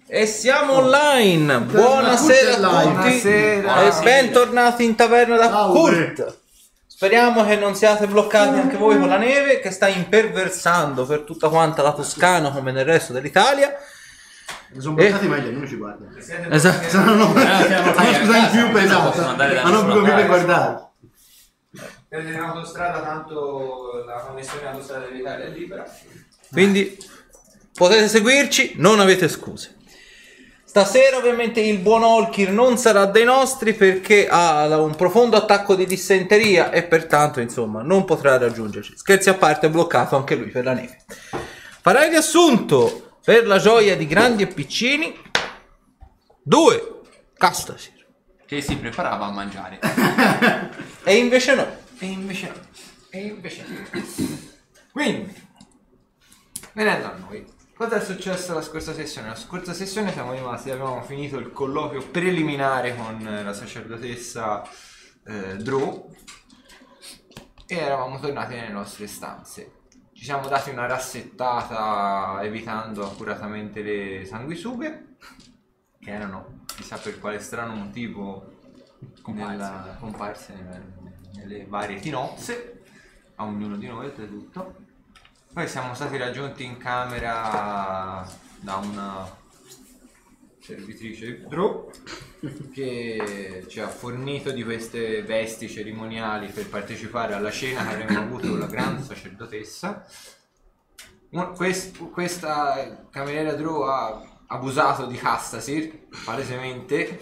E siamo online. Buonasera a tutti e bentornati in taverna da Kurt. Speriamo che non siate bloccati anche voi con la neve che sta imperversando per tutta quanta la Toscana come nel resto dell'Italia. Sono bloccati meglio, non ci guardano. Esatto. Sono in più pesata, ma non più guardare. Per l'autostrada tanto la connessione all'autostrada dell'Italia è libera. Quindi potete seguirci, non avete scuse. Stasera ovviamente il buon Olkir non sarà dei nostri perché ha un profondo attacco di dissenteria e pertanto insomma non potrà raggiungerci. Scherzi a parte, è bloccato anche lui per la neve. Farai il riassunto per la gioia di grandi e piccini. 2 Castasir. Che si preparava a mangiare. E invece no. Quindi, venendo a noi, cosa è successo la scorsa sessione? La scorsa sessione abbiamo finito il colloquio preliminare con la sacerdotessa Drew e eravamo tornati nelle nostre stanze. Ci siamo dati una rassettata evitando accuratamente le sanguisughe che erano, chissà per quale strano motivo, comparse nelle varie tinozze a ognuno di noi oltretutto. Poi siamo stati raggiunti in camera da una servitrice Drew che ci ha fornito di queste vesti cerimoniali per partecipare alla cena che avremmo avuto con la grande sacerdotessa. Questa cameriera Drew ha abusato di Castasir palesemente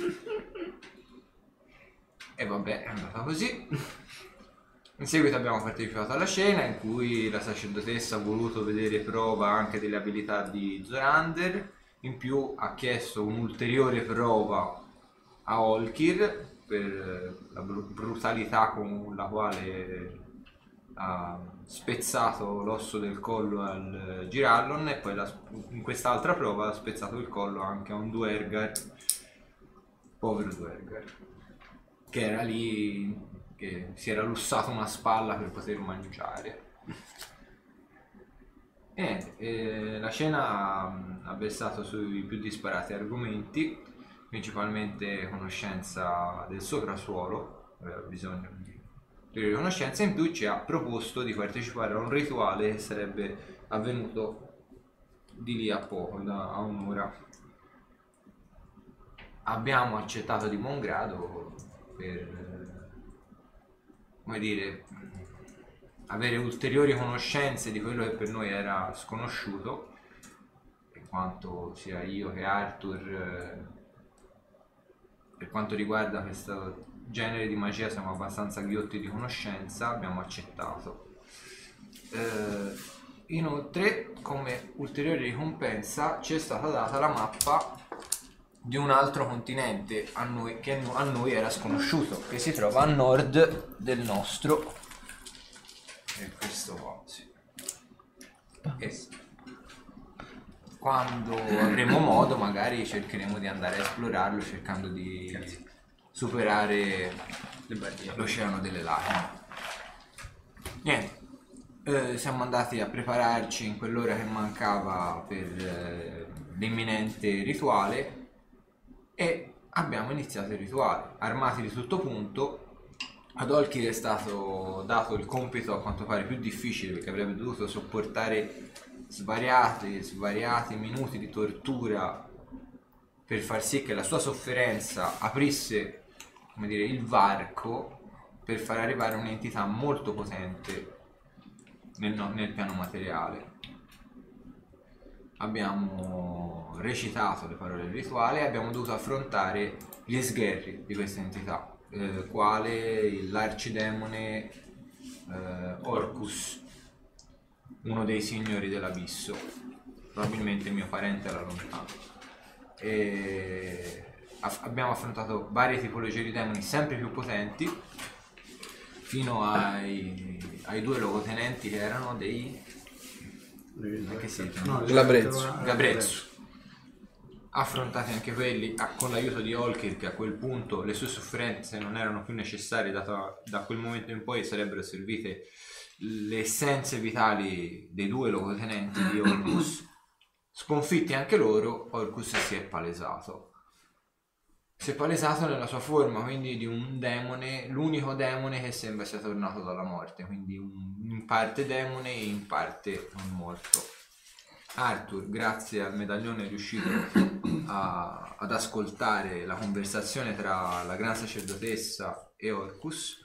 e vabbè, è andata così. In seguito abbiamo partecipato alla cena in cui la sacerdotessa ha voluto vedere prova anche delle abilità di Zorander, in più ha chiesto un'ulteriore prova a Olkir per la brutalità con la quale ha spezzato l'osso del collo al Girallon e poi in quest'altra prova ha spezzato il collo anche a un Duergar, povero Duergar, che era lì che si era lussato una spalla per poter mangiare. E la cena ha versato sui più disparati argomenti, principalmente conoscenza del soprasuolo, aveva bisogno di conoscenza, in più ci ha proposto di partecipare a un rituale che sarebbe avvenuto di lì a poco, a un'ora. Abbiamo accettato di buon grado per, come dire, avere ulteriori conoscenze di quello che per noi era sconosciuto, in quanto sia io che Arthur, per quanto riguarda questo genere di magia siamo abbastanza ghiotti di conoscenza. Abbiamo accettato. Inoltre, come ulteriore ricompensa ci è stata data la mappa di un altro continente che a noi era sconosciuto, che si trova a nord del nostro, e questo qua, sì. E quando avremo modo magari cercheremo di andare a esplorarlo cercando di superare l'oceano delle lacrime. Niente, siamo andati a prepararci in quell'ora che mancava per l'imminente rituale e abbiamo iniziato il rituale, armati di tutto punto. Ad Olkir è stato dato il compito a quanto pare più difficile, perché avrebbe dovuto sopportare svariati minuti di tortura per far sì che la sua sofferenza aprisse, come dire, il varco per far arrivare un'entità molto potente nel piano materiale. Abbiamo recitato le parole del rituale e abbiamo dovuto affrontare gli sgherri di questa entità, quale l'arcidemone Orcus, uno dei signori dell'abisso, probabilmente mio parente alla lontana. Abbiamo affrontato varie tipologie di demoni sempre più potenti, fino ai 2 logotenenti che erano dei Gabrezzu. Affrontati anche quelli con l'aiuto di Olkir, che a quel punto le sue sofferenze non erano più necessarie, dato da quel momento in poi sarebbero servite le essenze vitali dei 2 logotenenti di Orcus, Sconfitti anche loro, Orcus si è palesato. Si è palesato nella sua forma, quindi di un demone, l'unico demone che sembra sia tornato dalla morte, quindi in parte demone e in parte non morto. Arthur, grazie al medaglione, è riuscito ad ascoltare la conversazione tra la gran sacerdotessa e Orcus.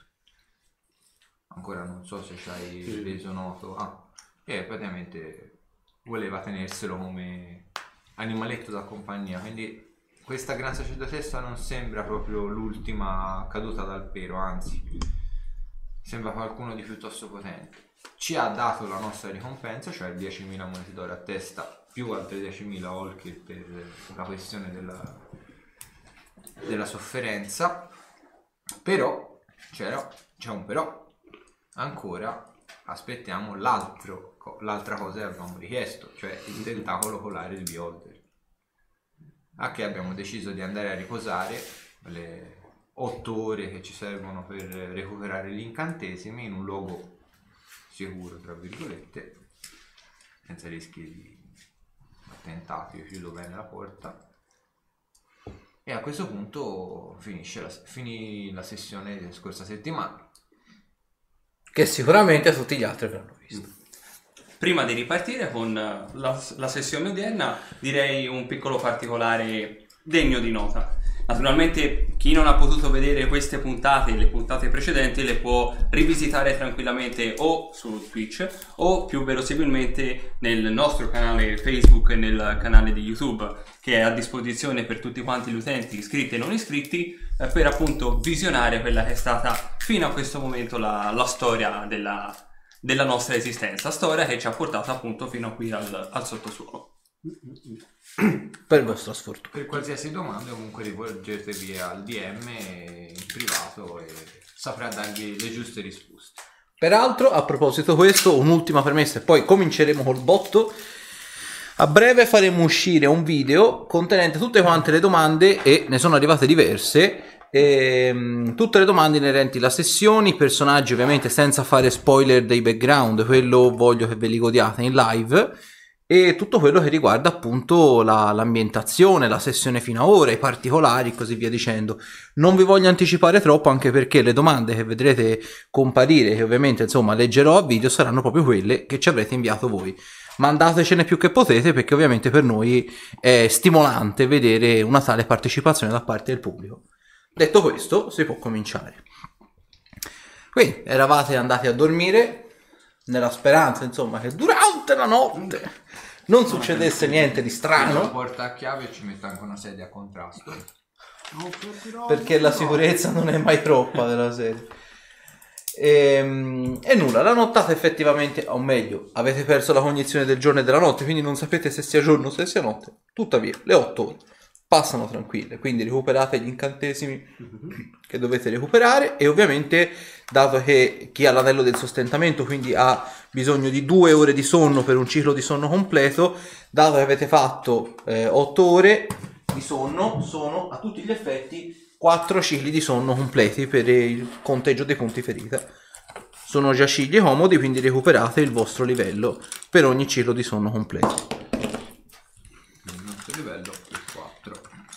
Ancora non so se ci hai reso noto. E praticamente voleva tenerselo come animaletto da compagnia, quindi questa gran sacerdotessa non sembra proprio l'ultima caduta dal pero, anzi sembra qualcuno di piuttosto potente. Ci ha dato la nostra ricompensa, cioè 10.000 monete d'oro a testa più altre 10.000 Olkir per la questione della sofferenza. Però c'è un però, ancora aspettiamo l'altra cosa che avevamo richiesto, cioè il tentacolo polare di Beholder. A che abbiamo deciso di andare a riposare le 8 ore che ci servono per recuperare gli incantesimi in un luogo sicuro, tra virgolette, senza rischi di attentati. Io chiudo bene la porta e a questo punto finì la sessione della scorsa settimana, che sicuramente tutti gli altri avranno visto. Prima di ripartire con la sessione odierna, direi un piccolo particolare degno di nota. Naturalmente chi non ha potuto vedere queste puntate, le puntate precedenti, le può rivisitare tranquillamente o su Twitch o più verosimilmente nel nostro canale Facebook e nel canale di YouTube, che è a disposizione per tutti quanti gli utenti iscritti e non iscritti, per appunto visionare quella che è stata fino a questo momento la storia della nostra esistenza, storia che ci ha portato appunto fino qui al sottosuolo. Per vostra sfortuna. Per qualsiasi domanda comunque rivolgetevi al DM in privato e saprà darvi le giuste risposte. Peraltro, a proposito questo, un'ultima premessa e poi cominceremo col botto. A breve faremo uscire un video contenente tutte quante le domande, e ne sono arrivate diverse, tutte le domande inerenti alla sessione, i personaggi, ovviamente senza fare spoiler dei background, quello voglio che ve li godiate in live, e tutto quello che riguarda appunto l'ambientazione, la sessione fino a ora, i particolari e così via dicendo. Non vi voglio anticipare troppo, anche perché le domande che vedrete comparire, che ovviamente insomma leggerò a video, saranno proprio quelle che ci avrete inviato voi. Mandatecene più che potete, perché ovviamente per noi è stimolante vedere una tale partecipazione da parte del pubblico. Detto questo, si può cominciare. Quindi eravate andati a dormire nella speranza, insomma, che durante la notte non succedesse niente di strano. La porta a chiave e ci metto anche una sedia a contrasto, perché la sicurezza non è mai troppa della serie. E nulla, la nottata effettivamente, o meglio, avete perso la cognizione del giorno e della notte, quindi non sapete se sia giorno o se sia notte. Tuttavia, le 8 ore passano tranquille, quindi recuperate gli incantesimi che dovete recuperare, e ovviamente, dato che chi ha l'anello del sostentamento quindi ha bisogno di 2 ore di sonno per un ciclo di sonno completo, dato che avete fatto 8 ore di sonno, sono a tutti gli effetti 4 cicli di sonno completi per il conteggio dei punti ferita. Sono già cicli comodi, quindi recuperate il vostro livello per ogni ciclo di sonno completo. il nostro livello è 4.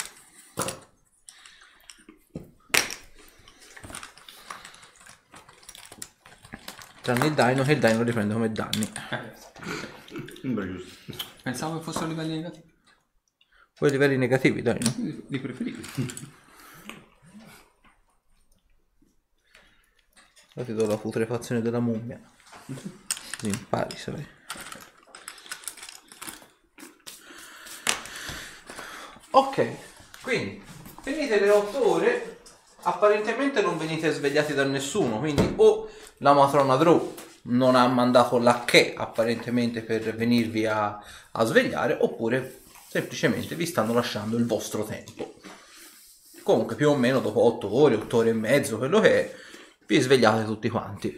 Tranne il Dino, che il Dino riprende come danni. Beh, giusto. Pensavo che fossero livelli negativi. Poi livelli negativi, Dino? Li preferivi. Ora ti do la putrefazione della mummia. Così impari, sai. Ok, quindi finite le 8 ore, apparentemente non venite svegliati da nessuno, quindi o la matrona Drow non ha mandato la che apparentemente per venirvi a svegliare, oppure semplicemente vi stanno lasciando il vostro tempo. Comunque più o meno dopo 8 ore, 8 ore e mezzo, quello che è, vi svegliate tutti quanti.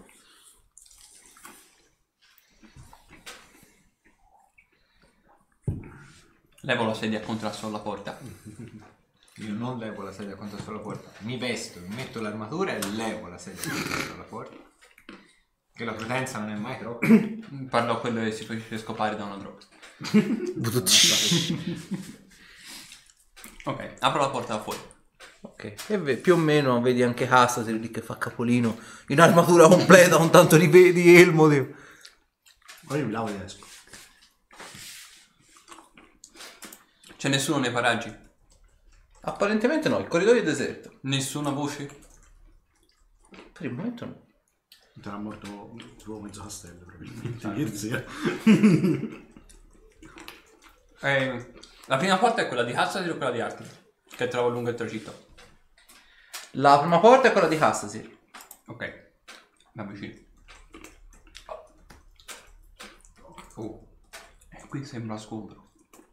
Levo la sedia a contrasto alla porta. Io non levo la sedia a contrasto alla porta, mi vesto, mi metto l'armatura e levo la sedia a contrasto alla porta, che la prudenza non è mai troppo. Parlo a quello che si fece scopare da una droga. Ok, apro la porta da fuori. Ok, e più o meno vedi anche Hastasir lì che fa capolino in armatura completa con tanto di elmo. Ora io mi lavo ed esco. C'è nessuno nei paraggi? Apparentemente no, il corridoio è deserto. Nessuna voce? Per il momento no. Sarà morto proprio mezzo castello, probabilmente. Ieri sera. La prima porta è quella di Hastasir o quella di Arthur? Che trovo lungo il tragitto. La prima porta è quella di Hastasir. Ok, mi avvicino. Qui sembra scontro.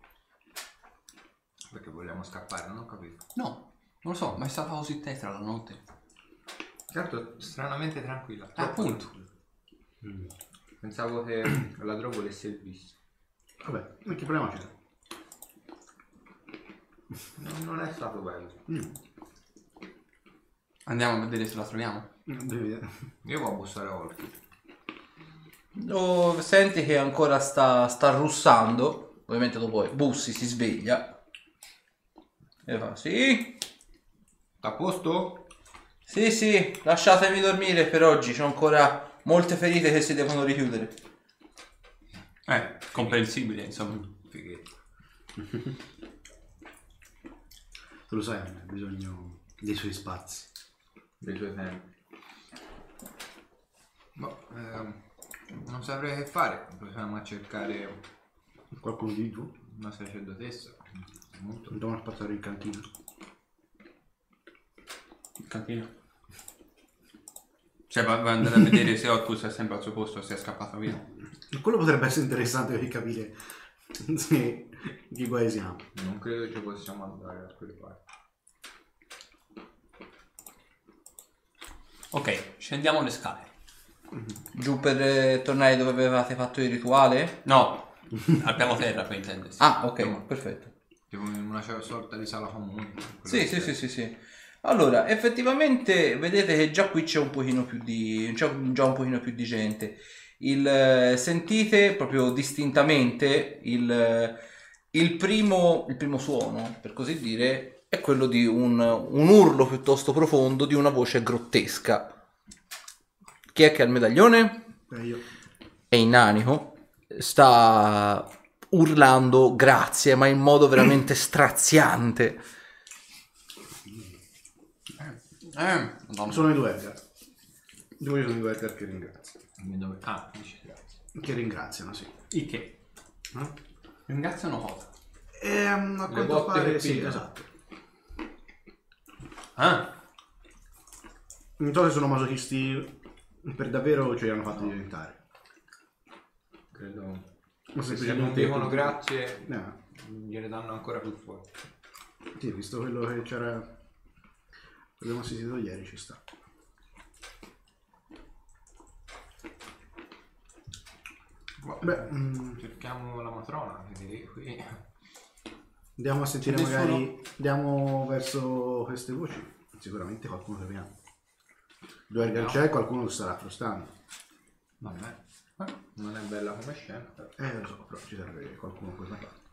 Perché vogliamo scappare, non ho capito. No, non lo so, ma è stata così tetra la notte. Certo, stranamente tranquilla. Appunto. Pensavo che la droga volesse il visto. Vabbè, ma che problema c'è? Non è stato bello. Andiamo a vedere se la troviamo. Io vado a bussare a Olki. Senti che ancora sta russando. Ovviamente dopo bussi, si sveglia. E fa, sì? A posto? Sì, lasciatemi dormire per oggi. C'ho ancora molte ferite che si devono richiudere. Comprensibile, insomma. Fighetto. Tu lo sai, ha bisogno dei suoi spazi. Dei suoi tempi. Non saprei che fare. Proviamo a cercare Qualcuno di tu? una sacerdotessa. Andiamo a passare in cantina. Cantina. Cioè, va andare a vedere se Orcus è sempre al suo posto o se è scappato via. Quello potrebbe essere interessante per capire se chi guai siamo. Non credo ci possiamo andare a quelle parti. Ok, scendiamo le scale. Giù per tornare dove avevate fatto il rituale? No, al piano terra per intendersi. Ah, ok, perfetto. Tipo in una sorta di sala comune. Sì. Allora, effettivamente vedete che già qui c'è un pochino più di gente. Sentite proprio distintamente il primo suono, per così dire, è quello di un urlo piuttosto profondo di una voce grottesca. Chi è che ha il medaglione? Io. È Innanico. Sta urlando grazie, ma in modo veramente straziante. Sono i due Edgar. Due sono i due Edgar che ringraziano. Dici grazie. Che ringraziano, sì. Il che? Ringraziano cosa? A quanto pare sì, esatto. Non so se sono masochisti per davvero o ce li hanno fatti diventare. Credo. Ma Se non dicono grazie, no. gliene danno ancora più fuori. Sì, visto quello che c'era. Abbiamo assistito ieri, ci sta. Beh, cerchiamo la matrona, che qui. Andiamo a sentire magari. Andiamo verso queste voci. Sicuramente qualcuno troviamo. Due Edgar c'è, qualcuno starà frustando. Vabbè. Non è bella come scena. Però. Lo so, però ci serve qualcuno per la parte.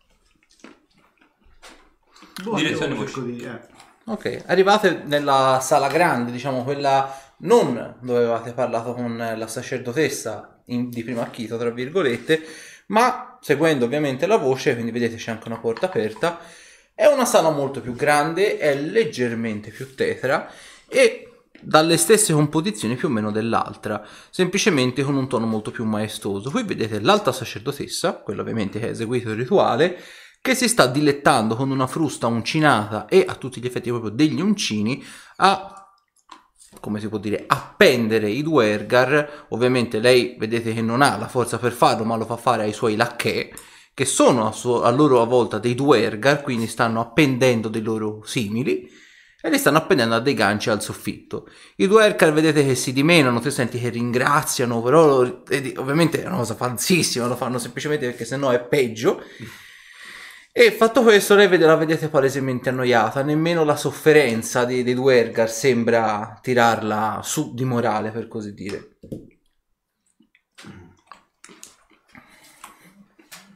Direzione voce. Ok, arrivate nella sala grande, diciamo quella non dove avevate parlato con la sacerdotessa di primo acchito, tra virgolette, ma seguendo ovviamente la voce, quindi vedete c'è anche una porta aperta. È una sala molto più grande, è leggermente più tetra e dalle stesse composizioni più o meno dell'altra, semplicemente con un tono molto più maestoso. Qui vedete l'alta sacerdotessa, quella ovviamente che ha eseguito il rituale, che si sta dilettando con una frusta uncinata e a tutti gli effetti proprio degli uncini a, come si può dire, appendere i Duergar. Ovviamente lei vedete che non ha la forza per farlo, ma lo fa fare ai suoi lacchè, che sono a loro volta dei Duergar, quindi stanno appendendo dei loro simili e li stanno appendendo a dei ganci al soffitto. I Duergar vedete che si dimenano, tu senti che ringraziano, però ovviamente è una cosa falsissima, lo fanno semplicemente perché sennò è peggio. E fatto questo la vedete palesemente annoiata, nemmeno la sofferenza dei Duergar sembra tirarla su di morale, per così dire.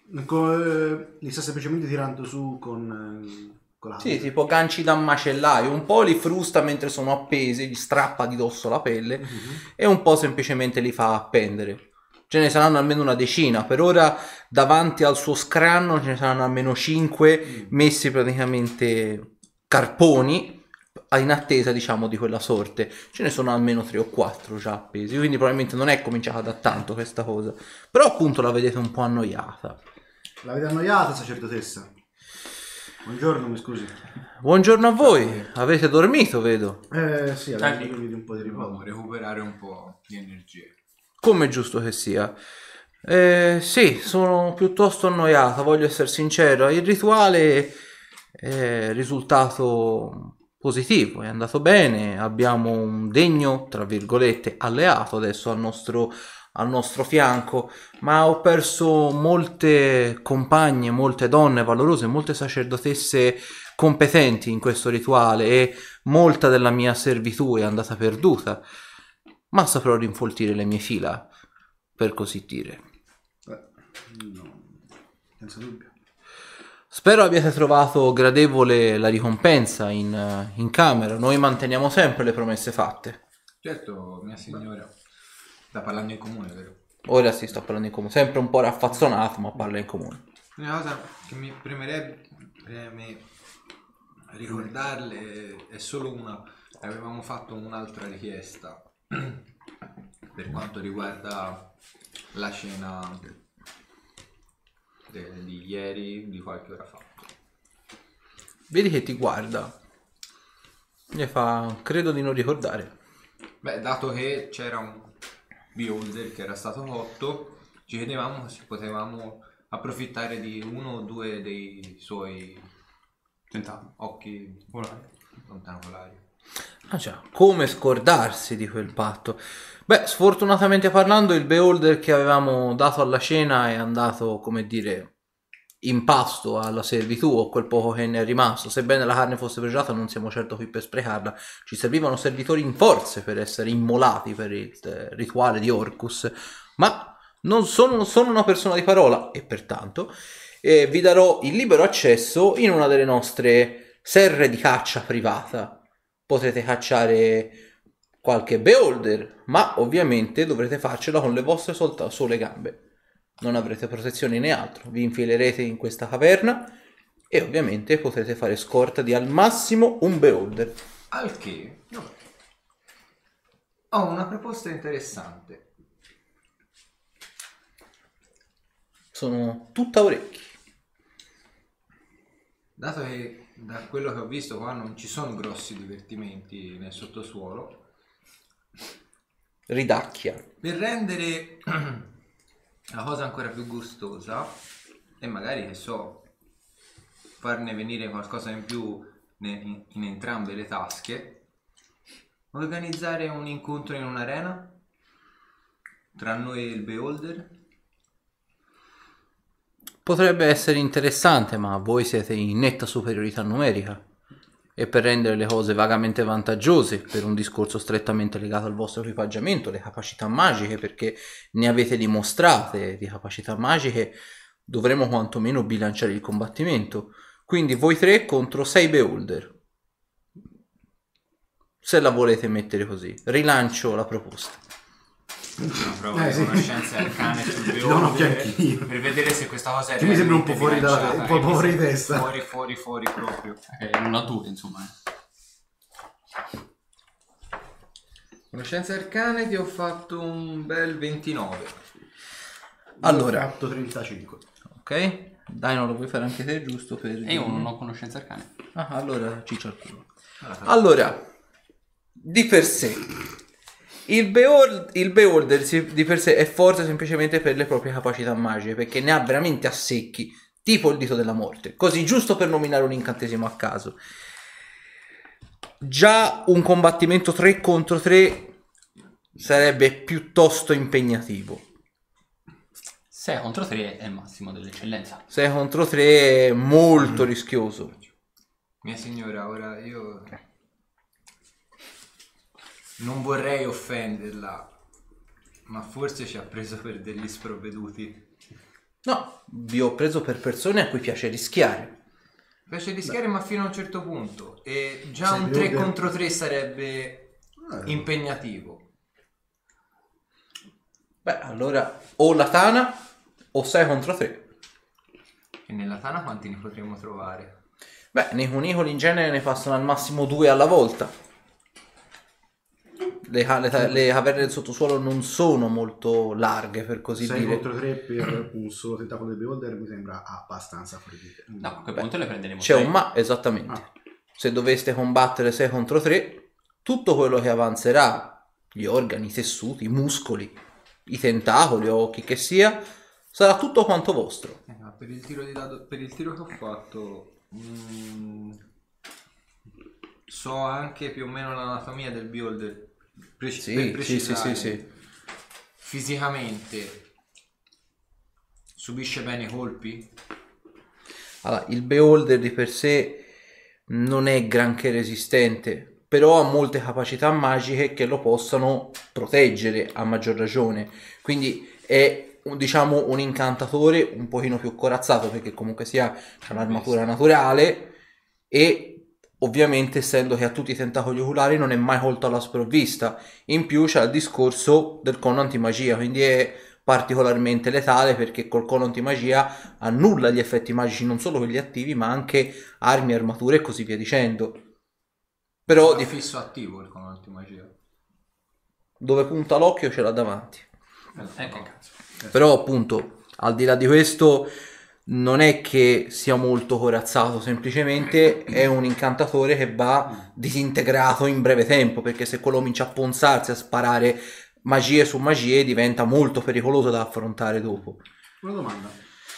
Li sta semplicemente tirando su con la... Sì, tipo ganci da macellaio, un po' li frusta mentre sono appesi, gli strappa di dosso la pelle e un po' semplicemente li fa appendere. Ce ne saranno almeno una decina, per ora davanti al suo scranno ce ne saranno almeno 5 messi praticamente carponi in attesa, diciamo, di quella sorte. Ce ne sono almeno 3 o 4 già appesi, quindi probabilmente non è cominciata da tanto questa cosa, però appunto la vedete un po' annoiata. L'avete annoiata, sacerdotessa? Buongiorno, mi scusi. Buongiorno a voi, avete dormito, vedo. Sì, abbiamo bisogno di un po' di Dobbiamo riposo. recuperare un po' di energie. Come è giusto che sia. Sì, sono piuttosto annoiata, voglio essere sincero. Il rituale è risultato positivo, è andato bene. Abbiamo un degno, tra virgolette, alleato adesso al nostro fianco, ma ho perso molte compagne, molte donne valorose, molte sacerdotesse competenti in questo rituale e molta della mia servitù è andata perduta. Ma saprò rinfoltire le mie fila, per così dire. No, senza dubbio. Spero abbiate trovato gradevole la ricompensa in camera. Noi manteniamo sempre le promesse fatte. Certo, mia signora. Sta parlando in comune, vero? Ora si sta parlando in comune, sempre un po' raffazzonato, ma parla in comune. Una cosa che mi preme ricordarle è solo una. Avevamo fatto un'altra richiesta per quanto riguarda la cena di ieri, di qualche ora fa. Vedi che ti guarda. Gli fa, credo di non ricordare. Beh, dato che c'era un beholder che era stato cotto, ci chiedevamo se potevamo approfittare di uno o due dei suoi occhi lontanocolari. Ah già, come scordarsi di quel patto? Beh, sfortunatamente parlando, il beholder che avevamo dato alla cena è andato, come dire, in pasto alla servitù o quel poco che ne è rimasto. Sebbene la carne fosse pregiata, non siamo certo qui per sprecarla. Ci servivano servitori in forze per essere immolati per il rituale di Orcus, ma non sono una persona di parola e pertanto vi darò il libero accesso in una delle nostre serre di caccia privata. Potrete cacciare qualche beholder, ma ovviamente dovrete farcela con le vostre sole gambe. Non avrete protezioni né altro, vi infilerete in questa caverna e ovviamente potrete fare scorta di al massimo un beholder. Al che ho una proposta interessante. Sono tutta orecchi. Dato che da quello che ho visto qua non ci sono grossi divertimenti nel sottosuolo, Ridacchia. per rendere la cosa ancora più gustosa e magari, che so, farne venire qualcosa in più in entrambe le tasche, organizzare un incontro in un'arena tra noi e il beholder. Potrebbe essere interessante, ma voi siete in netta superiorità numerica. E per rendere le cose vagamente vantaggiose, per un discorso strettamente legato al vostro equipaggiamento, le capacità magiche, perché ne avete dimostrate di capacità magiche, dovremo quantomeno bilanciare il combattimento. Quindi voi 3 contro 6 beholder. Se la volete mettere così. Rilancio la proposta. Una prova di sì. conoscenze arcane sul Do beholder un'occhio anch'io. per vedere se questa cosa è Che mi sembra un po' realmente fuori bilanciata, un po' e mi fuori di sembra testa. fuori proprio. Non a due, insomma. Conoscenze arcane ti ho fatto un bel 29. Allora, Ho fatto 35. ok? Dai, non lo puoi fare anche te, giusto per... E io non ho conoscenze arcane. Ah, allora ciccio al culo. Allora, di per sé, il beholder di per sé è forte semplicemente per le proprie capacità magiche, perché ne ha veramente a secchi, tipo il dito della morte. Così, giusto per nominare un incantesimo a caso. Già un combattimento 3 contro 3 sarebbe piuttosto impegnativo. 6 contro 3 è il massimo dell'eccellenza. 6 contro 3 è molto rischioso. Mia signora, ora io non vorrei offenderla, ma forse ci ha preso per degli sprovveduti. No, vi ho preso per persone a cui piace rischiare. Piace rischiare ma fino a un certo punto. E già Se un devo 3 dire- contro 3 sarebbe impegnativo. Beh, allora o la Tana o 6 contro 3. E nella Tana quanti ne potremmo trovare? Beh, nei cunicoli in genere ne passano al massimo 2 alla volta. Le caverne del sottosuolo non sono molto larghe, per così 6 dire. contro 3 per un solo tentacolo del Beholder mi sembra abbastanza fuori di te. No, a quel punto le prenderemo C'è 6. un ma, esattamente. Ah. Se doveste combattere 6 contro 3, tutto quello che avanzerà, gli organi, i tessuti, i muscoli, i tentacoli o chi che sia, sarà tutto quanto vostro. Ma per il tiro di dado, per il tiro che ho fatto, so anche più o meno l'anatomia del beholder. Per precisare. Sì. Fisicamente subisce bene i colpi? Allora, il beholder di per sé non è granché resistente, però ha molte capacità magiche che lo possano proteggere a maggior ragione. Quindi è diciamo un incantatore un pochino più corazzato, perché comunque sia c'ha un'armatura naturale e ovviamente essendo che ha tutti i tentacoli oculari non è mai colto alla sprovvista. In più c'è il discorso del cono antimagia, quindi è particolarmente letale perché col cono antimagia annulla gli effetti magici, non solo quelli attivi ma anche armi, armature e così via dicendo. Però È fisso attivo il cono antimagia. dove punta l'occhio ce l'ha davanti. Che cazzo. Però appunto al di là di questo non è che sia molto corazzato, semplicemente è un incantatore che va disintegrato in breve tempo, perché se quello comincia a ponzarsi, a sparare magie su magie, diventa molto pericoloso da affrontare dopo. Una domanda.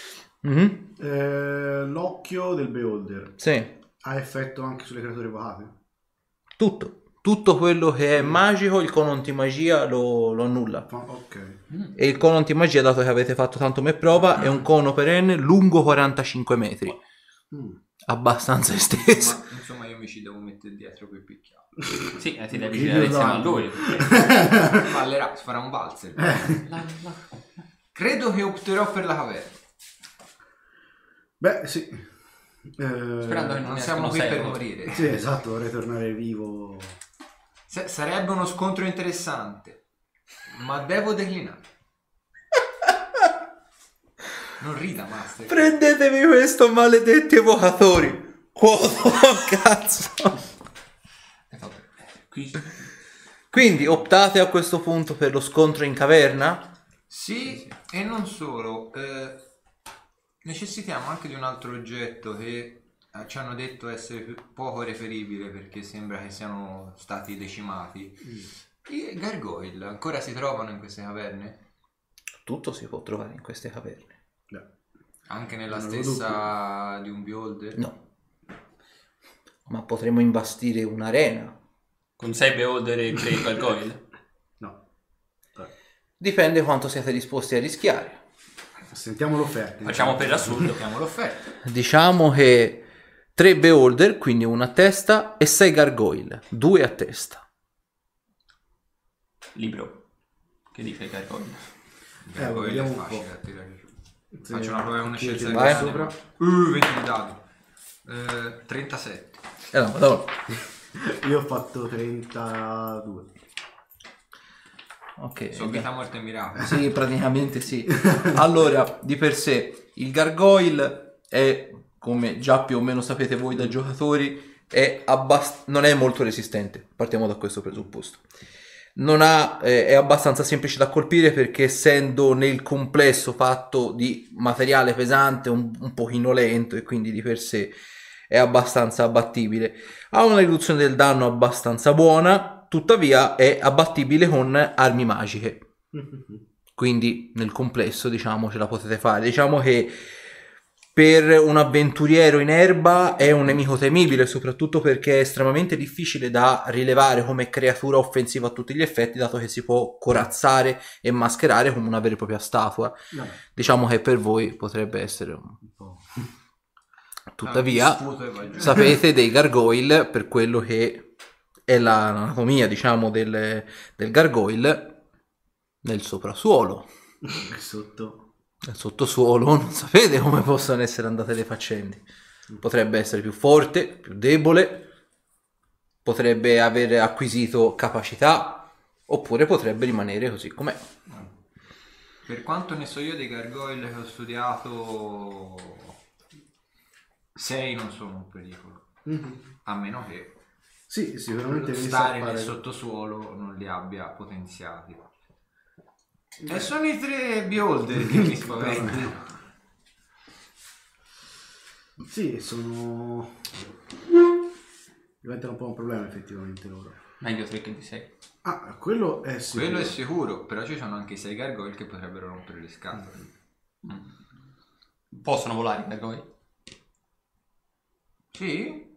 Mhm. L'occhio del Beholder Sì, ha effetto anche sulle creature evocate? tutto quello che è magico il cono antimagia lo annulla. Ok. E il cono antimagia, dato che avete fatto tanto me prova, è un cono perenne lungo 45 metri, abbastanza esteso. Ma insomma io mi ci devo mettere dietro per picchiare. Sì, ti devi girare insieme a lui. Fallerà, si farà un valzer. Credo che opterò per la caverna. Beh, sì. Sperando che Non ne siamo escano qui sei, per no? morire. Sì, esatto, vorrei tornare vivo. Sarebbe uno scontro interessante, ma devo declinare. Non rida, Master. Prendetevi questo, maledetti evocatori. Quoto, cazzo. Qui Quindi optate a questo punto per lo scontro in caverna? Sì, e non solo. Necessitiamo anche di un altro oggetto che ci hanno detto essere poco reperibile perché sembra che siano stati decimati. I gargoyle ancora si trovano in queste caverne? Tutto si può trovare in queste caverne. Anche nella Non lo stessa di un beholder? No. Ma potremmo imbastire un'arena. con 6 beholder e 3 gargoyle. No. Dipende quanto siete disposti a rischiare. Sentiamo l'offerta. Facciamo per l'assurdo. Abbiamo l'offerta. Diciamo che 3 beholder, quindi una a testa, e 6 gargoyle, 2 a testa. Libro. Che dice il gargoyle? Gargoyle è vediamo un facile po'. a tirare giù. Sì, Faccio una prova, una chi scelta ci vai di sopra? 20 di dadi. 37. No, madonna. Io ho fatto 32. Ok. Sono vita, morte e miracolo. Sì, praticamente sì. Allora, di per sé, il gargoyle è, come già più o meno sapete voi da giocatori, non è molto resistente. Partiamo da questo presupposto. È abbastanza semplice da colpire perché essendo nel complesso fatto di materiale pesante, un pochino lento e quindi di per sé è abbastanza abbattibile. Ha una riduzione del danno abbastanza buona, tuttavia è abbattibile con armi magiche. Quindi nel complesso diciamo ce la potete fare. Diciamo che per un avventuriero in erba è un nemico temibile, soprattutto perché è estremamente difficile da rilevare come creatura offensiva a tutti gli effetti, dato che si può corazzare e mascherare come una vera e propria statua. Vabbè, Diciamo che per voi potrebbe essere un... un po'. Tuttavia Sputo e va giù. sapete dei gargoyle, per quello che è l'anatomia diciamo del gargoyle, nel soprasuolo. Sotto. Nel sottosuolo non sapete come possono essere andate le faccende. Potrebbe essere più forte, più debole, potrebbe aver acquisito capacità, oppure potrebbe rimanere così com'è. Per quanto ne so io dei gargoyle che ho studiato, 6 non sono un pericolo. A meno che Sì, sicuramente stare nel sottosuolo non li abbia potenziati. E sono i 3 beholder che mi spaventano. Sì, sono... diventano un po' un problema effettivamente loro. Meglio 3 che di 6. Ah, quello è sicuro. Quello è sicuro, però ci sono anche i 6 gargoyle che potrebbero rompere le scatole. Possono volare i gargoyle? Sì?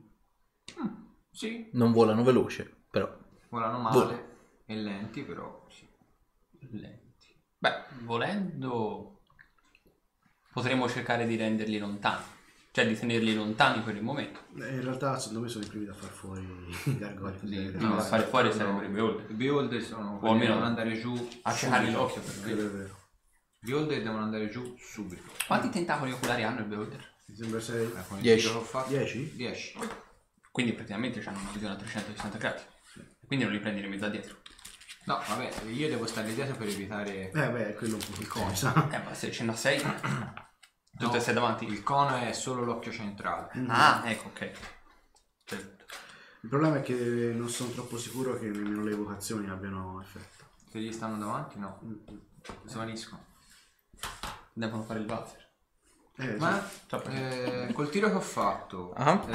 Sì, Non volano veloce, però. volano male e lenti, però sì. Lenti. Beh, volendo potremmo cercare di renderli lontani, cioè di tenerli lontani per il momento. In realtà secondo me sono i primi da far fuori i gargoyle. No, da fare fuori sarebbero i beholder. I beholder sono O quelli che almeno devono andare giù a cercare subito. l'occhio per Quello quello. è vero. I beholder devono andare giù subito. Quanti tentacoli oculari hanno i beholder? Mi sembra 6. Con il 10. tiro che ho fatto, 10? 10. Quindi praticamente hanno una visione a 360 gradi. Quindi non li prendi in mezzo a dietro. No, vabbè, io devo stare dietro per evitare Beh, quello un po' il cono. Ma se ce n'ha 6, tutte e 6 davanti. il cono è solo l'occhio centrale. Ah, ecco, ok. Certo. Il problema è che non sono troppo sicuro che nemmeno le evocazioni abbiano effetto. Se gli stanno davanti, no. Svaniscono. Devono fare il valzer. Ma Troppo. col tiro che ho fatto,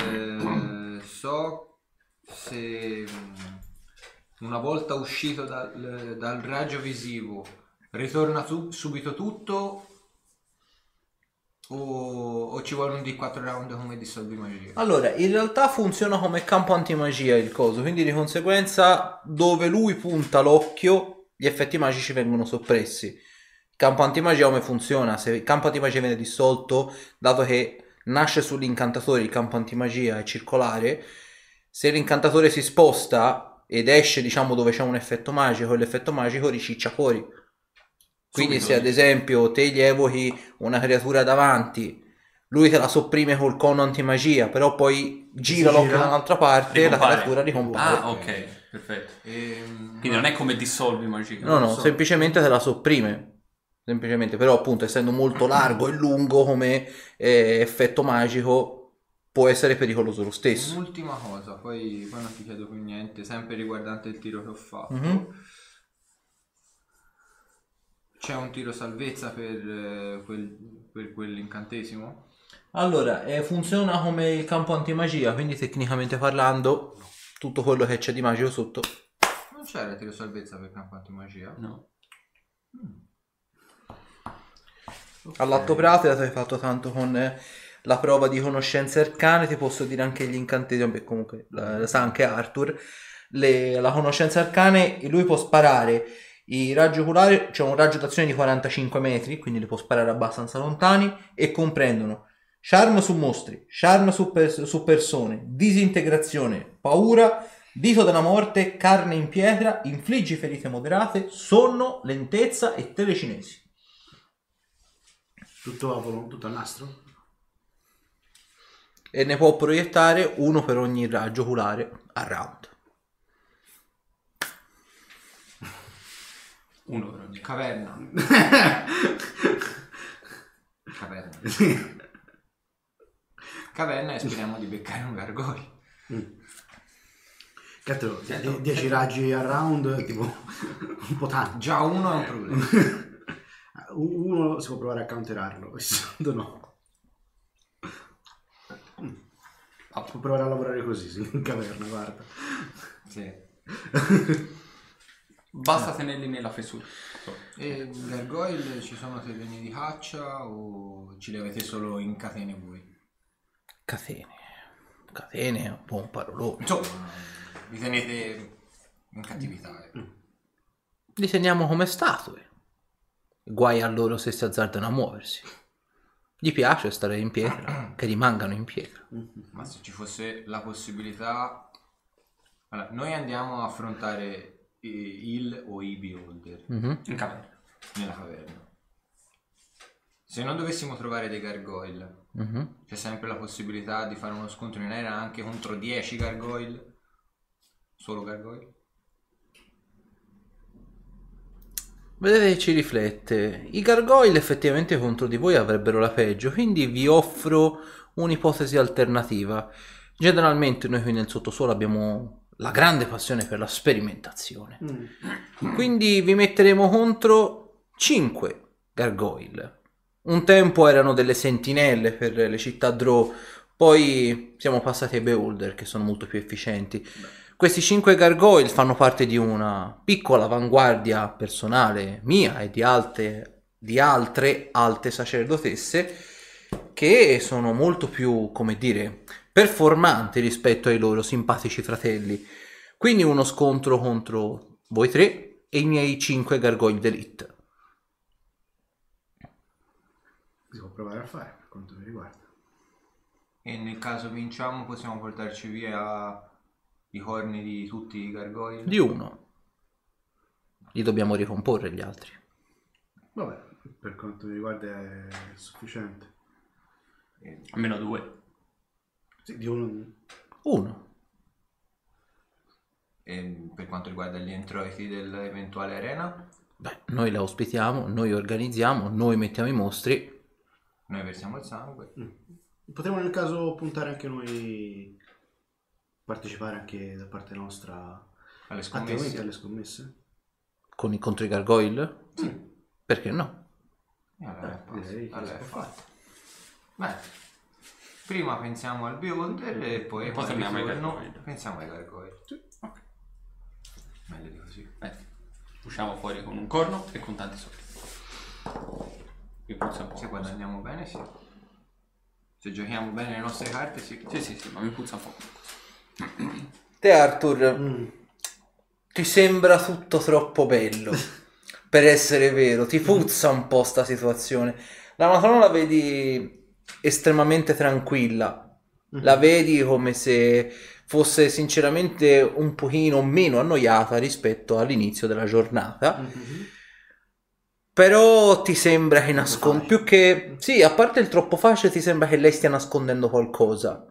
so se una volta uscito dal raggio visivo ritorna subito tutto o ci vuole un D4 round come dissolvi magia? Allora, in realtà funziona come campo antimagia il coso, quindi di conseguenza dove lui punta l'occhio, gli effetti magici vengono soppressi. Il campo antimagia come funziona? Se il campo antimagia viene dissolto, dato che nasce sull'incantatore, il campo antimagia è circolare, se l'incantatore si sposta ed esce, diciamo, dove c'è un effetto magico, l'effetto magico riciccia fuori. Quindi Subito, se ad esempio te gli evochi una creatura davanti, lui te la sopprime col cono antimagia, però poi gira l'occhio da un'altra parte, la Ricompare. creatura ricompare. Ah, ok, perfetto. Quindi non è come dissolvi magia. No, semplicemente te la sopprime. Semplicemente, però appunto essendo molto largo e lungo come effetto magico può essere pericoloso lo stesso. Un'ultima cosa, poi non ti chiedo più niente, sempre riguardante il tiro che ho fatto. C'è un tiro salvezza per quell'incantesimo? Allora, funziona come il campo antimagia, quindi tecnicamente parlando tutto quello che c'è di magico sotto. Non c'era tiro salvezza per campo antimagia? No. All'atto pratico, dato che hai fatto tanto con la prova di conoscenze arcane, ti posso dire anche gli incantesimi, beh, comunque la sa anche Arthur, la conoscenza arcane, lui può sparare i raggi oculari, c'è un raggio d'azione di 45 metri, quindi li può sparare abbastanza lontani, e comprendono charm su mostri, charm su persone, disintegrazione, paura, dito della morte, carne in pietra, infliggi ferite moderate, sonno, lentezza e telecinesi. Tutto a nastro? E ne può proiettare uno per ogni raggio oculare a round. Uno per ogni. Caverna. Caverna. Caverna, e speriamo di beccare un gargoyle. Cazzo, 10 raggi a round, tipo un po' tanto. Già uno è un problema. Uno si può provare a counterarlo, il secondo no. Si può provare a lavorare così, sì, in caverna, guarda. Sì. Basta tenerli nella fessura. E gargoyle ci sono terreni di caccia o ce li avete solo in catene voi? Catene è un po' un parolone. Insomma, vi tenete in cattività. Li teniamo come statue. Guai a loro se si azzardano a muoversi. Gli piace stare in pietra, che rimangano in pietra. Ma se ci fosse la possibilità... Allora, noi andiamo a affrontare il o i beholder In caverna. nella caverna. Se non dovessimo trovare dei gargoyle, c'è sempre la possibilità di fare uno scontro in aria anche contro 10 gargoyle? Solo gargoyle? Vedete, ci riflette. I gargoyle effettivamente contro di voi avrebbero la peggio, quindi vi offro un'ipotesi alternativa. Generalmente noi qui nel sottosuolo abbiamo la grande passione per la sperimentazione. Quindi vi metteremo contro 5 gargoyle. Un tempo erano delle sentinelle per le città Drow, poi siamo passati ai Beholder che sono molto più efficienti. Questi 5 gargoyle fanno parte di una piccola avanguardia personale mia e di altre alte sacerdotesse che sono molto più, come dire, performanti rispetto ai loro simpatici fratelli. Quindi uno scontro contro voi 3 e i miei 5 gargoyle d'elite. Si può provare a fare per quanto mi riguarda. E nel caso vinciamo possiamo portarci via i corni di tutti i gargoyle? Di uno. Li dobbiamo ricomporre gli altri. Vabbè, per quanto mi riguarda è sufficiente. Almeno 2. Sì, di uno. Uno. E per quanto riguarda gli introiti dell'eventuale arena? Beh, noi la ospitiamo, noi organizziamo, noi mettiamo i mostri. Noi versiamo il sangue. Potremmo nel caso puntare anche noi, partecipare anche da parte nostra Alle attivamente scommesse? alle scommesse? Contro i gargoyle? Sì. Perché no? Allora, direi che allora si è può fatto. Beh, prima pensiamo al Beholder e poi Poi quando torniamo ai ritorno gargoyle. pensiamo ai gargoyle. Ok. Meglio di così. Usciamo fuori con un corno e con tanti soldi. Mi puzza un po'. Se guadagniamo bene, sì. Se giochiamo bene le nostre carte, sì. Sì, ma mi puzza un po'. Te Arthur, ti sembra tutto troppo bello per essere vero, ti puzza un po' sta situazione. La matrona la vedi estremamente tranquilla, la vedi come se fosse sinceramente un pochino meno annoiata rispetto all'inizio della giornata. Però ti sembra che nasconda più che... Sì, a parte il troppo facile, ti sembra che lei stia nascondendo qualcosa.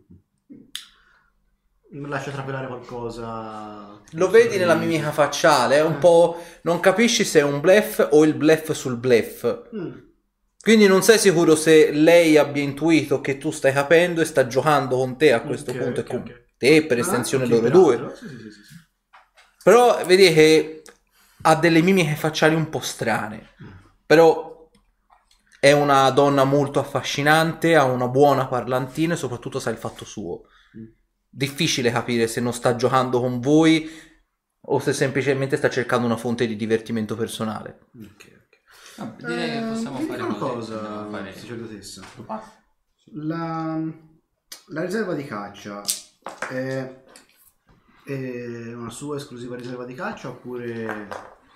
Lascia trapelare qualcosa. Lo vedi nella mimica facciale, è un po'... non capisci se è un bluff o il bluff sul bluff. Quindi non sei sicuro se lei abbia intuito che tu stai capendo e sta giocando con te a questo punto e con te, per estensione loro due. Sì. Però vedi che ha delle mimiche facciali un po' strane. Però è una donna molto affascinante, ha una buona parlantina e soprattutto sa il fatto suo. Difficile capire se non sta giocando con voi o se semplicemente sta cercando una fonte di divertimento personale. Direi che possiamo fare una così. cosa, Dobbiamo fare... sacerdotessa. La riserva di caccia è una sua esclusiva riserva di caccia oppure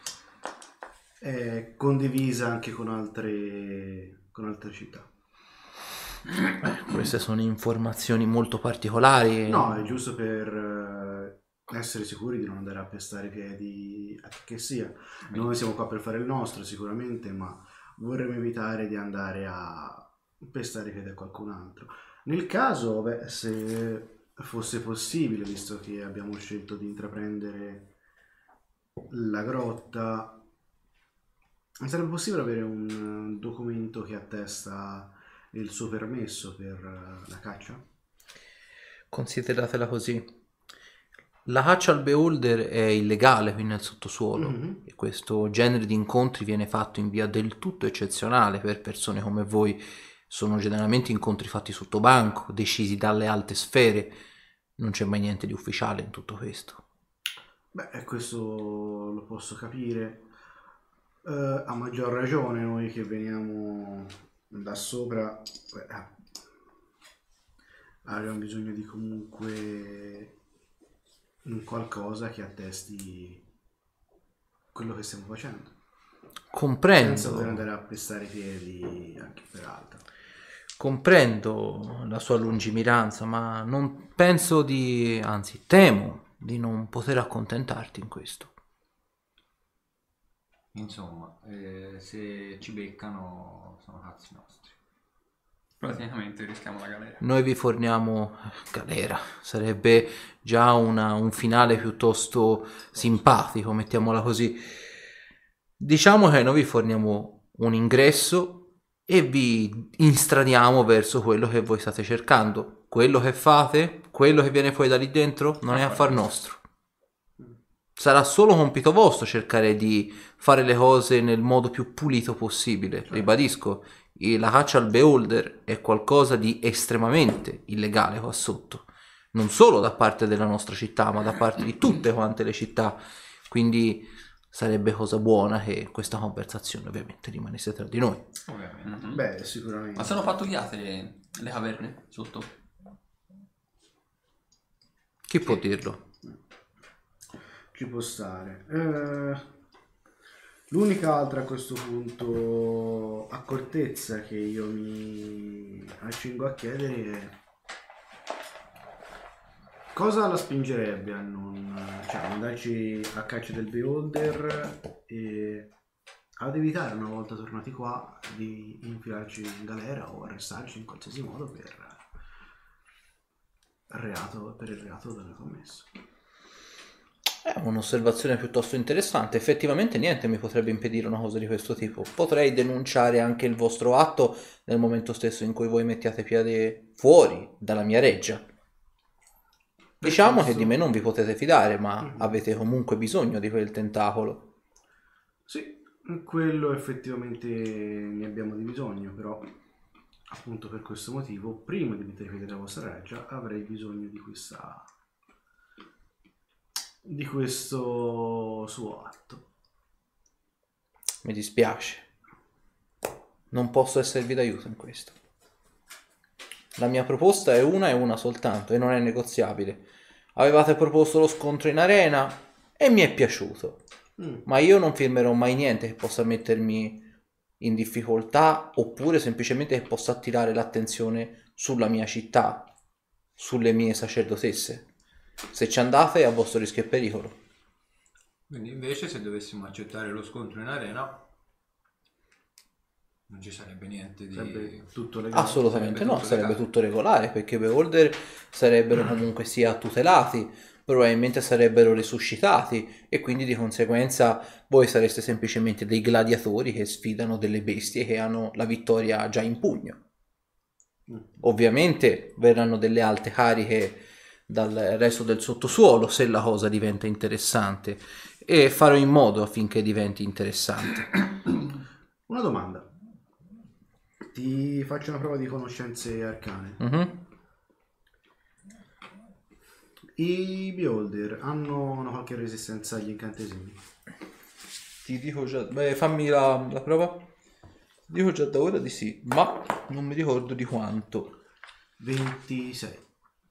è condivisa anche con altre città? Queste sono informazioni molto particolari. No, è giusto per essere sicuri di non andare a pestare i piedi a chi che sia. Noi siamo qua per fare il nostro sicuramente, ma vorremmo evitare di andare a pestare i piedi a qualcun altro. Nel caso, se fosse possibile, visto che abbiamo scelto di intraprendere la grotta, sarebbe possibile avere un documento che attesta il suo permesso per la caccia? Consideratela così. La caccia al beholder è illegale qui nel sottosuolo e questo genere di incontri viene fatto in via del tutto eccezionale per persone come voi. Sono generalmente incontri fatti sotto banco, decisi dalle alte sfere. Non c'è mai niente di ufficiale in tutto questo. Beh, questo lo posso capire. A maggior ragione noi che veniamo da sopra abbiamo bisogno di comunque un qualcosa che attesti quello che stiamo facendo. Comprendo. Senza dover andare a pestare i piedi anche per altro. Comprendo la sua lungimiranza, ma non penso anzi temo di non poter accontentarti in questo. Insomma, se ci beccano sono cazzi nostri. Praticamente rischiamo la galera. Noi vi forniamo galera, sarebbe già un finale piuttosto simpatico, mettiamola così. Diciamo che noi vi forniamo un ingresso e vi instradiamo verso quello che voi state cercando. Quello che fate, quello che viene fuori da lì dentro, non è affar nostro. Sarà solo compito vostro cercare di fare le cose nel modo più pulito possibile. Ribadisco, la caccia al beholder è qualcosa di estremamente illegale qua sotto. Non solo da parte della nostra città, ma da parte di tutte quante le città. Quindi sarebbe cosa buona che questa conversazione ovviamente rimanesse tra di noi. Ovviamente. Beh, sicuramente. Ma sono pattugliate le caverne sotto? Chi può dirlo? Ci può stare. L'unica altra a questo punto accortezza che io mi accingo a chiedere è cosa la spingerebbe a non andarci a caccia del beholder e ad evitare, una volta tornati qua, di infilarci in galera o arrestarci in qualsiasi modo per il reato da noi commesso. È un'osservazione piuttosto interessante. Effettivamente niente mi potrebbe impedire una cosa di questo tipo. Potrei denunciare anche il vostro atto nel momento stesso in cui voi mettiate piede fuori dalla mia reggia. Diciamo che di me non vi potete fidare, ma avete comunque bisogno di quel tentacolo. Sì, quello effettivamente ne abbiamo di bisogno, però appunto per questo motivo, prima di mettere piede alla vostra reggia, avrei bisogno di questo suo atto. Mi dispiace. Non posso esservi d'aiuto in questo. La mia proposta è una soltanto e non è negoziabile. Avevate proposto lo scontro in arena e mi è piaciuto. Ma io non firmerò mai niente che possa mettermi in difficoltà oppure semplicemente che possa attirare l'attenzione sulla mia città, sulle mie sacerdotesse. Se ci andate è a vostro rischio e pericolo. Quindi invece se dovessimo accettare lo scontro in arena non ci sarebbe niente di... Sarebbe tutto legale? Assolutamente no, sarebbe legale. tutto regolare, perché i beholder sarebbero comunque sia tutelati, probabilmente sarebbero risuscitati e quindi di conseguenza voi sareste semplicemente dei gladiatori che sfidano delle bestie che hanno la vittoria già in pugno. Ovviamente verranno delle alte cariche dal resto del sottosuolo se la cosa diventa interessante e farò in modo affinché diventi interessante. Una domanda. Ti faccio una prova di conoscenze arcane. I beholder hanno una qualche resistenza agli incantesimi? Ti dico già... Beh, fammi la prova. Ti dico già da ora di sì, ma non mi ricordo di quanto. 26.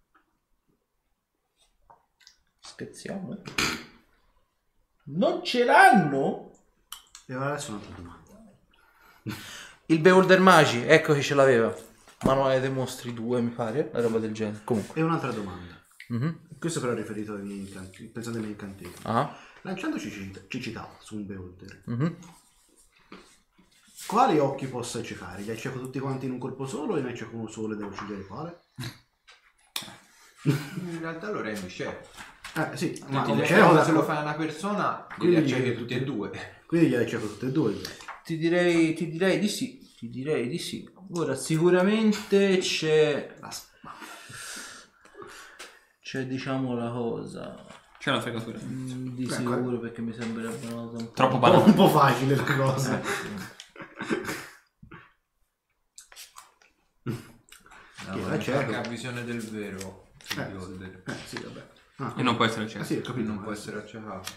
Scherziamo? Non ce l'hanno? E ora adesso un'altra domanda. Il beholder magi, ecco che ce l'aveva. Manuale dei mostri 2 mi pare, una roba del genere. Comunque. E un'altra domanda. Questo però è riferito ai miei incantesimi. Pensate ai miei incantesimi. Lanciandoci cecità su un beholder. Quali occhi posso accecare? Li acceco tutti quanti in un colpo solo o ne acceco uno solo e devo scegliere quale? In realtà lo rendi c'è. Sì, ma Se lo fai a una persona, quindi li accechi tutti e due. Quindi glieli acceco tutti e due. Ti direi di sì. Ti direi di sì. Ora sicuramente c'è diciamo la cosa. C'è una fregatura. Di sicuro perché mi sembrerebbe una cosa Troppo banale. Un po' facile la cosa. Che ha visione del vero. Sì, vabbè. E non può essere acceso. Sì, ho capito. Non può essere accecato.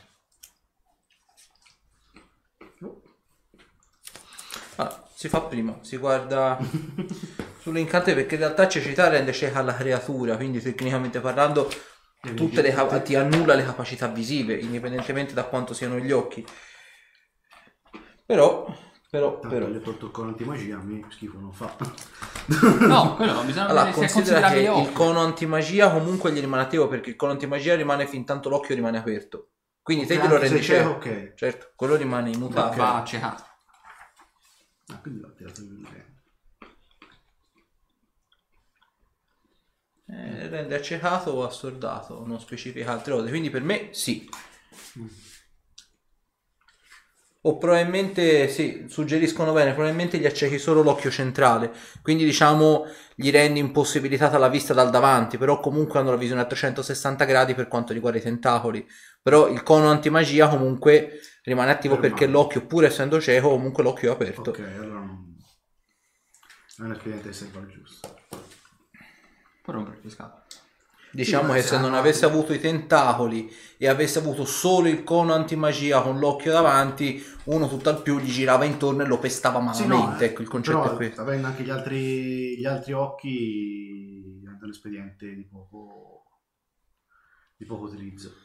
Si fa prima, si guarda sull'incantesimo perché in realtà cecità rende cieca la creatura, quindi tecnicamente parlando ti annulla le capacità visive, indipendentemente da quanto siano gli occhi. Però gli ho tolto il cono antimagia, a me schifo non fa. No, quello non bisogna allora, vedere se è considera che considerabile il cono antimagia comunque gli rimane attivo perché il cono antimagia rimane fin tanto l'occhio rimane aperto. Quindi te Ok, glielo anche se rendi c'è, cieco. ok. Certo, quello rimane immutato. Va accecato. Quindi l'ho tirato in bene. Rende accecato o assordato, non specifica altre cose, quindi per me sì. O probabilmente, sì, suggeriscono bene, probabilmente gli accechi solo l'occhio centrale, quindi diciamo gli rendi impossibilitata la vista dal davanti, però comunque hanno la visione a 360 gradi per quanto riguarda i tentacoli. Però il cono antimagia comunque rimane attivo perché l'occhio, pur essendo cieco, comunque l'occhio è aperto. Ok, allora non è un espediente che serve al giusto. Per rompere il scatto. Diciamo Sì, che ma se non hanno avesse altri- avuto i tentacoli e avesse avuto solo il cono antimagia con l'occhio davanti, uno tutto al più gli girava intorno e lo pestava malamente. Ecco, il concetto però, è questo. avendo anche gli altri occhi, diventa un espediente di poco utilizzo.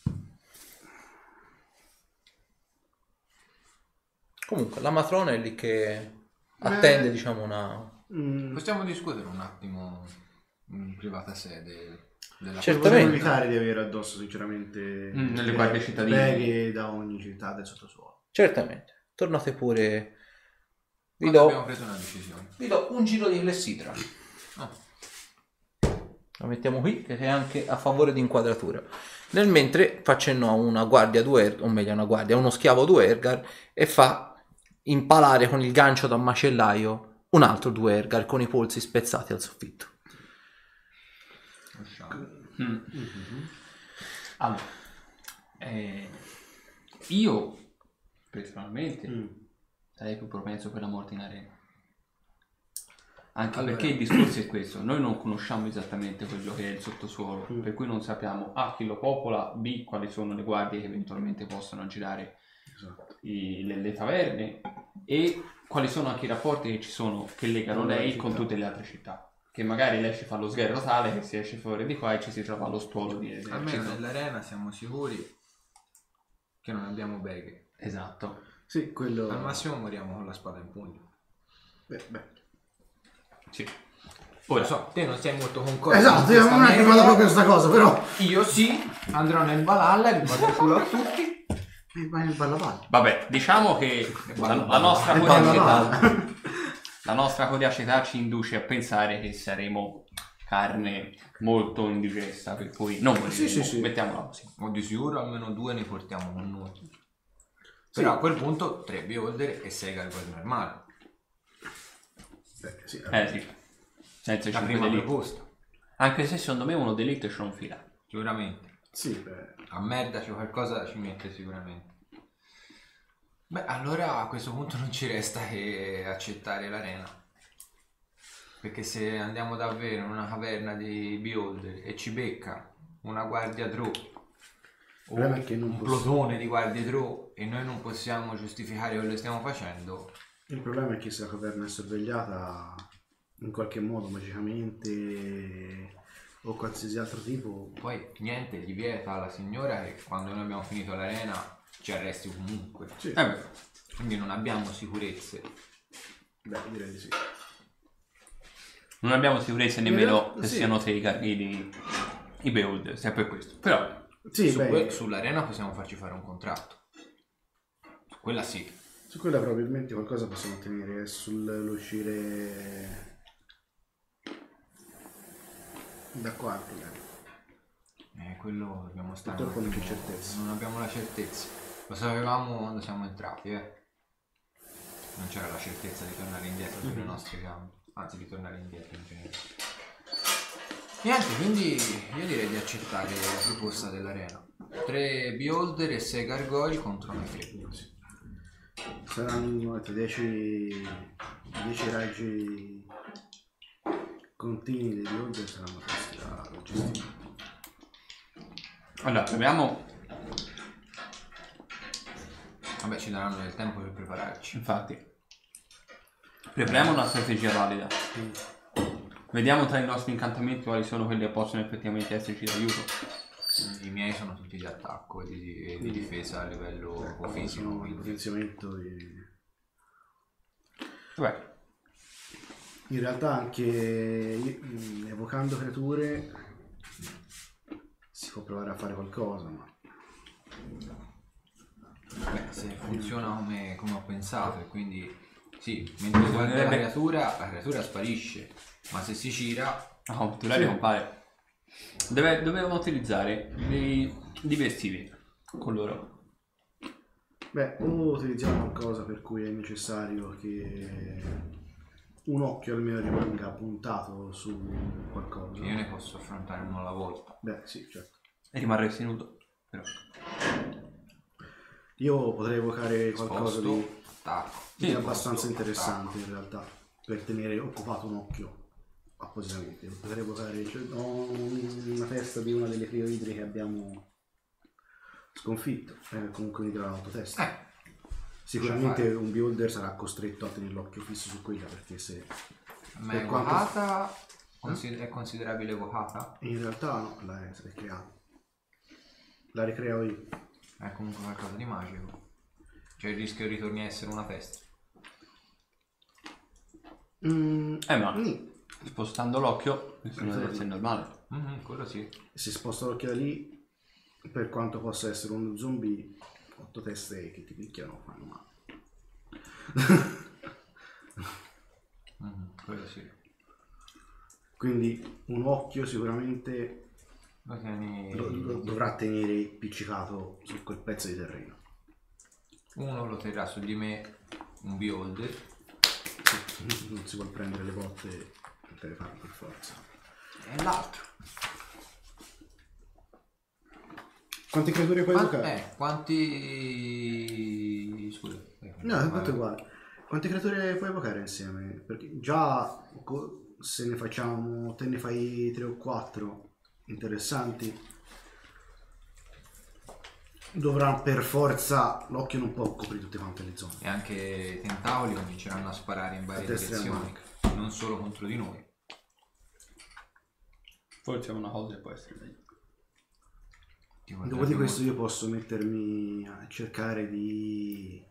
Comunque, la matrona è lì che attende, diciamo, una... Possiamo discutere un attimo in privata sede della Certo. Possiamo Certamente. evitare di avere addosso sinceramente nelle guardie cittadine. beghe da ogni città del sottosuolo. Certamente. Tornate pure... Quando abbiamo preso una decisione. Vi do un giro di clessidra. Ah. La mettiamo qui, che è anche a favore di inquadratura. Nel mentre fa cenno a una guardia Duergar, o meglio una guardia, a uno schiavo Duergar, e fa impalare con il gancio da macellaio un altro Duergar con i polsi spezzati al soffitto. Allora, io personalmente sarei più propenso per la morte in arena. Anche Allora. perché il discorso è questo: noi non conosciamo esattamente quello che è il sottosuolo, per cui non sappiamo A chi lo popola, B quali sono le guardie che eventualmente possono girare Esatto. le taverne, e quali sono anche i rapporti che ci sono, che legano Con la lei città. con tutte le altre città. Che magari lei ci fa lo sgherro tale che si esce fuori di qua e ci si trova allo stuolo di esercito. Almeno nell'arena siamo sicuri che non abbiamo beghe. Esatto. Sì, quello... Al massimo moriamo con la spada in pugno. Beh. Sì. Ora Ora, so, te non sei molto concordo. Esatto, con io questa non è che merda. vado proprio questa cosa, però... Io sì, andrò nel Valhalla, li vado il culo a tutti. Vai nel ballapalla. vabbè, diciamo che la nostra Nel curiosità, ballapalla. la nostra curiosità ci induce a pensare che saremo carne molto indigesta, per cui non moriremo, sì. mettiamola così. O di sicuro almeno 2 ne portiamo con noi. Però a quel punto 3 beholder e 6 gargoyle normali. Beh, sì, Sì, senza La 5 prima delitto. proposta, Anche se secondo me uno delitto ce lo fila. sicuramente. sì, beh. A merda c'è qualcosa ci mette sicuramente. Beh, allora a questo punto non ci resta che accettare l'arena. Perché se andiamo davvero in una caverna di beholder e ci becca una guardia draw o problema è che non un posso- plotone di guardie draw e noi non possiamo giustificare quello che stiamo facendo, Il problema è che se la caverna è sorvegliata in qualche modo, magicamente o qualsiasi altro tipo, poi niente gli vieta alla signora che quando noi abbiamo finito l'arena ci arresti comunque. sì, Beh, Quindi non abbiamo sicurezze. beh, direi di sì. non abbiamo sicurezza nemmeno che sì. siano te i beholder, sia per questo. Però Sì, Sull'arena possiamo farci fare un contratto. Quella sì. su quella probabilmente qualcosa possiamo ottenere, è sull'uscire da qua il problema. Quello dobbiamo stare. Purtroppo un non c'è attimo- certezza. Non abbiamo la certezza. Lo sapevamo quando siamo entrati, Non c'era la certezza di tornare indietro sulle nostre gambe. Anzi, di tornare indietro in genere. Niente, quindi io direi di accettare la proposta dell'arena. 3 beholder e 6 gargoyle contro noi 3. Saranno 10 raggi continui dei beholder, saranno questi da gestire. allora proviamo, Vabbè, ci daranno del tempo per prepararci. infatti, prepariamo una strategia valida. Vediamo tra i nostri incantamenti quali sono quelli che possono effettivamente esserci d'aiuto. I miei sono tutti di attacco e di difesa a livello fisico. Sono un Quindi. potenziamento di... Vabbè, In realtà anche evocando creature si può provare a fare qualcosa, ma Beh, se funziona come ho pensato, e quindi sì, mentre guarda la creatura sparisce, ma se si gira... La catturare compare. Dovevamo utilizzare dei vestiti con loro. Beh, o utilizziamo qualcosa per cui è necessario che un occhio almeno rimanga puntato su qualcosa. Io ne posso affrontare uno alla volta. Beh, sì, certo. E rimarresti nudo. Però. Io potrei evocare qualcosa di Tacco. è abbastanza interessante in realtà, per tenere occupato un occhio appositamente. Potrei evocare, cioè, ho una testa di una delle crioidre che abbiamo sconfitto, comunque mi darà l'autotesta. Sicuramente un beholder sarà costretto a tenere l'occhio fisso su quella, perché se... Ma è evocata? È considerabile evocata? In realtà no, la è ricreata. La ricreo io. È comunque qualcosa di magico. C'è il rischio che ritorni a essere una peste. Ma spostando l'occhio deve essere normale. Quello sì. Se sposto l'occhio da lì, per quanto possa essere uno zombie, 8 teste che ti picchiano fanno male. Quello sì. Quindi un occhio sicuramente Lo tieni... dovrà tenere piccicato su quel pezzo di terreno. Uno lo terrà su di me, un beholder. Non si vuol prendere le botte per farlo per forza. E l'altro. Quante creature puoi evocare? Quanti... Scusa. No, è tutto uguale. Quante creature puoi evocare insieme? Perché già se ne facciamo, te ne fai 3 o 4 interessanti, dovrà per forza, l'occhio non può coprire tutte quante le zone. E anche i tentacoli cominceranno a sparare in varie direzioni, non solo contro di noi. Forse è una cosa che può essere meglio. Dopo di questo io posso mettermi a cercare di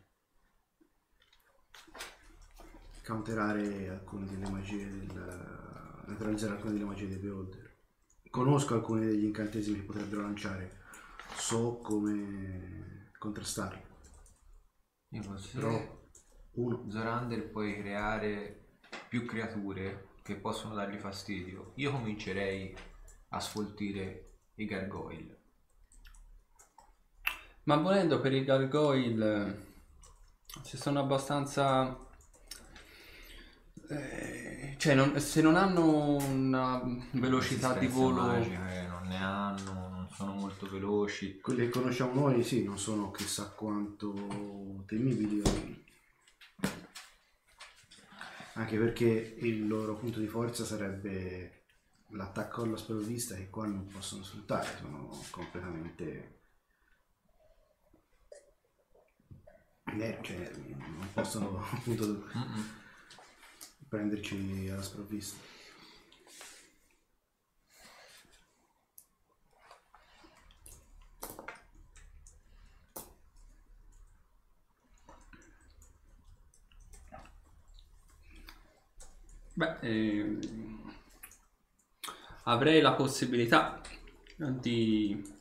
counterare alcune delle magie neutralizzare alcune delle magie dei beholder. Conosco alcuni degli incantesimi che potrebbero lanciare, so come contrastarli. Io posso Però uno Zorander puoi creare più creature che possono dargli fastidio. Io comincerei a sfoltire i gargoyle. Ma volendo per i gargoyle ci sono abbastanza... cioè se non hanno una velocità di volo... Magiche, non ne hanno, non sono molto veloci. quelli che conosciamo noi sì, non sono chissà quanto temibili, anche perché il loro punto di forza sarebbe l'attacco alla sprovvista, che qua non possono sfruttare, sono completamente cioè non possono appunto prenderci alla sprovvista. Beh, avrei la possibilità di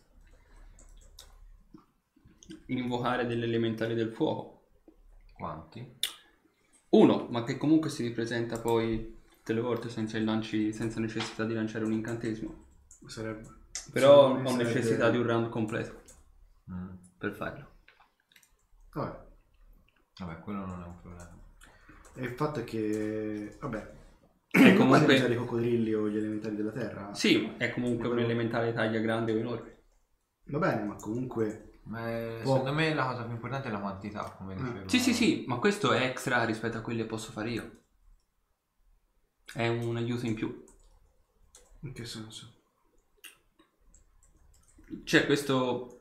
invocare degli elementali del fuoco. Quanti? Uno, ma che comunque si ripresenta poi tutte le volte senza necessità di lanciare un incantesimo. Sarebbe, Però ho necessità di un round completo per farlo. Vabbè, quello non è un problema. E il fatto è che vabbè, E comunque comunque usare i coccodrilli o gli elementali della terra. sì, è comunque un elementale taglia grande o enorme. Va bene, ma comunque Secondo me la cosa più importante è la quantità, come dicevo. Sì, ma questo è extra rispetto a quelli che posso fare io. È un aiuto in più. in che senso? C'è questo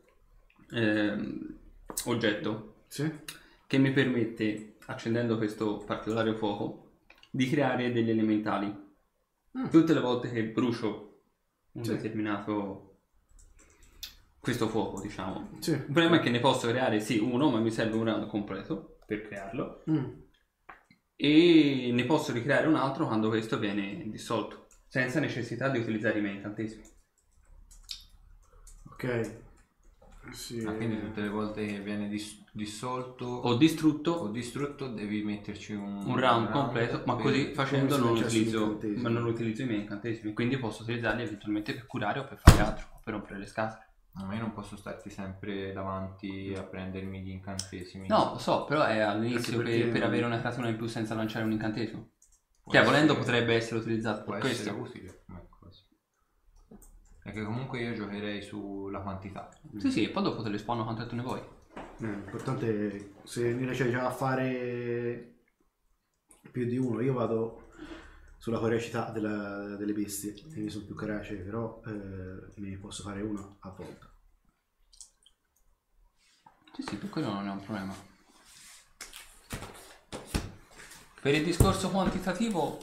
oggetto Sì? che mi permette, accendendo questo particolare fuoco, di creare degli elementali. Tutte le volte che brucio un determinato questo fuoco, diciamo. Sì. Il problema è che ne posso creare sì uno, ma mi serve un round completo per crearlo. E ne posso ricreare un altro quando questo viene dissolto, senza necessità di utilizzare i miei incantesimi. Ok. Sì. Quindi tutte le volte che viene dissolto O distrutto devi metterci un un round completo, ma così per- facendo come non se facessi utilizzo, incantesimi. ma non utilizzo i miei incantesimi, quindi posso utilizzarli eventualmente per curare o per fare altro, o per rompere le scatole. Ma io non posso starti sempre davanti a prendermi gli incantesimi. No, lo so, però è all'inizio Anche che perché- per avere una creatura in più senza lanciare un incantesimo. Può Cioè, volendo essere- potrebbe essere utilizzato può per essere questo. utile come cosa. Perché comunque io giocherei sulla quantità. Sì, sì, e poi dopo te le spawno quanto tu ne vuoi. L'importante è se ne riesci già a fare più di uno, io vado sulla coracità delle bestie, quindi sono più caracee, però ne posso fare uno a volta. Sì, sì, per quello non è un problema. Per il discorso quantitativo...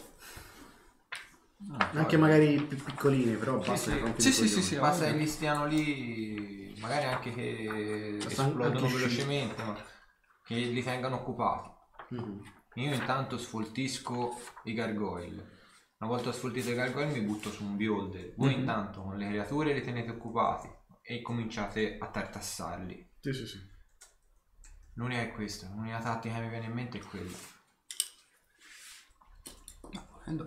Anche magari più piccoline, però basta sì. che rompi Sì, i sì, coglioni. sì, sì. Basta che li stiano lì, magari anche che esplodono anche velocemente, ma che li tengano occupati. Mhm. Io intanto sfoltisco i gargoyle. Una volta sfoltito i gargoyle mi butto su un beholder. Voi intanto con le creature li tenete occupati e cominciate a tartassarli. Sì, sì, sì. L'unica è questa, l'unica tattica che mi viene in mente è quella. No, volendo.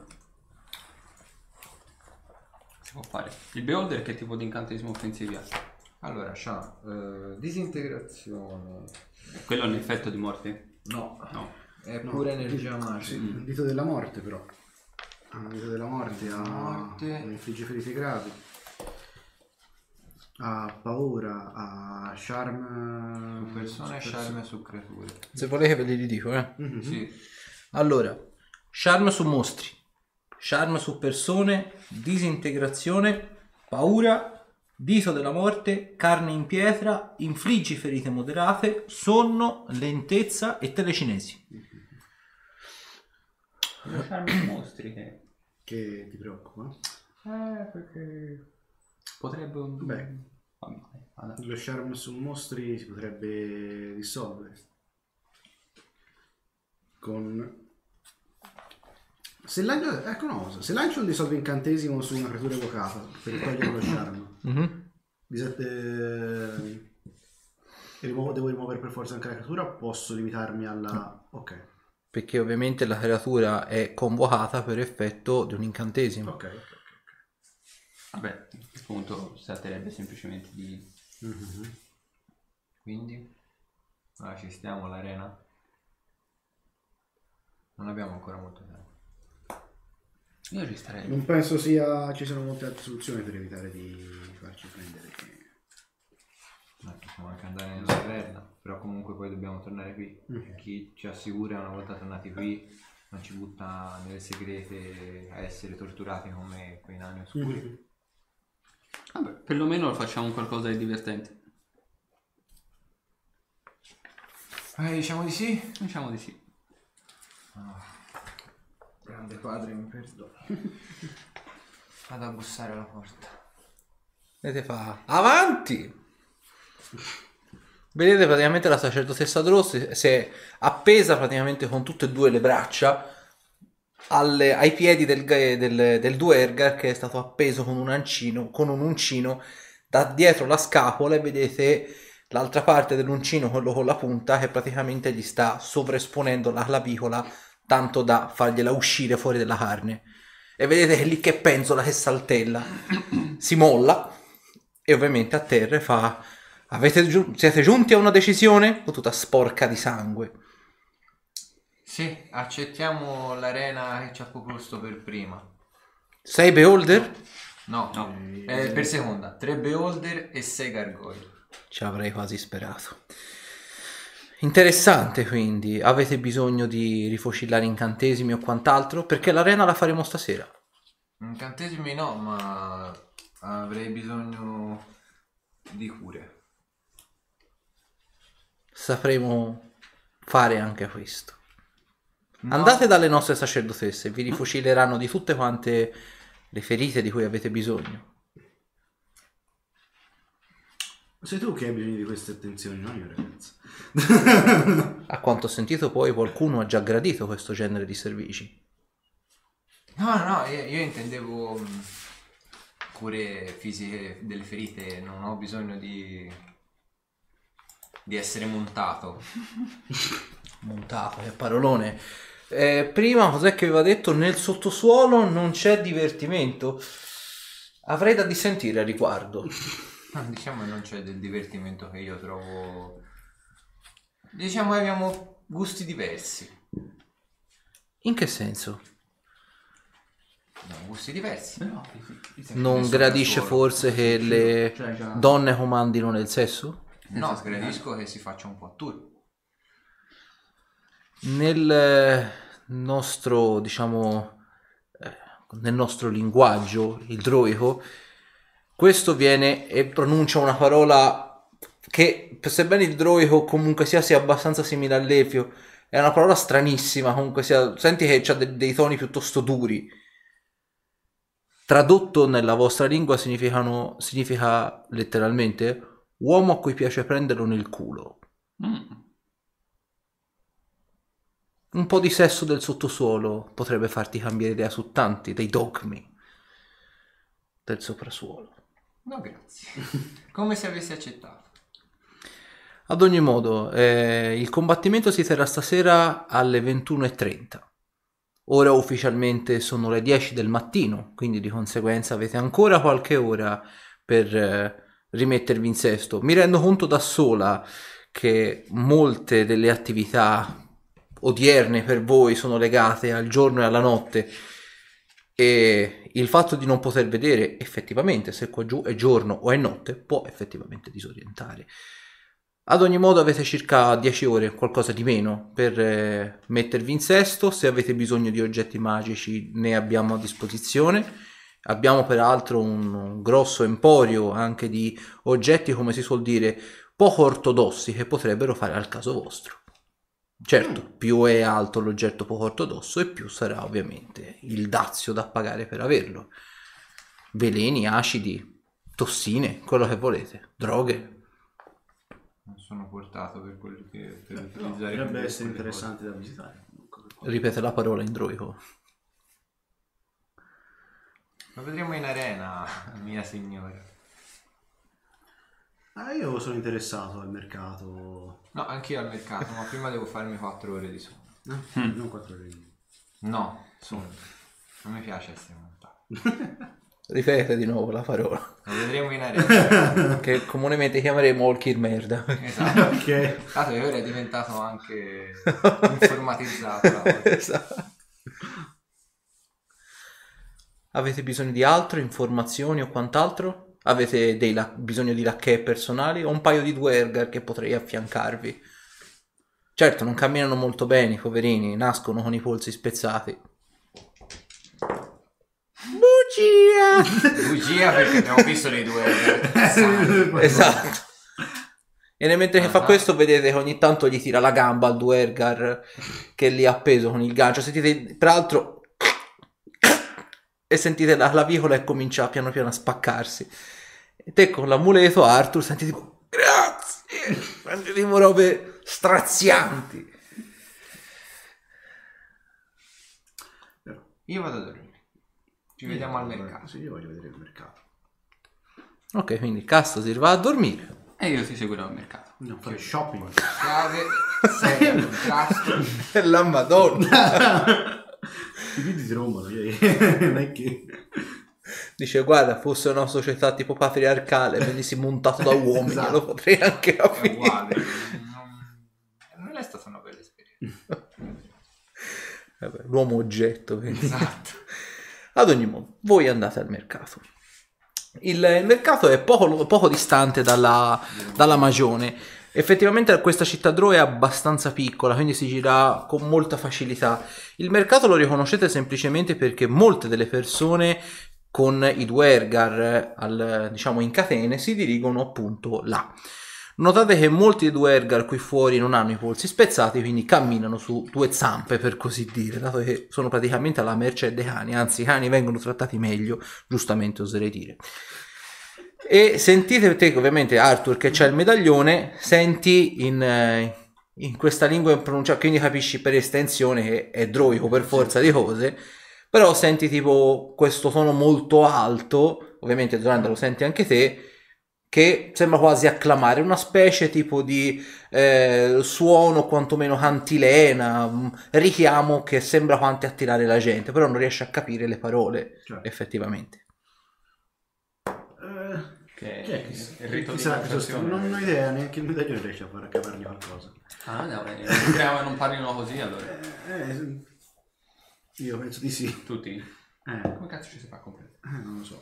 Si può fare. Il beholder che tipo di incantesimo offensivi ha? Allora, c'ha disintegrazione. Quello è un effetto di morte? No, No. è No, pura energia sì, magica. il dito della morte però. Il dito della morte ha Morte. infligge ferite gravi. Ha paura, ha charm Su persone, charme su creature. Se volete ve li dico, Mhm. Sì. Allora, charm su mostri, charm su persone, disintegrazione, paura, dito della morte, carne in pietra, infliggi ferite moderate, sonno, lentezza e telecinesi. Lo charme dei mostri Che ti preoccupa? perché potrebbe un... Beh, Vada. lo charm su mostri si potrebbe dissolvere con se lancio, ecco una cosa, se lancio un dissolve incantesimo su una creatura evocata per togliere lo charm, devo rimuovere per forza anche la creatura o posso limitarmi alla ok Perché ovviamente la creatura è convocata per effetto di un incantesimo. ok. Vabbè, a questo punto si tratterebbe semplicemente di... Mhm. Quindi? Allora, ci stiamo all'arena? Non abbiamo ancora molto tempo. Io ci starei. Non penso ci siano molte altre soluzioni per evitare di farci prendere. Ma possiamo anche andare nella taverna, però comunque poi dobbiamo tornare qui. Chi ci assicura una volta tornati qui non ci butta nelle segrete a essere torturati come quei nani oscuri. Vabbè, perlomeno facciamo qualcosa di divertente. Diciamo di sì. Diciamo di sì. Grande padre, mi perdono. Vado a bussare alla porta. Vedete fa avanti. Vedete praticamente la sacerdotessa Dross si è appesa praticamente con tutte e due le braccia ai piedi del Duergar, che è stato appeso con un uncino da dietro la scapola, e vedete l'altra parte dell'uncino, quello con la punta, che praticamente gli sta sovraesponendo la clavicola tanto da fargliela uscire fuori dalla carne, e vedete che lì che penzola, che saltella, si molla e ovviamente a terra fa: siete giunti a una decisione? Con tutta sporca di sangue. Sì, accettiamo l'arena che ci ha proposto per prima. 6 beholder? No, per seconda. 3 beholder e 6 gargoyle. Ci avrei quasi sperato. Interessante, quindi. Avete bisogno di rifocillare incantesimi o quant'altro? Perché l'arena la faremo stasera. Incantesimi no, ma avrei bisogno di cure. Sapremo fare anche questo. No. Andate dalle nostre sacerdotesse, vi rifocilleranno di tutte quante le ferite di cui avete bisogno. Sei tu che hai bisogno di queste attenzioni, non io, ragazzi. A quanto ho sentito, poi qualcuno ha già gradito questo genere di servizi. No, io intendevo cure fisiche delle ferite, non ho bisogno di di essere montato. Montato, che parolone. Prima cos'è che aveva detto? Nel sottosuolo non c'è divertimento. Avrei da dissentire a riguardo. Diciamo che non c'è del divertimento che io trovo. Diciamo che abbiamo gusti diversi. In che senso? Abbiamo gusti diversi. Non Nessuno gradisce da solo. forse che le Cioè, già- donne comandino nel sesso? No, gradisco che si faccia un po' a turno. Nel nostro, diciamo, nel nostro linguaggio, il droico, questo viene e pronuncia una parola che, sebbene il droico comunque sia abbastanza simile all'efio, è una parola stranissima, comunque senti che ha dei toni piuttosto duri. Tradotto nella vostra lingua significa letteralmente uomo a cui piace prenderlo nel culo. Un po' di sesso del sottosuolo potrebbe farti cambiare idea su tanti dei dogmi del soprasuolo. No, grazie. Come se avessi accettato. Ad ogni modo, il combattimento si terrà stasera alle 21:30. Ora ufficialmente sono le 10 del mattino, quindi di conseguenza avete ancora qualche ora per rimettervi in sesto. Mi rendo conto da sola che molte delle attività odierne per voi sono legate al giorno e alla notte, e il fatto di non poter vedere effettivamente se qua giù è giorno o è notte può effettivamente disorientare. Ad ogni modo avete circa 10 ore, qualcosa di meno, per mettervi in sesto. Se avete bisogno di oggetti magici ne abbiamo a disposizione. Abbiamo peraltro un grosso emporio anche di oggetti, come si suol dire, poco ortodossi, che potrebbero fare al caso vostro. Certo, più è alto l'oggetto poco ortodosso e più sarà ovviamente il dazio da pagare per averlo. Veleni, acidi, tossine, quello che volete, droghe. Non sono portato per quello che per No, utilizzare. potrebbe quelle essere cose. interessante da visitare. Ripete la parola in droico. Lo vedremo in arena, mia signora. Io sono interessato al mercato. No, anch'io al mercato, ma prima devo farmi 4 ore di sonno. Non 4 ore. No, sonno. Non mi piace essere montato. Ripete di nuovo la parola, Lo vedremo in arena. che comunemente chiameremo Olkir merda. Esatto. Ok. Dato che ora è diventato anche informatizzato. la cosa. Esatto. Avete bisogno di altro, informazioni o quant'altro? Avete bisogno di lacchè personali o un paio di duergar che potrei affiancarvi? Certo, non camminano molto bene i poverini, nascono con i polsi spezzati. Bugia! Bugia, perché abbiamo visto le due. Esatto. E mentre che fa questo vedete che ogni tanto gli tira la gamba al duergar che è lì appeso con il gancio. Sentite peraltro e sentite la clavicola e comincia piano piano a spaccarsi. E te con l'amuleto Arthur senti tipo grazie, senti tipo robe strazianti. Io vado a dormire. Ci vediamo al mercato. Sì, io voglio vedere il mercato. Ok, quindi Castasir va a dormire. E io ti seguirò al mercato. Andiamo a fare shopping. Chiave, serie, contrasto. La madonna. I piedi si rompono, non è che... Dice guarda, fosse una società tipo patriarcale, venissi montato da uomini, Esatto. lo potrei anche È capire. uguale. Non è stata una bella esperienza. Vabbè, l'uomo oggetto. Quindi. Esatto. Ad ogni modo, voi andate al mercato. Il mercato è poco distante dalla Magione. Effettivamente questa città Drow è abbastanza piccola, quindi si gira con molta facilità. Il mercato lo riconoscete semplicemente perché molte delle persone con i duergar diciamo in catene si dirigono appunto là. Notate che molti dei duergar qui fuori non hanno i polsi spezzati, quindi camminano su due zampe, per così dire, dato che sono praticamente alla mercé dei cani, anzi i cani vengono trattati meglio, giustamente oserei dire. E sentite te, ovviamente Arthur che c'ha il medaglione, senti in questa lingua pronunciata, quindi capisci per estensione che è droico per forza di cose, però senti tipo questo tono molto alto, ovviamente Zorander lo senti anche te, che sembra quasi acclamare, una specie tipo di suono quantomeno cantilena, richiamo che sembra quanto attirare la gente, però non riesce a capire le parole effettivamente. Che Chi è è che il rito di chissà, invocazione. non ho idea, neanche il medaglione riesce a far capargli qualcosa. Ah, no, speriamo che non parlino così allora. Io penso di sì. Tutti? Come cazzo ci si fa comprendere? Non lo so.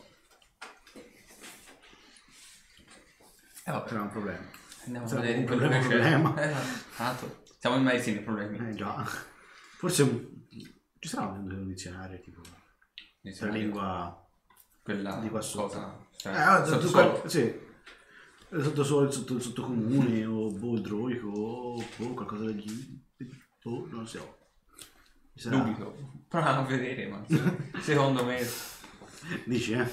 Vabbè. Sarà un problema. Andiamo a Sarà vedere un quello che problema. c'è. Tanto, siamo immersi nei problemi. Già. Forse ci sarà un dizionario tipo la lingua quella di qua sotto. cosa. Cioè, Sottosuolo. Sì. Sottosuolo, sottocomunone o droico o qualcosa del genere. Non so. Sarà... Dubito. Proviamo a vedere, ma secondo me... Dici, eh?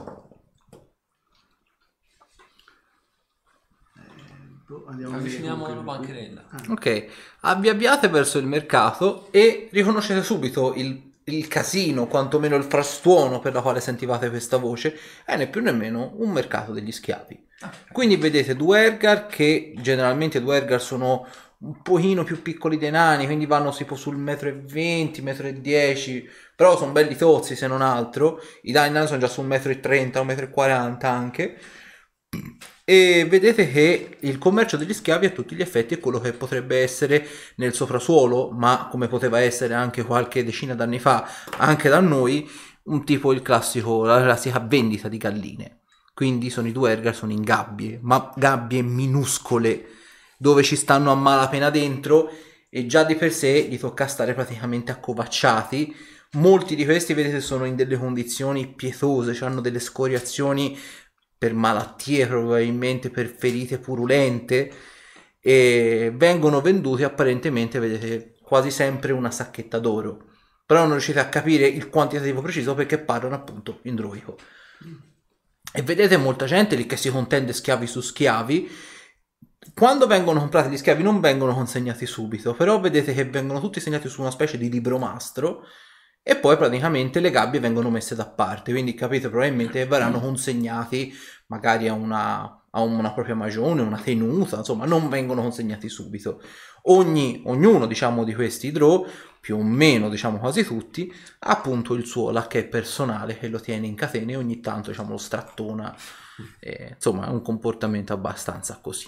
Avviciniamo alla bancherella. Ok, vi avviate verso il mercato e riconoscete subito il casino, quantomeno il frastuono per la quale sentivate questa voce, è né più nemmeno un mercato degli schiavi. Quindi vedete due Ergar, che generalmente due Ergar sono un pochino più piccoli dei nani, quindi vanno tipo sul 1,20 m, 1,10 m, però sono belli tozzi se non altro. I nani sono già su 1,30 m, 1,40 m anche. E vedete che il commercio degli schiavi a tutti gli effetti è quello che potrebbe essere nel soprasuolo, ma come poteva essere anche qualche decina d'anni fa anche da noi, un tipo la classica vendita di galline. Quindi sono i due Ergar, sono in gabbie, ma gabbie minuscole dove ci stanno a malapena dentro, e già di per sé gli tocca stare praticamente accovacciati. Molti di questi vedete sono in delle condizioni pietose, cioè hanno delle scoriazioni per malattie, probabilmente per ferite purulente, e vengono venduti apparentemente, vedete, quasi sempre una sacchetta d'oro, però non riuscite a capire il quantitativo preciso perché parlano appunto in droico. E vedete molta gente lì che si contende schiavi su schiavi. Quando vengono comprati gli schiavi non vengono consegnati subito, però vedete che vengono tutti segnati su una specie di libromastro e poi praticamente le gabbie vengono messe da parte, quindi capite probabilmente verranno consegnati magari a una propria magione, una tenuta, insomma non vengono consegnati subito. Ognuno diciamo di questi draw, più o meno diciamo quasi tutti, ha appunto il suo lacchè personale che lo tiene in catene e ogni tanto diciamo lo strattona, insomma è un comportamento abbastanza così.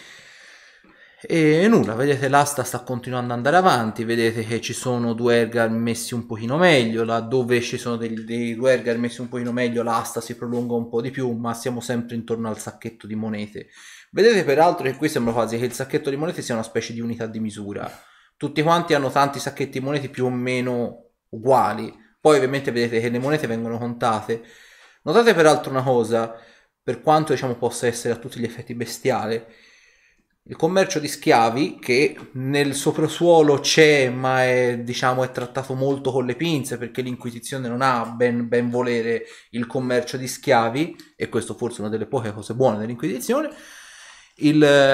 E nulla, vedete l'asta sta continuando ad andare avanti, vedete che ci sono due Ergar messi un pochino meglio, laddove ci sono dei due Ergar messi un pochino meglio l'asta si prolunga un po' di più, ma siamo sempre intorno al sacchetto di monete. Vedete peraltro che qui sembra quasi che il sacchetto di monete sia una specie di unità di misura, tutti quanti hanno tanti sacchetti di monete più o meno uguali, poi ovviamente vedete che le monete vengono contate. Notate peraltro una cosa, per quanto diciamo possa essere a tutti gli effetti bestiale, il commercio di schiavi, che nel soprasuolo c'è, ma è trattato molto con le pinze, perché l'Inquisizione non ha ben volere il commercio di schiavi, e questo forse è una delle poche cose buone dell'Inquisizione. Gli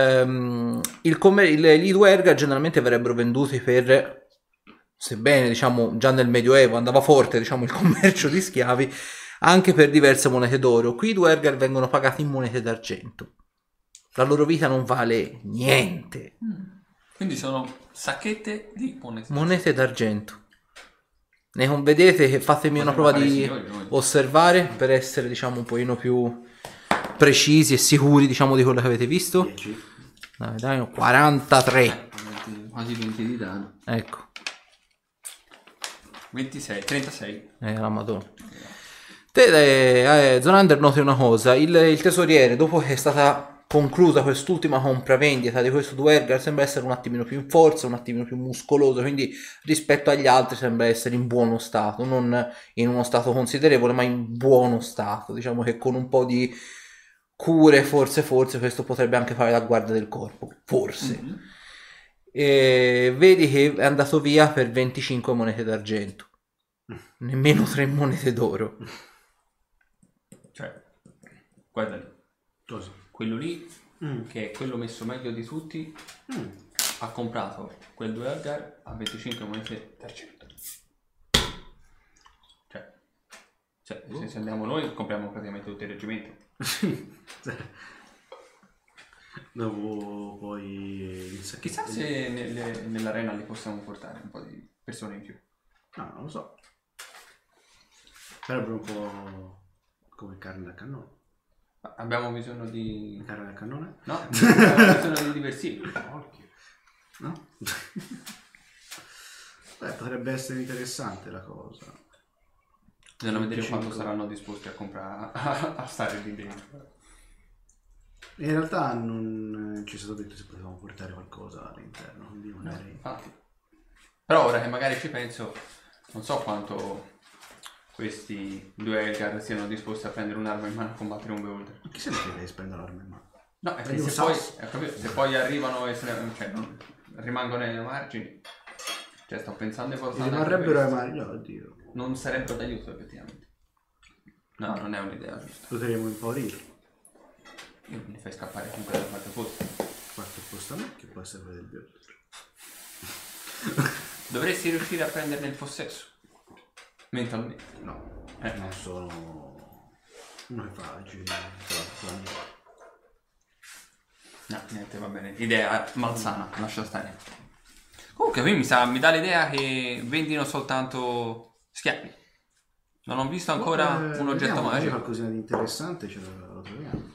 due Ergar generalmente verrebbero venduti per, sebbene diciamo già nel Medioevo andava forte diciamo il commercio di schiavi, anche per diverse monete d'oro. Qui i due Ergar vengono pagati in monete d'argento. La loro vita non vale niente. Quindi sono sacchette di monete d'argento. Ne convedete che fatemi una prova di osservare per essere diciamo un pochino più precisi e sicuri diciamo di quello che avete visto. 10. Dai, 43. Quasi 20 di danno. Ecco. 26, 36. La madonna. Te, Zonander, noti una cosa. Il tesoriere, dopo che è stata conclusa quest'ultima compravendita di questo due Ergar, sembra essere un attimino più in forza, un attimino più muscoloso, quindi rispetto agli altri sembra essere in buono stato, non in uno stato considerevole, ma in buono stato. Diciamo che con un po' di cure forse questo potrebbe anche fare la guardia del corpo, forse. E vedi che è andato via per 25 monete d'argento, nemmeno 3 monete d'oro. Cioè, guarda lì. Cosa? Quello lì, che è quello messo meglio di tutti, ha comprato quel 2 Ergar a 25 monete d'argento. Cioè se andiamo noi compriamo praticamente tutto il reggimento. Dopo poi... Chissà se nell'arena li possiamo portare un po' di persone in più. No, non lo so. Sarebbe un po' come carne da cannone. Ma abbiamo bisogno di... Carne da cannone? No, abbiamo bisogno di diversivi. No? Beh, potrebbe essere interessante la cosa. Bisogna vedere 25. quanto saranno disposti a comprare, a stare lì dentro. In realtà non ci è stato detto se potevamo portare qualcosa all'interno, quindi magari... Infatti. Però ora che magari ci penso, non so quanto questi due Elgar siano disposti a prendere un'arma in mano a combattere un Beholder. Ma chi se ne frega di spendere l'arma in mano? No, è che Prendi un se poi, sasso. se poi arrivano e rimangono nei margini, cioè sto pensando di portare... Rimarrebbero ai mani, oddio. Non sarebbero d'aiuto effettivamente. No, non è un'idea giusta. Potremmo impaurire. Io mi fai scappare comunque da parte opposta. Quarto posto a me, che può essere quello del Beholder. Dovresti riuscire a prenderne il possesso. Mentalmente. No, non sono uno che fa agire. No, niente, va bene. Idea malsana, lascia stare. Comunque qui mi dà l'idea che vendino soltanto schiavi. Non ho visto ancora un oggetto magico. Qualcosina di interessante ce lo troviamo.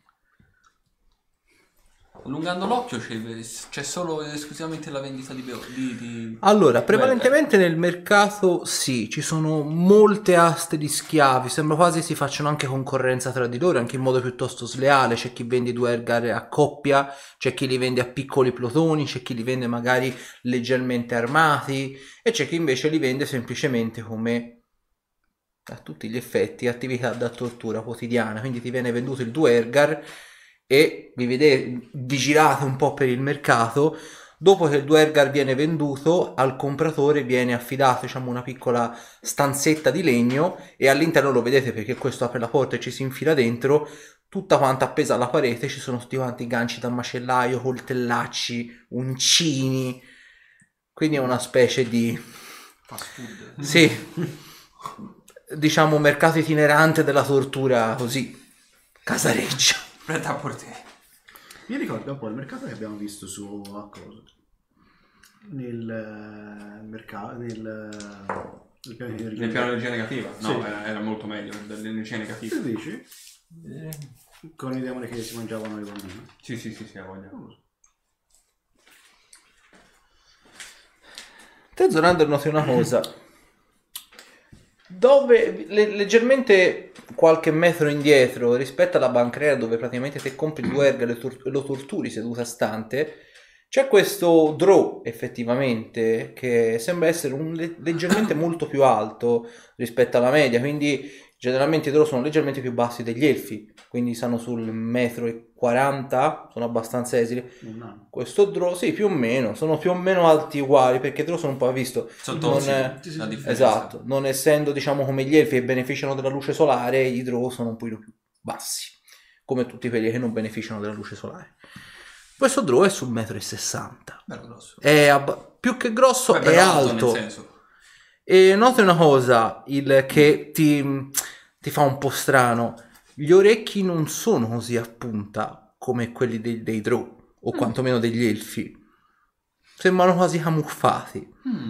Allungando l'occhio c'è solo ed esclusivamente la vendita di Allora, prevalentemente nel mercato sì, ci sono molte aste di schiavi, sembra quasi si facciano anche concorrenza tra di loro, anche in modo piuttosto sleale. C'è chi vende i Duergar a coppia, c'è chi li vende a piccoli plotoni, c'è chi li vende magari leggermente armati e c'è chi invece li vende semplicemente come, a tutti gli effetti, attività da tortura quotidiana. Quindi ti viene venduto il Duergar e vi girate un po' per il mercato. Dopo che il Duergar viene venduto, al compratore viene affidato, diciamo, una piccola stanzetta di legno e all'interno, lo vedete perché questo apre la porta e ci si infila dentro, tutta quanta appesa alla parete ci sono tutti quanti ganci da macellaio, coltellacci, uncini, quindi è una specie di fast food. sì, diciamo mercato itinerante della tortura, così casareccia. Prenda a portare. Mi ricordo un po' il mercato che abbiamo visto su a cosa? Nel mercato, nel piano di energia. Nel piano di energia negativa? No, Sì. era molto meglio dell'energia negativa. Che dici? Con i demoni che si mangiavano i bambini. Sì, ha voglia. Te, Zorander, noti una cosa. Dove leggermente qualche metro indietro rispetto alla bancarella dove praticamente te compri il Duergar e lo torturi seduta stante, c'è questo Drow effettivamente che sembra essere leggermente molto più alto rispetto alla media, quindi generalmente i Drow sono leggermente più bassi degli Elfi, quindi stanno sul 1,40 m, sono abbastanza esili. Questo Drow, sì, più o meno, sono più o meno alti uguali, perché i Drow sono un po' visto. La differenza. Esatto, non essendo, diciamo, come gli Elfi che beneficiano della luce solare, i Drow sono un po' più bassi, come tutti quelli che non beneficiano della luce solare. Questo Drow è sul 1,60 m. Bello grosso. È più che grosso, Beh, è alto. alto. Nel senso. E noti una cosa, il che ti fa un po' strano. Gli orecchi non sono così a punta come quelli dei Drow, o quantomeno degli Elfi. Sembrano quasi camuffati.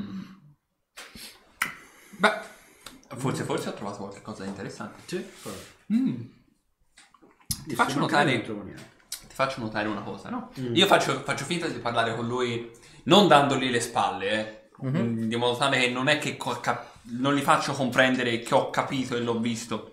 Beh, forse ho trovato qualcosa di interessante. Sì, Ti faccio notare una cosa, no? Io faccio finta di parlare con lui non dandogli le spalle, di modo tale che non è che non gli faccio comprendere che ho capito e l'ho visto.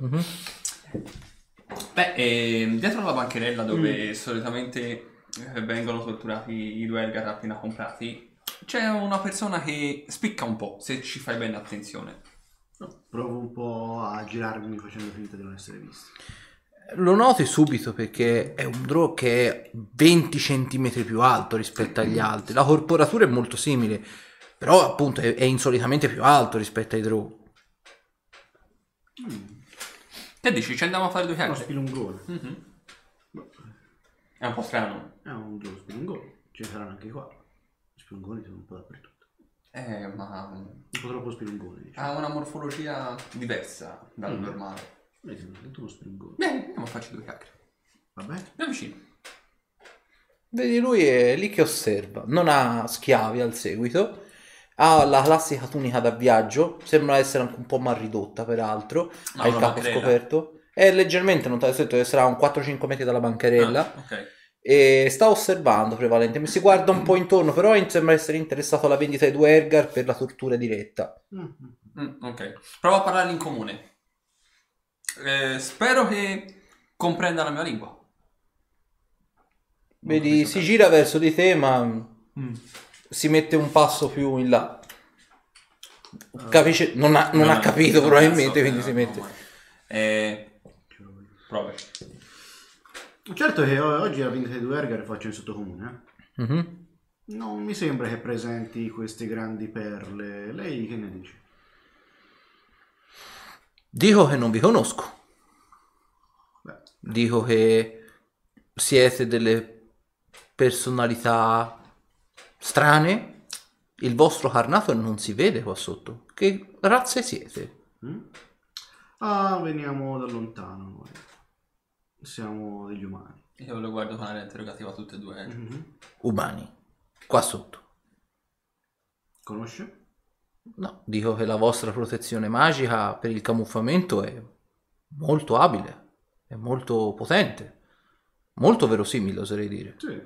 Beh, dietro la bancherella dove solitamente vengono torturati i Duergar appena comprati, c'è una persona che spicca un po', se ci fai bene attenzione. provo un po' a girarmi facendo finta di non essere visto. Lo noti subito perché è un Drow che è 20 cm più alto rispetto agli altri. La corporatura è molto simile, però appunto è insolitamente più alto rispetto ai Drow. Che dici? Ci andiamo a fare due Uno chiacchiere? spilungone. È un po' strano. È un Drow spilungone. Ce ne saranno anche qua. I spilungoni sono un po' dappertutto. Ma Un po' troppo spilungone, diciamo. ha una morfologia diversa dal normale. Vedi, sono tutto uno spilungone. Bene, andiamo a farci due chiacchiere. Vabbè. Da vicino. Vedi, lui è lì che osserva, non ha schiavi al seguito, ha la classica tunica da viaggio, sembra essere anche un po' mal ridotta peraltro, Ma ha il una capo bancherella? scoperto, è leggermente, non ti ho detto che sarà un 4-5 metri dalla bancherella, Ok. e sta osservando prevalentemente, si guarda un po' intorno, però sembra essere interessato alla vendita di 2 Ergar per la tortura diretta. Ok. Provo a parlare in comune. Spero che comprenda la mia lingua. Vedi, si gira verso di te, ma si mette un passo più in là. Capisce? Non ha capito probabilmente, quindi si mette. Provi. Certo che oggi la vendita di 2 Ergar faccio in sottocomune. Mhm. Non mi sembra che presenti queste grandi perle. Lei che ne dice? Dico che non vi conosco. Beh, Dico che siete delle personalità strane. Il vostro carnato non si vede qua sotto. Che razze siete? veniamo da lontano noi. Siamo degli umani. Io lo guardo con aria interrogativa tutte e due. Umani. Qua sotto. Conosce? No, dico che la vostra protezione magica per il camuffamento è molto abile, è molto potente, molto verosimile, oserei dire. Sì.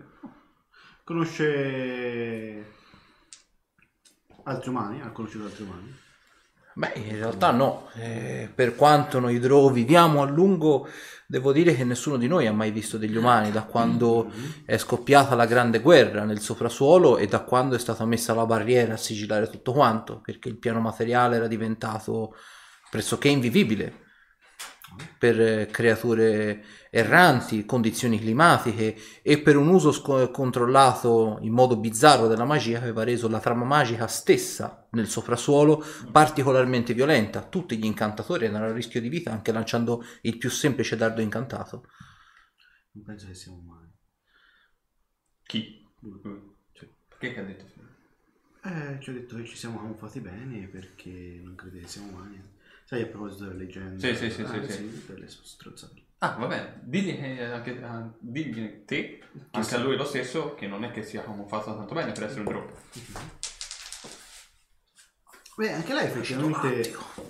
Conosce altri umani? Ha conosciuto altri umani? Beh, in realtà no, per quanto noi Drow viviamo a lungo, devo dire che nessuno di noi ha mai visto degli umani da quando è scoppiata la grande guerra nel soprasuolo e da quando è stata messa la barriera a sigillare tutto quanto, perché il piano materiale era diventato pressoché invivibile per creature erranti, condizioni climatiche e per un uso controllato in modo bizzarro della magia aveva reso la trama magica stessa nel soprasuolo particolarmente violenta. Tutti gli incantatori erano a rischio di vita anche lanciando il più semplice dardo incantato. Non penso che siamo umani. Chi? Che ha detto? Ci ho detto che ci siamo camuffati bene perché non crede che siamo umani. Sai, a proposito delle leggende. Sì. Per le strozzate. Ah, va bene. Digli te, anche a lui lo stesso, che non è che sia camuffato tanto bene per essere un Drow. Beh, anche lei effettivamente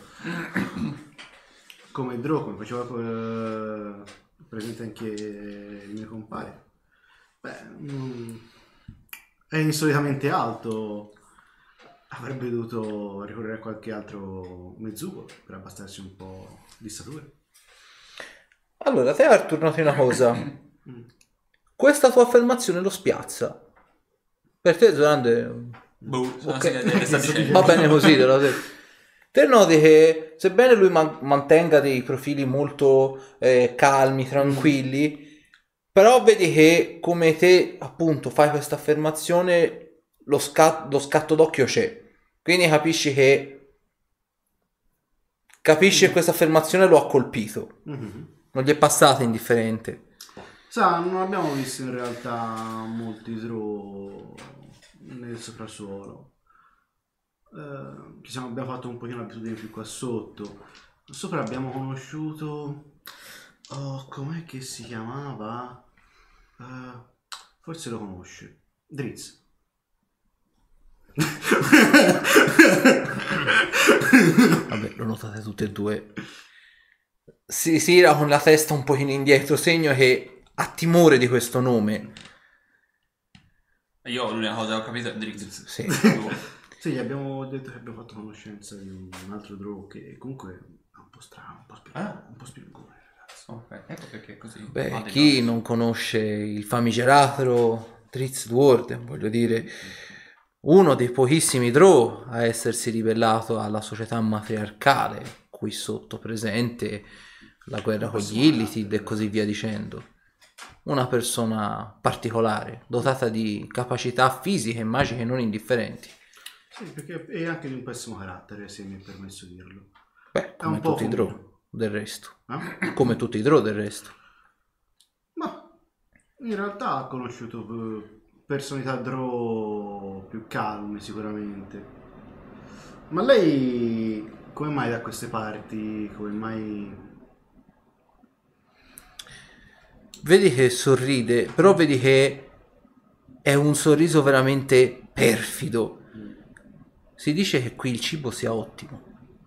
come Drow, come faceva presente anche il mio compare. Beh, è insolitamente alto. Avrebbe dovuto ricorrere a qualche altro mezzugo per abbastarsi un po' di statura. Allora, te Arthur noti una cosa. Questa tua affermazione lo spiazza. Per te Zoran Ok. va bene così, te noti che sebbene lui mantenga dei profili molto calmi, tranquilli, però vedi che come te appunto fai questa affermazione lo scatto d'occhio c'è, quindi capisci che questa affermazione lo ha colpito, non gli è passata indifferente. Sa, non abbiamo visto in realtà molti Drow nel soprasuolo. Abbiamo fatto un pochino l'abitudine più qua sotto. Sopra abbiamo conosciuto... Oh, com'è che si chiamava? Forse lo conosce. Drizzt. Vabbè, lo notate tutte e due. Si gira con la testa un pochino indietro, segno che ha timore di questo nome. Io l'unica cosa che ho capito è Drizzt. Sì. Sì, gli abbiamo detto che abbiamo fatto conoscenza di un altro Drow che comunque è un po' strano, un po' spirungone, ragazzi. Ok, ecco perché è così. Beh, chi non conosce il famigerato Drizzt Do'Urden, voglio dire, uno dei pochissimi Drow a essersi ribellato alla società matriarcale, qui sotto presente la guerra con gli Illithid e così via dicendo. Una persona particolare, dotata di capacità fisiche e magiche non indifferenti. Sì, perché è anche di un pessimo carattere, se mi è permesso dirlo. Beh, come un po' tutti i fumo. Drow del resto. Eh? Come tutti i Drow del resto. Ma in realtà ha conosciuto personalità Drow più calme sicuramente. Ma lei come mai da queste parti? Come mai... Vedi che sorride, però vedi che è un sorriso veramente perfido. Si dice che qui il cibo sia ottimo.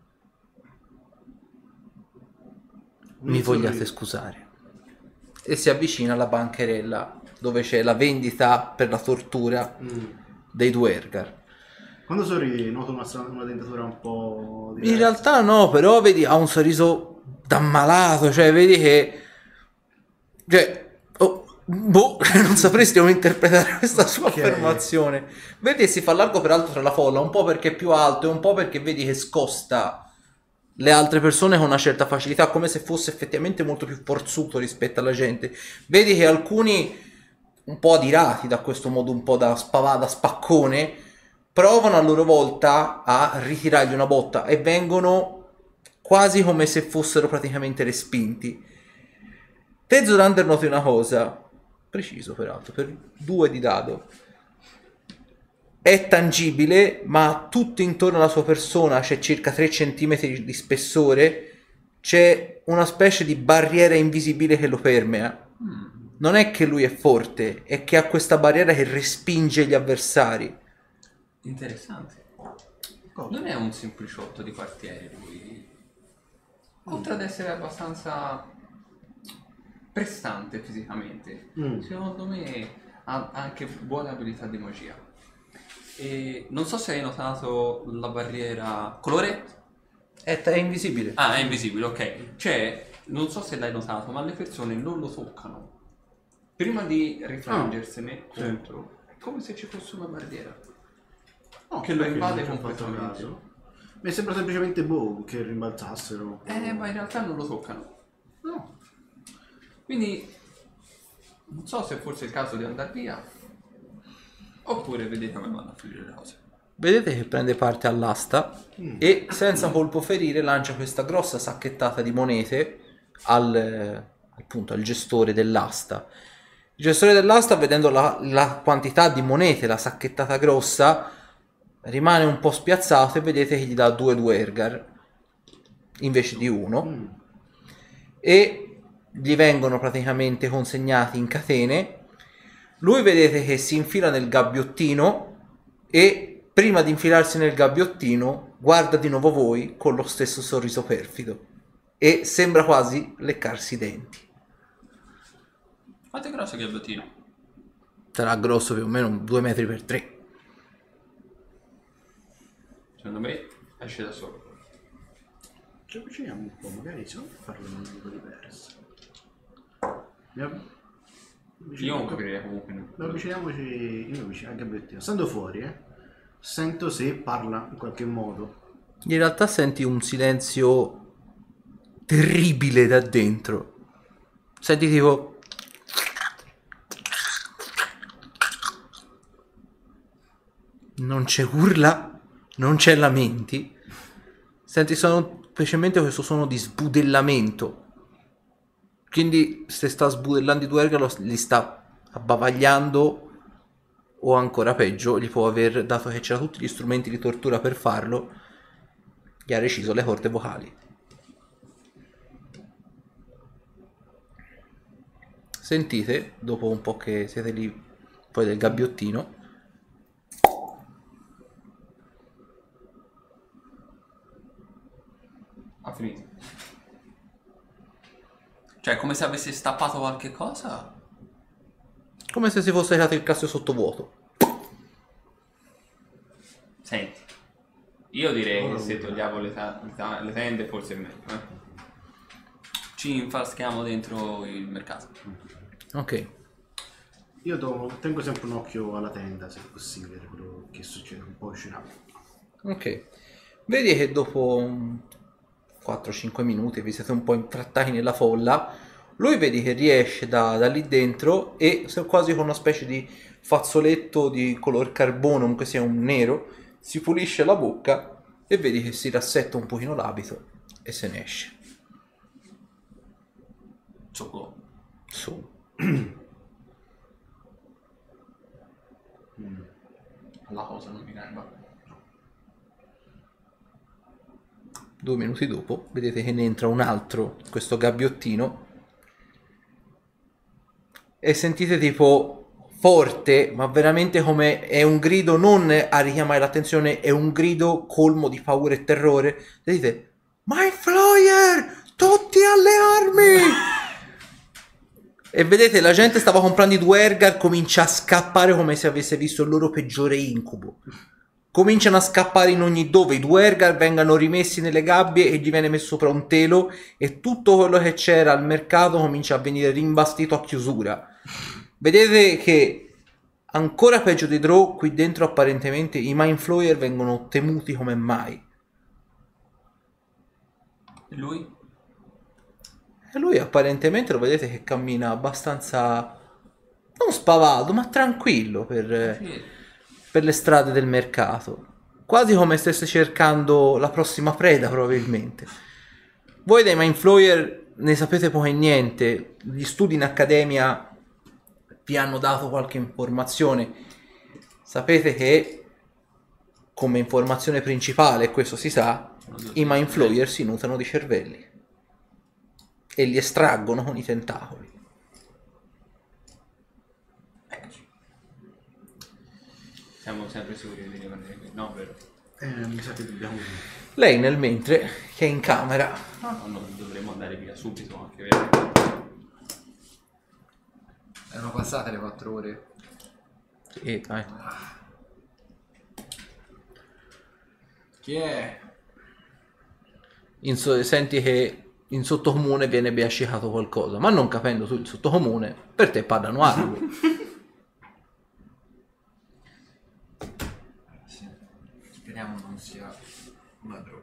Mi vogliate scusare. E si avvicina alla bancherella dove c'è la vendita per la tortura dei Duergar. Quando sorridi noto una dentatura un po' diversa. In realtà no, però vedi, ha un sorriso da malato, cioè vedi che... Cioè, non sapresti come interpretare questa sua affermazione. Vedi che si fa largo peraltro tra la folla, un po' perché è più alto e un po' perché vedi che scosta le altre persone con una certa facilità, come se fosse effettivamente molto più forzuto rispetto alla gente. Vedi che alcuni, un po' adirati da questo modo un po' da spaccone, provano a loro volta a ritirargli una botta e vengono quasi come se fossero praticamente respinti. Te Zorander noti una cosa, preciso peraltro, per 2 di dado. È tangibile, ma tutto intorno alla sua persona c'è circa 3 centimetri di spessore, c'è una specie di barriera invisibile che lo permea. Non è che lui è forte, è che ha questa barriera che respinge gli avversari. Interessante. Non è un sempliciotto di quartiere lui. Oltre ad essere abbastanza prestante fisicamente, secondo me ha anche buone abilità di magia. E non so se hai notato la barriera colore? È invisibile. Ah, è invisibile, ok. Cioè, non so se l'hai notato, ma le persone non lo toccano. Prima di rifrangersene contro, è come se ci fosse una barriera. Che lo invade completamente. Mi sembra semplicemente che rimbalzassero. Ma in realtà non lo toccano. No. Quindi non so se forse è il caso di andare via. Oppure vedete come vanno a finire le cose. Vedete che prende parte all'asta e senza colpo ferire lancia questa grossa sacchettata di monete appunto al gestore dell'asta. Il gestore dell'asta, vedendo la quantità di monete, la sacchettata grossa, rimane un po' spiazzato e vedete che gli dà 2 Duergar invece di 1 e gli vengono praticamente consegnati in catene. Lui vedete che si infila nel gabbiottino e prima di infilarsi nel gabbiottino guarda di nuovo voi con lo stesso sorriso perfido e sembra quasi leccarsi i denti. Quanto è grosso il gabbiottino? Sarà grosso più o meno 2 metri per 3. Secondo me esce da solo. Ci avviciniamo un po', magari se non farlo in un modo diverso. Io non capirei comunque. Avviciniamoci, io mi avvicino al gabbiottino. Stando fuori, sento se parla in qualche modo. In realtà senti un silenzio terribile da dentro. Senti tipo... Non c'è urla, non c'è lamenti. Senti specialmente questo suono di sbudellamento. Quindi se sta sbudellando i Duergar li sta abbavagliando, o ancora peggio, gli può aver, dato che c'era tutti gli strumenti di tortura per farlo, gli ha reciso le corde vocali. Sentite, dopo un po' che siete lì poi del gabbiottino, Ha finito. Cioè, come se avesse stappato qualche cosa? come se si fosse lasciato il cazzo sottovuoto. Senti, io direi che se togliamo le tende forse è meglio, Ci infaschiamo dentro il mercato. Ok. Io tengo sempre un occhio alla tenda, se è possibile, quello che succede un po' scenario. Ok. Vedi che dopo 4-5 minuti vi siete un po' intrattati nella folla. Lui vedi che riesce da lì dentro e quasi con una specie di fazzoletto di color carbone, comunque sia un nero, si pulisce la bocca e vedi che si rassetta un pochino l'abito e se ne esce. Solo. Su. La cosa non mi garba. 2 minuti dopo vedete che ne entra un altro in questo gabbiottino e sentite tipo forte, ma veramente come è un grido non a richiamare l'attenzione, è un grido colmo di paura e terrore. E dite: Mind Flayer, tutti alle armi! E vedete, la gente stava comprando i Duergar, comincia a scappare come se avesse visto il loro peggiore incubo. Cominciano a scappare in ogni dove, i Duergar vengano rimessi nelle gabbie e gli viene messo sopra un telo e tutto quello che c'era al mercato comincia a venire rimbastito a chiusura. Vedete che ancora peggio dei Drow, qui dentro apparentemente i Mind Flayer vengono temuti come mai. E lui? E lui apparentemente lo vedete che cammina abbastanza, non spavaldo, ma tranquillo per le strade del mercato, quasi come stesse cercando la prossima preda probabilmente. Voi dei Mind Flayer ne sapete poco e niente, gli studi in accademia vi hanno dato qualche informazione. Sapete che come informazione principale, questo si sa, i Mind Flayer si nutrono di cervelli e li estraggono con i tentacoli. Siamo sempre sicuri di rimanere qui. No, vero? Mi sa che dobbiamo... Lei nel mentre, che è in camera, No, dovremmo andare via subito anche, vero? Erano passate le 4 ore. e dai. Chi è? Senti che in sottocomune viene beascicato qualcosa, ma non capendo tu il sottocomune, per te parlano arabe. Sì. Speriamo non sia una droga.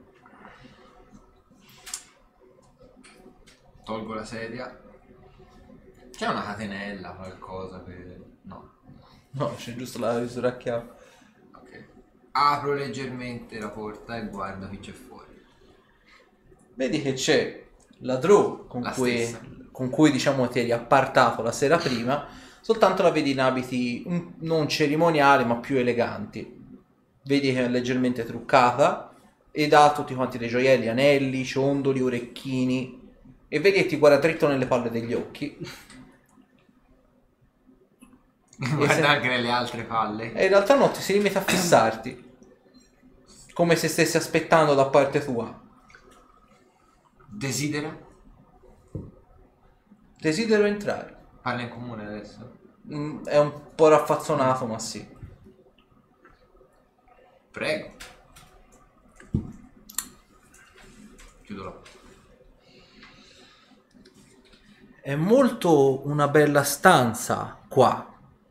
Tolgo la sedia. C'è una catenella, qualcosa per... No. No, c'è giusto la risura a chiave. Ok. Apro leggermente la porta e guardo chi c'è fuori. Vedi che c'è la Drow con La cui, stessa. con cui diciamo ti eri appartato la sera prima, soltanto la vedi in abiti non cerimoniali ma più eleganti. Vedi che è leggermente truccata ed ha tutti quanti dei gioielli, anelli, ciondoli, orecchini, e vedi che ti guarda dritto nelle palle degli occhi. Guarda anche nelle altre palle. E in realtà no, ti si limita a fissarti come se stessi aspettando da parte tua. Desidera? Desidero entrare. Parla in comune adesso. È un po' raffazzonato, ma sì. Prego. Chiudo la porta. È molto una bella stanza qua.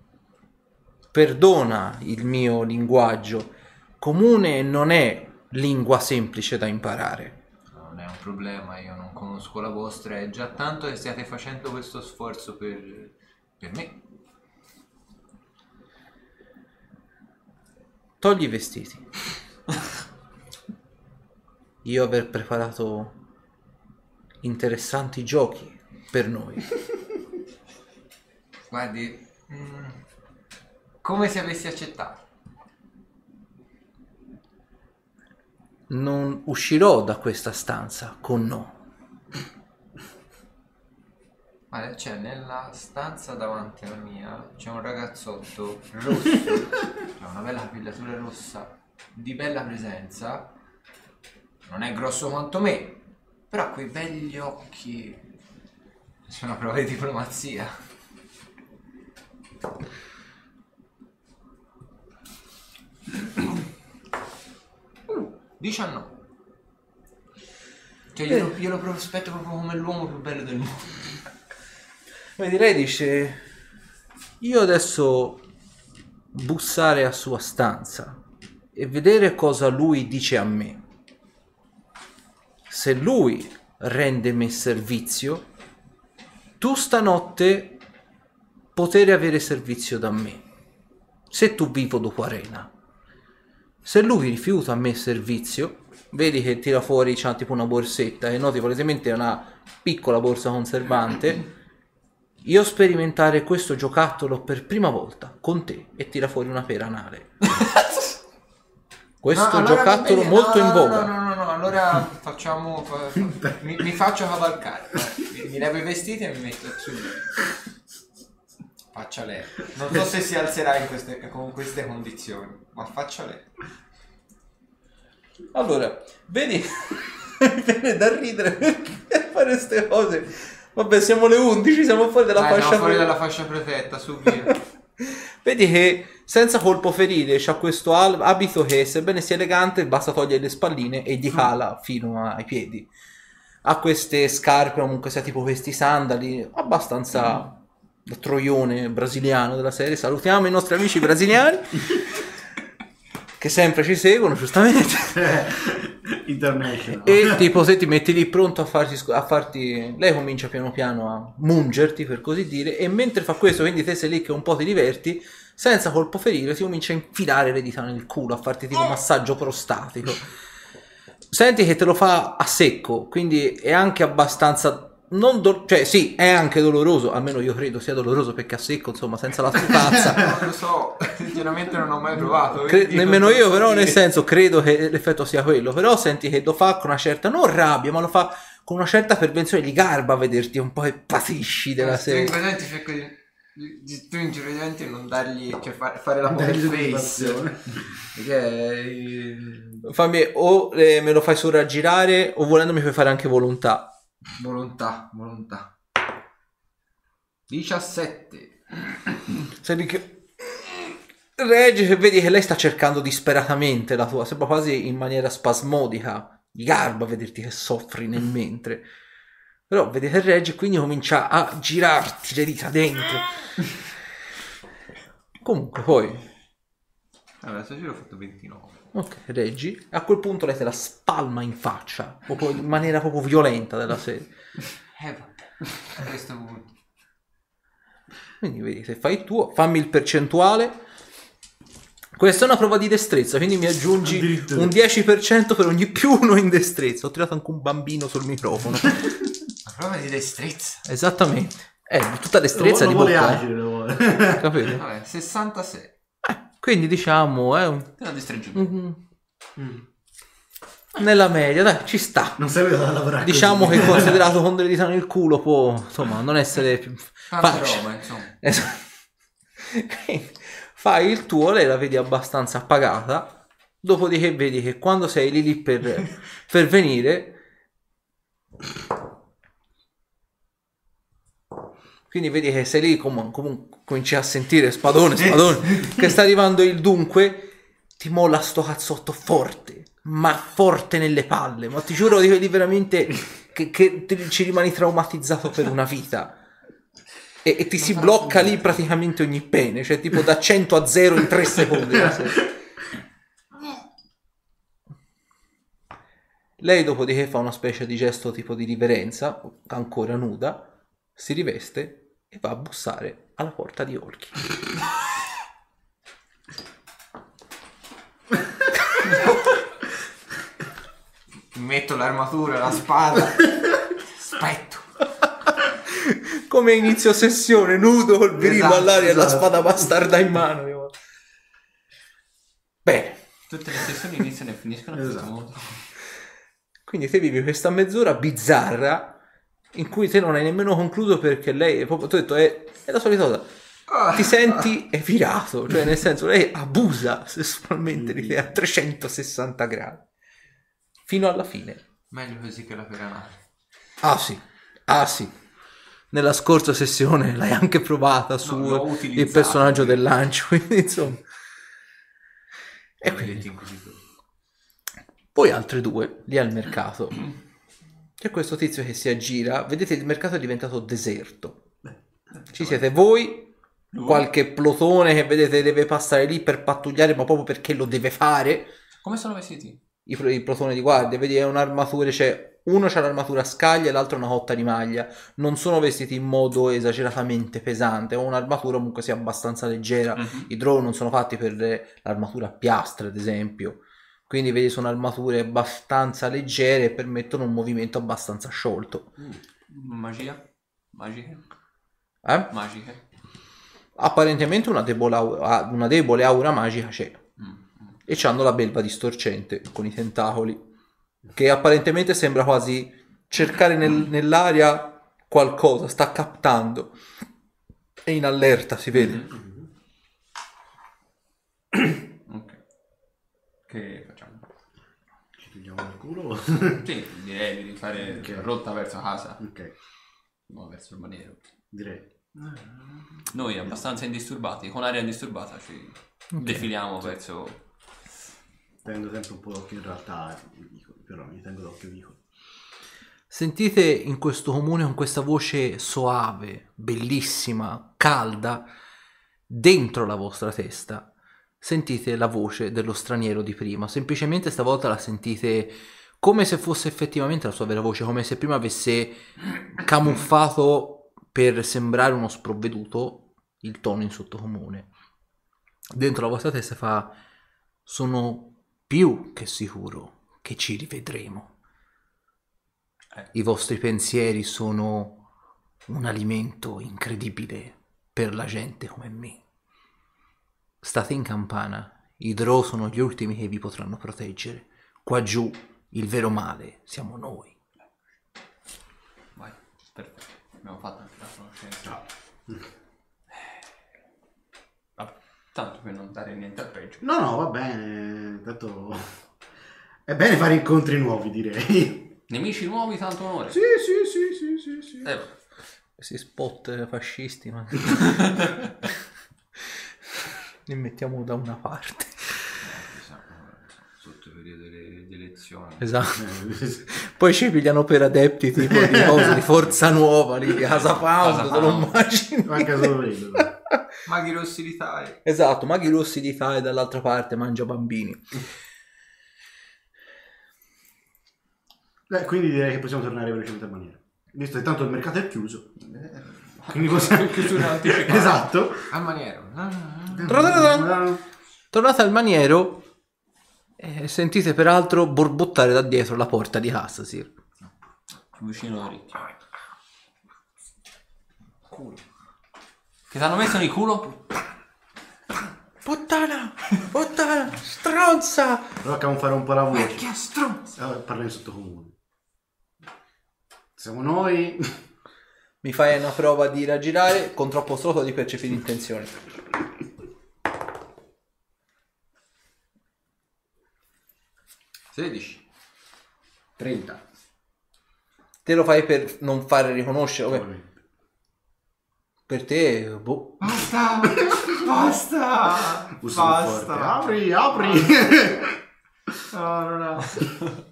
Perdona il mio linguaggio. Comune non è lingua semplice da imparare. Non è un problema, io non conosco la vostra, è già tanto che stiate facendo questo sforzo per me. Togli i vestiti. Io aver preparato interessanti giochi per noi. Guardi, come se avessi accettato. Non uscirò da questa stanza con no. Guarda, c'è nella stanza davanti alla mia, c'è un ragazzotto rosso, c'ha una bella capillatura rossa, di bella presenza, non è grosso quanto me, però ha quei begli occhi. C'è una prova di diplomazia. 19. Cioè io lo prospetto proprio come l'uomo più bello del mondo. Vedi, lei dice: io adesso bussare a sua stanza e vedere cosa lui dice a me. Se lui rende me servizio, tu stanotte potere avere servizio da me, se tu vivo dopo arena. Se lui rifiuta a me servizio, vedi che tira fuori, c'ha tipo una borsetta e noti palesemente una piccola borsa conservante. Io sperimentare questo giocattolo per prima volta con te, e tira fuori una pera anale. Questo allora giocattolo bene, molto in voga. No, allora facciamo mi faccio cavalcare. Mi levo i vestiti e mi metto su. Faccia lei. Non so se si alzerà con queste condizioni, ma faccia lei. Allora, vedi, mi viene da ridere perché fare queste cose. Vabbè, siamo le 11, siamo fuori dalla fascia siamo fuori dalla fascia protetta, subito. Vedi che senza colpo ferire c'ha questo abito che, sebbene sia elegante, basta togliere le spalline e gli cala fino ai piedi. Ha queste scarpe, comunque sia tipo questi sandali, abbastanza da troione brasiliano della serie. Salutiamo i nostri amici brasiliani che sempre ci seguono, giustamente. International. E tipo se ti metti lì pronto a farti, lei comincia piano piano a mungerti, per così dire, e mentre fa questo, quindi te sei lì che un po' ti diverti, senza colpo ferire ti comincia a infilare le dita nel culo, a farti tipo massaggio prostatico. Senti che te lo fa a secco, quindi è anche abbastanza cioè sì, è anche doloroso, almeno io credo sia doloroso, perché a secco, insomma, senza la stufazza. Non lo so, sinceramente non ho mai provato. Nemmeno io, però nel senso credo che l'effetto sia quello. Però senti che lo fa con una certa, non rabbia, ma lo fa con una certa pervenzione di garba a vederti un po' che patisci della serie. Cerco di stringere i denti e non dargli, cioè fare la poker face. Perché Fammi, me lo fai sovraggirare, o volendo mi fai fare anche volontà. Volontà. 17. Senti che reggi, che vedi che lei sta cercando disperatamente la tua, sembra quasi in maniera spasmodica, di garba, vederti che soffri nel mentre. Però vedi che reggi, quindi comincia a girarti le dita dentro. Comunque poi Allora, questo giro ho fatto 29. ok, reggi, a quel punto lei te la spalma in faccia, proprio in maniera proprio violenta della serie. Vabbè, a questo punto. Quindi vedi, se fai il tuo, fammi il percentuale. Questa è una prova di destrezza, quindi mi aggiungi un 10% per ogni più uno in destrezza. Ho tirato anche un bambino sul microfono. Una prova di destrezza. Esattamente. Tutta destrezza lo di vuole bocca. agile, lo vuole. Capito? Vabbè, 66. Quindi diciamo è Te la distreggi. nella media, dai, ci sta. Non serve da lavorare. Diciamo così. che considerato con delle dita nel culo può, insomma, non essere più Tanta facile. roba, insomma. Esatto. Quindi, fai il tuo, lei la vedi abbastanza appagata, dopodiché vedi che quando sei lì per venire, quindi vedi che sei lì, comunque cominci a sentire spadone, che sta arrivando il dunque, ti molla sto cazzotto forte, ma forte nelle palle, ma ti giuro di quelli veramente che ci rimani traumatizzato per una vita. E ti si blocca lì praticamente ogni pene, cioè tipo da 100 a 0 in 3 secondi. Lei dopodiché fa una specie di gesto tipo di riverenza, ancora nuda, si riveste e va a bussare alla porta di Orchi. Metto l'armatura, la spada. Aspetto. Come inizio sessione, nudo col virillo Esatto, all'aria e la esatto. spada bastarda in mano. Bene, Tutte le sessioni iniziano e finiscono in questo Esatto. modo. quindi te vivi questa mezz'ora bizzarra in cui te non hai nemmeno concluso, perché lei è proprio, tu hai detto, è la solita cosa. Ti senti virato, cioè nel senso lei abusa sessualmente di te a 360 gradi fino alla fine. Meglio così che la peranale. Ah sì, nella scorsa sessione l'hai anche provata su l'ho il utilizzato. personaggio del lancio, quindi insomma. E quindi poi altre due lì al mercato. C'è questo tizio che si aggira, vedete il mercato è diventato deserto. Ci siete voi, qualche plotone che vedete deve passare lì per pattugliare, ma proprio perché lo deve fare. Come sono vestiti? Il plotone di guardia, vedi, è un'armatura, cioè uno c'ha l'armatura a scaglie e l'altro una cotta di maglia. Non sono vestiti in modo esageratamente pesante, ho un'armatura comunque sia abbastanza leggera. I drone non sono fatti per l'armatura a piastre, ad esempio. Quindi vedi, sono armature abbastanza leggere e permettono un movimento abbastanza sciolto. Magia? Magiche? Eh? Magiche? Apparentemente una debole aura magica c'è. E c'hanno la belva distorcente con i tentacoli, che apparentemente sembra quasi cercare nell'aria qualcosa, sta captando. È in allerta, si vede. Ok. Che facciamo? Ci togliamo il culo? Sì, direi di fare Ok. rotta verso casa. Ok, No, verso il maniero. direi. Noi abbastanza indisturbati, con aria indisturbata ci defiliamo verso... Tengo sempre un po' d'occhio in realtà i vicoli, però mi tengo d'occhio i vicoli. Sentite in questo comune con questa voce soave, bellissima, calda, dentro la vostra testa. Sentite la voce dello straniero di prima, semplicemente stavolta la sentite come se fosse effettivamente la sua vera voce, come se prima avesse camuffato per sembrare uno sprovveduto il tono in sottocomune. Dentro la vostra testa fa: sono più che sicuro che ci rivedremo. I vostri pensieri sono un alimento incredibile per la gente come me. State in campana, i Drow sono gli ultimi che vi potranno proteggere. Qua giù il vero male siamo noi. Vai, perfetto. Abbiamo fatto anche la conoscenza. Vabbè, tanto per non dare niente al peggio. No, va bene, tanto è bene fare incontri nuovi, direi. Nemici nuovi, tanto onore. Sì. Vabbè. Questi spot fascisti, ma... li mettiamo da una parte. Sotto il periodo delle elezioni. Esatto. Poi ci pigliano per adepti tipo di cose di Forza Nuova, lì di Casa Pound, te lo immagini? Manca solo quello. Maghi rossi d'Italia. Esatto, maghi rossi di Thai dall'altra parte mangia bambini. Quindi direi che possiamo tornare velocemente al maniero. Visto che tanto il mercato è chiuso. Quindi possiamo... Chiusura anticipata. Esatto. Al maniero. Tornate al maniero e sentite peraltro borbottare da dietro la porta di Hassasir. Vicino all'orecchio. Culo. Che ti hanno messo nel culo? Puttana! Puttana! Stronza! Allora dobbiamo fare un po' la voce. Che stronza! Allora, parla in sottocomune. Siamo noi. Mi fai una prova di raggirare con troppo sotto di percepire intenzioni. 16. 30. Te lo fai per non fare riconoscere. Vabbè. Per te, boh. Basta! Basta! Uso forte. Basta! Apri! No, non apro.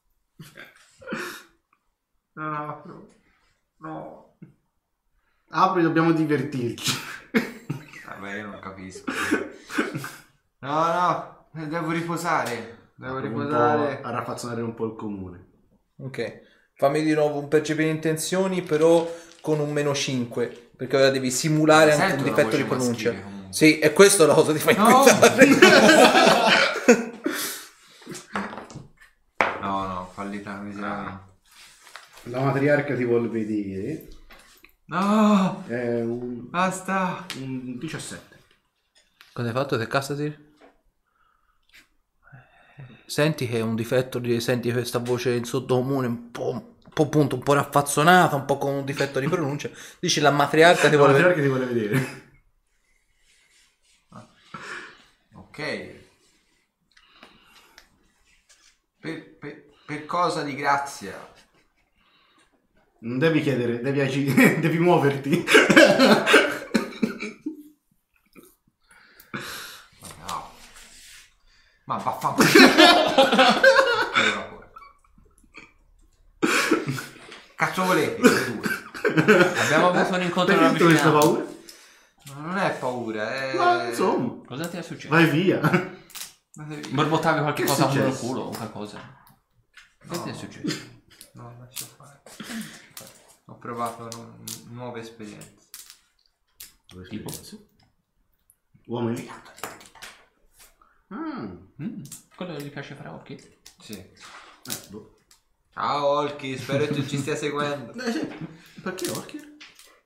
Non apro. No. Apri, dobbiamo divertirci. Vabbè, io non capisco. No, devo riposare. Devo riposare. A raffazzonare un po' il comune. Ok. Fammi di nuovo un percepire intenzioni, però con un -5. Perché ora devi simulare anche Sento un la difetto voce di pronuncia. maschile, comunque. Sì, e questo è la cosa che ti fa No! inquietare. No, fallita miseramente. La matriarca ti vuol vedere. No! È un Basta! 17. Cosa hai fatto te, Cassasir? Senti che è un difetto, senti questa voce in sottocomune un po' appunto un po' raffazzonata, un po' con un difetto di pronuncia. Dici la matriarca ti La vuole matriarca ti vuole vedere. Ok. Per cosa di grazia? Non devi chiedere, devi muoverti. No. Ma vaffanculo. Cazzo volete? Due. Abbiamo avuto un incontro Perché tu questa ravvicinato. paura? Non è paura, è... Ma insomma, Cosa ti è successo? vai via. Andate via. Borbottavi qualche Che è cosa con il successo? culo o qualcosa? Che ti è successo? No, lascia fare. Ho provato nuove esperienze. Tipo? Uomini. Ah, Quello che gli piace fare occhi? Sì. boh. Ciao Olki, spero che tu ci stia seguendo. Sì. Perché Orchid?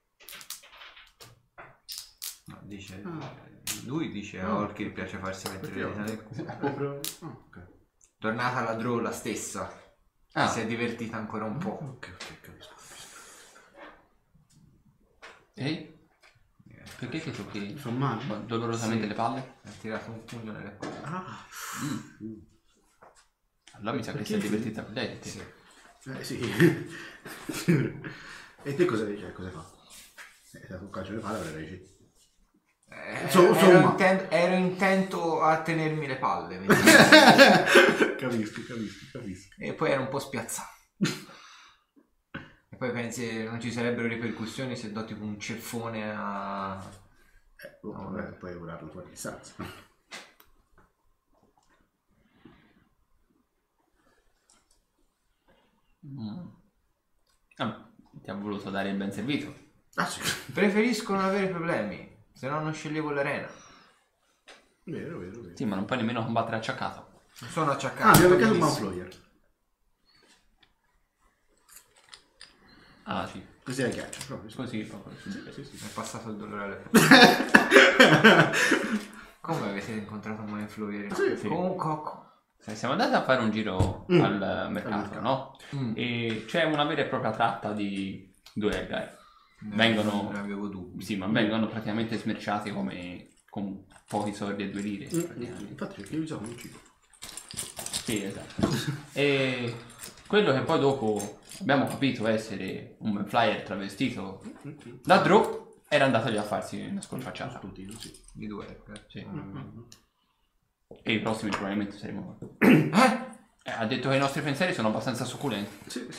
No, dice... Lui dice a Olki che piace farsi mettere le dita nel culo. Ok. Tornata alla draw la stessa. Ah. Si è divertita ancora un po'. Ok, capisco. Ehi? Perché che tocchi Fa male? dolorosamente le palle? Ha tirato un pugno nelle palle. Ah. Allora mi sa che si è divertita con lei. Sì. Sì. E te cosa dici? Cosa fa? È stato un calcio di palle, avrei reagito. Ero intento a tenermi le palle. Capisco. E poi ero un po' spiazzato. E poi pensi non ci sarebbero ripercussioni se do tipo un ceffone a... Vabbè, puoi urlarlo fuori di distanza. Ti ha voluto dare il ben servito. Ah sì. Preferisco non avere problemi, se no non sceglievo l'arena. Vero. Sì, ma non puoi nemmeno combattere acciaccato. Sono Ah, acciaccato. abbiamo beccato un benissimo. Manfloyer. Ah sì, Così la ghiaccia, proprio. così proprio. Sì. Mi è passato il dolore alle palle. Come avete incontrato un Mindflower? Sì. Con un cocco. Siamo andati a fare un giro al mercato, mercato. no? E c'è una vera e propria tratta di 2 Elgar. Vengono... Ne avevo dubbi. Sì, ma vengono praticamente smerciati come con pochi soldi e 2 lire. praticamente. Infatti perché io sono un cibo. Sì, esatto. E quello che poi dopo abbiamo capito essere un flyer travestito da Drow era andato lì a farsi una scolfacciata. Sputino, sì. Di 2. Sì. E i prossimi probabilmente saremo noi. Ha detto che i nostri pensieri sono abbastanza succulenti. Sì.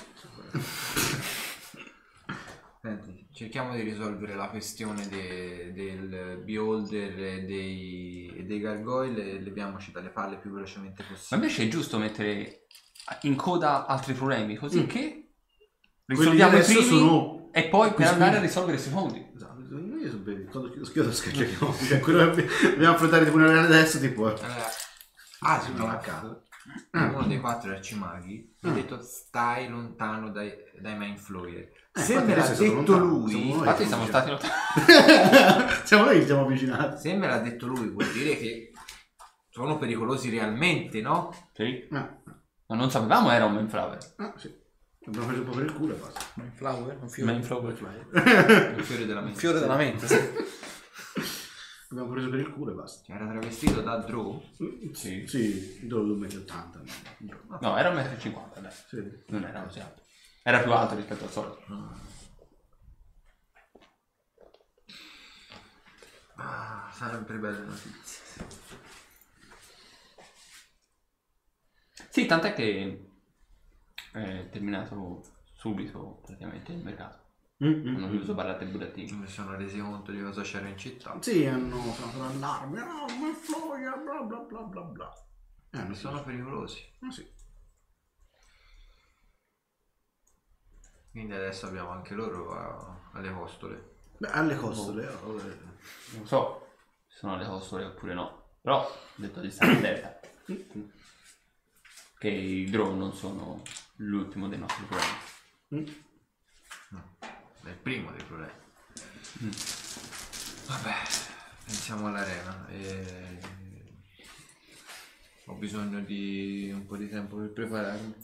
Senti, cerchiamo di risolvere la questione del beholder e dei gargoyle e leviamoci dalle palle più velocemente Ma possibile. invece è giusto mettere in coda altri problemi così che Quelli risolviamo i adesso primi sono... e poi per questi andare a qui. risolvere i secondi. Esatto, io sono belli, lo schiodo scacchiamo. Cioè, quello che dobbiamo affrontare tipo una adesso, tipo... Sì, no, a caso. uno dei 4 arcimaghi mi ha detto stai lontano dai Mindfloyer. Se infatti me l'ha adesso sono detto lontano, lui, siamo noi. Infatti siamo stati lontani. Siamo noi che siamo avvicinati. se me l'ha detto lui vuol dire che sono pericolosi realmente, no? Sì. Ah, Ma non sapevamo era un Manflower. sì. Abbiamo preso un po' per il culo e basta. Flower? Un fiore? Manflower. Il fiore della Un mente. fiore della mente, sì. Abbiamo preso per il culo e basta. Era travestito da Drow. Sì. Sì, do 2,80 m. No, era 1,50 m, dai. Sì. Non era così alto. Era più alto rispetto al solito. Sempre belle notizie. Sì, tant'è che è terminato subito praticamente il mercato. Hanno chiuso barrate e burattini. Mi sono resi conto di cosa c'era in città. Sì, hanno fatto l'allarme. No, ma Floria, bla bla bla bla bla. Non Sono pericolosi. Ah, sì. Quindi adesso abbiamo anche loro alle costole. Beh, alle costole. Non so se sono alle costole oppure no. Però ho detto di stare attenta. Che i drone non sono l'ultimo dei nostri problemi. È il primo dei problemi. Vabbè, pensiamo all'arena. Ho bisogno di un po' di tempo per prepararmi.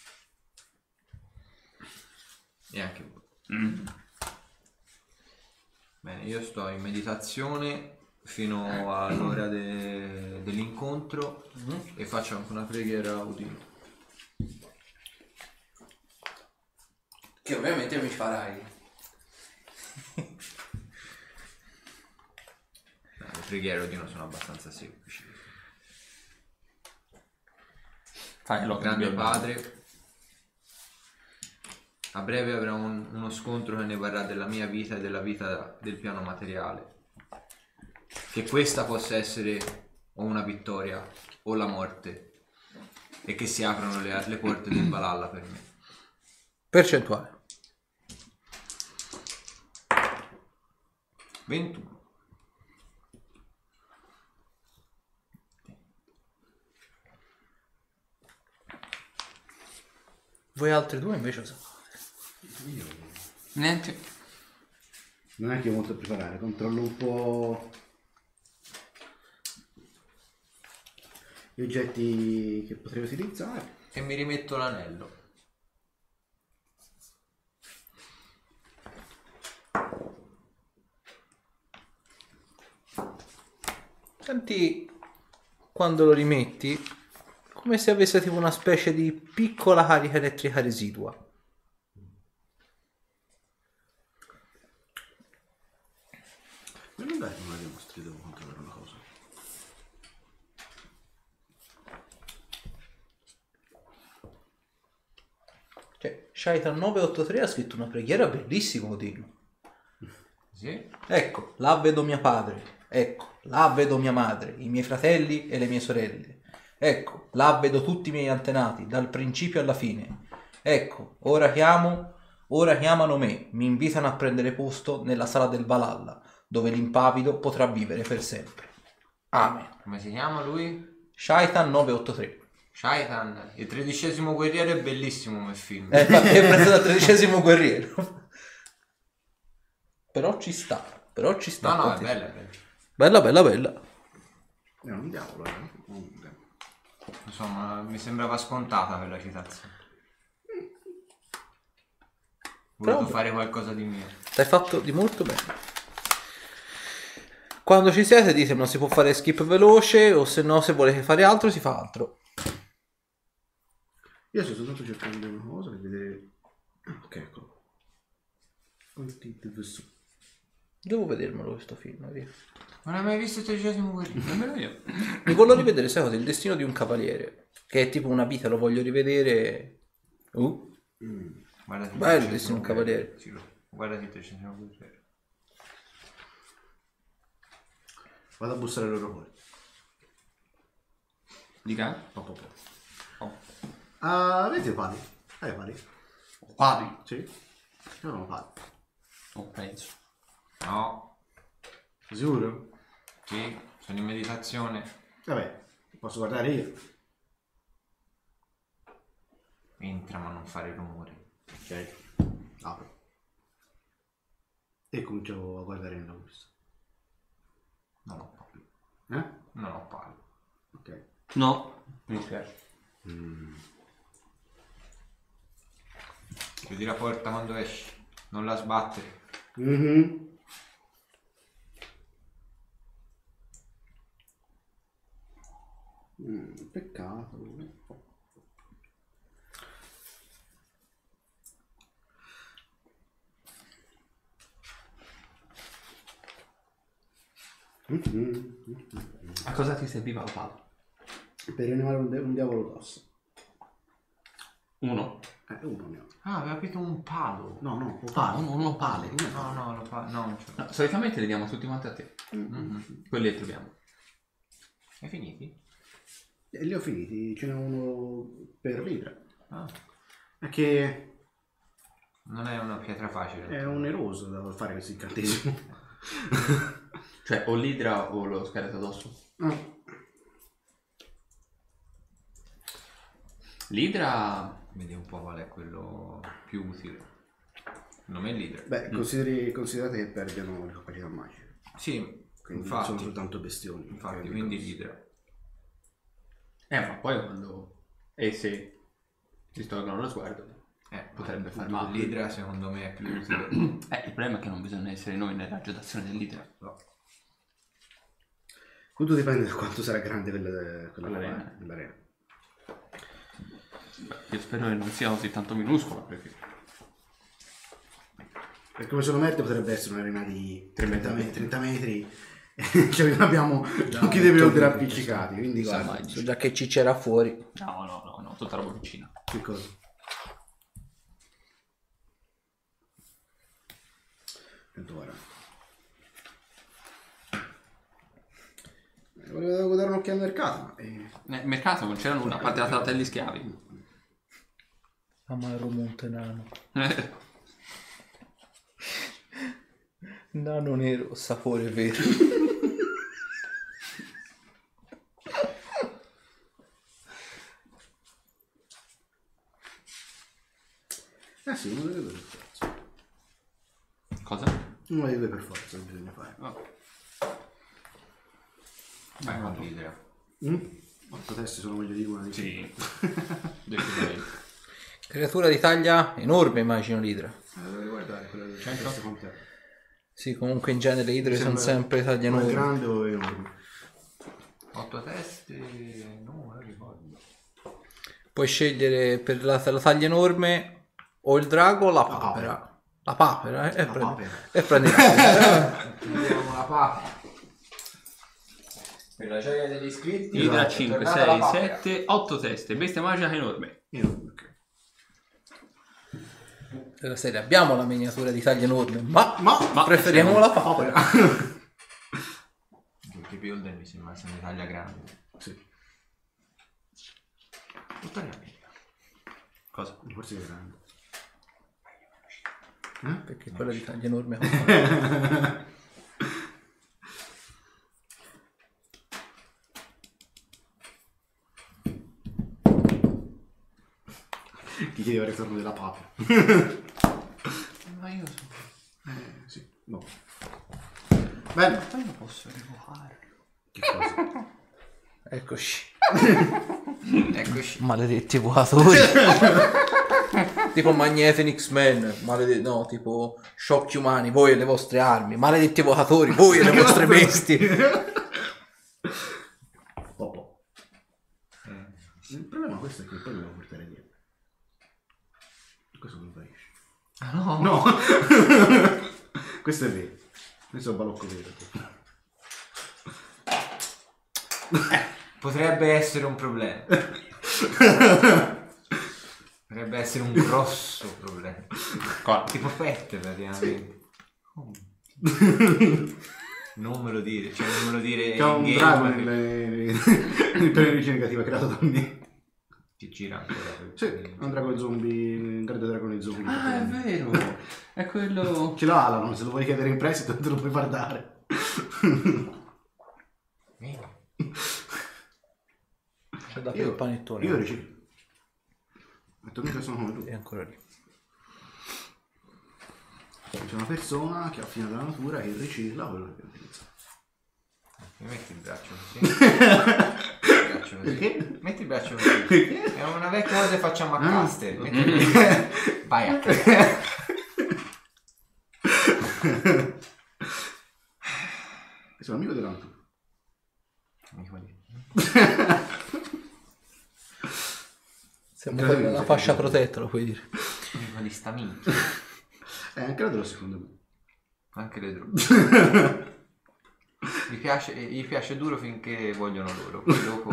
E anche voi. Bene, io sto in meditazione fino all'ora dell'incontro e faccio anche una preghiera a Odino. Che ovviamente mi farai. Le preghiere a Odino sono abbastanza semplici. Fai l'occhio Grande di padre, a breve avrà uno scontro che ne varrà della mia vita e della vita del piano materiale. Che questa possa essere o una vittoria o la morte e che si aprano le porte del Valhalla per me. Percentuale. 21. Voi altri due invece cosa? Niente. Non è che ho molto da preparare, controllo un po' gli oggetti che potrei utilizzare. E mi rimetto l'anello. Senti, quando lo rimetti, come se avesse tipo una specie di piccola carica elettrica residua. Ma non dai, non la dimostri, devo controllare una cosa. Cioè, Shaitan 983 ha scritto una preghiera bellissima, Odino. Sì? Ecco, là vedo mio padre. Ecco, là vedo mia madre, i miei fratelli e le mie sorelle. Ecco, là vedo tutti i miei antenati, dal principio alla fine. Ecco, ora chiamano me, mi invitano a prendere posto nella sala del Valhalla, dove l'impavido potrà vivere per sempre. Amen. Come si chiama lui? Shaitan 983. Shaitan, il 13° guerriero è bellissimo come film. Infatti è preso dal 13° guerriero. Però ci sta. Però ci sta. No, è bella, è bella. Bella, bella, bella. È un diavolo, Insomma, mi sembrava scontata quella citazione. Ho voluto Però- fare qualcosa di mio. L'hai fatto di molto bene. Quando ci siete dite non si può fare skip veloce o se no se volete fare altro si fa altro. Io sto soltanto cercando una cosa per vedere... Ah, ok, eccolo. Devo vedermelo questo film. Via. Non hai mai visto il 13° guerriero? Nemmeno io. Mi voglio rivedere, sai cosa? Il destino di un cavaliere. Che è tipo una vita, lo voglio rivedere. Guardati il Bello, 13° destino un guerriero. cavaliere. Sì, guardati il 13° guerriero. Vado a bussare loro fuori. Dica? Oh. Avete pali? Pali? Pali. Sì? No, pali. Non penso. No, Sicuro? sì, sono in meditazione. Vabbè, posso guardare io. Entra ma non fare rumore. Ok. Apro. E comincio a guardare nella busta. Non ho pali. Eh? Non ho pali. Ok. No. Mi dispiace. Chiudi la porta quando esci. Non la sbattere. Peccato. A cosa ti serviva la palla? Per animare un diavolo d'ossa. Uno. Uno ne ho. Ah, aveva capito un palo. No, No, pale. uno pale. No, non ce l'ho. No, solitamente li diamo tutti quanti a te. Quelli che troviamo. Hai finiti? E li ho finiti, ce n'è uno per l'idra. Ah, È che non è una pietra facile. è oneroso da fare questo incantesimo. Cioè o l'idra o lo scheletro addosso. L'idra... Vedi un po' qual è quello più utile. Il nome è l'idra. Beh, considerate che perdono le capacità magiche. Sì, Quindi infatti. sono soltanto bestioni. Infatti, quindi l'idra. ma poi quando esse si tolgono lo sguardo potrebbe far male. L'idra secondo me è più utile. Il problema è che non bisogna essere noi nel raggio d'azione dell'idra. No. Tutto dipende da quanto sarà grande Quell'arena. quell'arena. Io spero che non sia così tanto minuscola perché... Per come sono mette potrebbe essere un'arena di 30 30 metri. Cioè abbiamo tutti dei piloti appiccicati, quindi guarda. So già che ciccerà fuori. No, tutta roba vicina. Che cosa? Ora. Volevo dare un'occhiata al mercato, ma Nel mercato non c'era nulla, a parte la tratta degli schiavi. Amaro Montenano. Nano nero, sapore vero. sì, uno delle due per forza. Cosa? Uno dei due per forza bisogna fare. Vai con l'idra. 8 teste sono meglio di una di Sì. Decisamente. Creatura di taglia enorme, immagino l'idra. Dovrei guardare quella del teste con te. Sì, comunque in genere le idre sono sempre taglie Ma è enormi. grande o enorme? 8 teste, no, non ricordo. Puoi scegliere per la taglia enorme o il drago o la papera. La papera, La papera. E prendi Prendiamo la papera. Per la gioia degli iscritti. Idra è 5, tornata la 6, papera. 7, 8 teste. Bestia magica enorme. Ok. della serie. Abbiamo la miniatura di taglia enorme, ma preferiamo la papera. Perché Beholder mi sembra essere una taglia grande. Sì, Tuttavia meglio. Cosa? forse è grande. Perché quella di taglia enorme Chi chiedeva il ritorno della papera? Ma io so. Sì, no. Bene. Poi lo posso revocare. Che cosa? Eccoci. Eccoci. Maledetti evocatori. Tipo Magneto X-Men, no, tipo sciocchi umani, voi e le vostre armi, maledetti evocatori, voi e le vostre bestie. Popo. Il problema questo è che poi lo devo portare dietro. Questo non sparisce. Ah no? No! Questo è vero. Questo è un balocco vero. Potrebbe essere un problema. Potrebbe essere un grosso problema. Tipo pette praticamente. Non me lo dire, cioè non me lo dire. C'è un in drago game, nel periodo negativa creato da me. Ti gira ancora. Sì, è un drago zombie, un grande dragone zombie. Ah, è vero. È quello. Ce l'ha Alano, se lo vuoi chiedere in prestito te lo puoi far dare. C'è da più il panettone. Io riciclo. Metto mica sono come tu. È ancora lì. C'è una persona che ha finito la natura e ricicla quello che utilizza. Mi metti il braccio così. Il braccio così. Perché? Metti il braccio così. È una vecchia cosa che facciamo a caster. Vai a Sono amico della natura. Siamo nella fascia protetta, lo puoi dire. Amico di sta minchia. Anche la dello secondo me. Anche le droghe. Gli piace duro finché vogliono loro. Poi dopo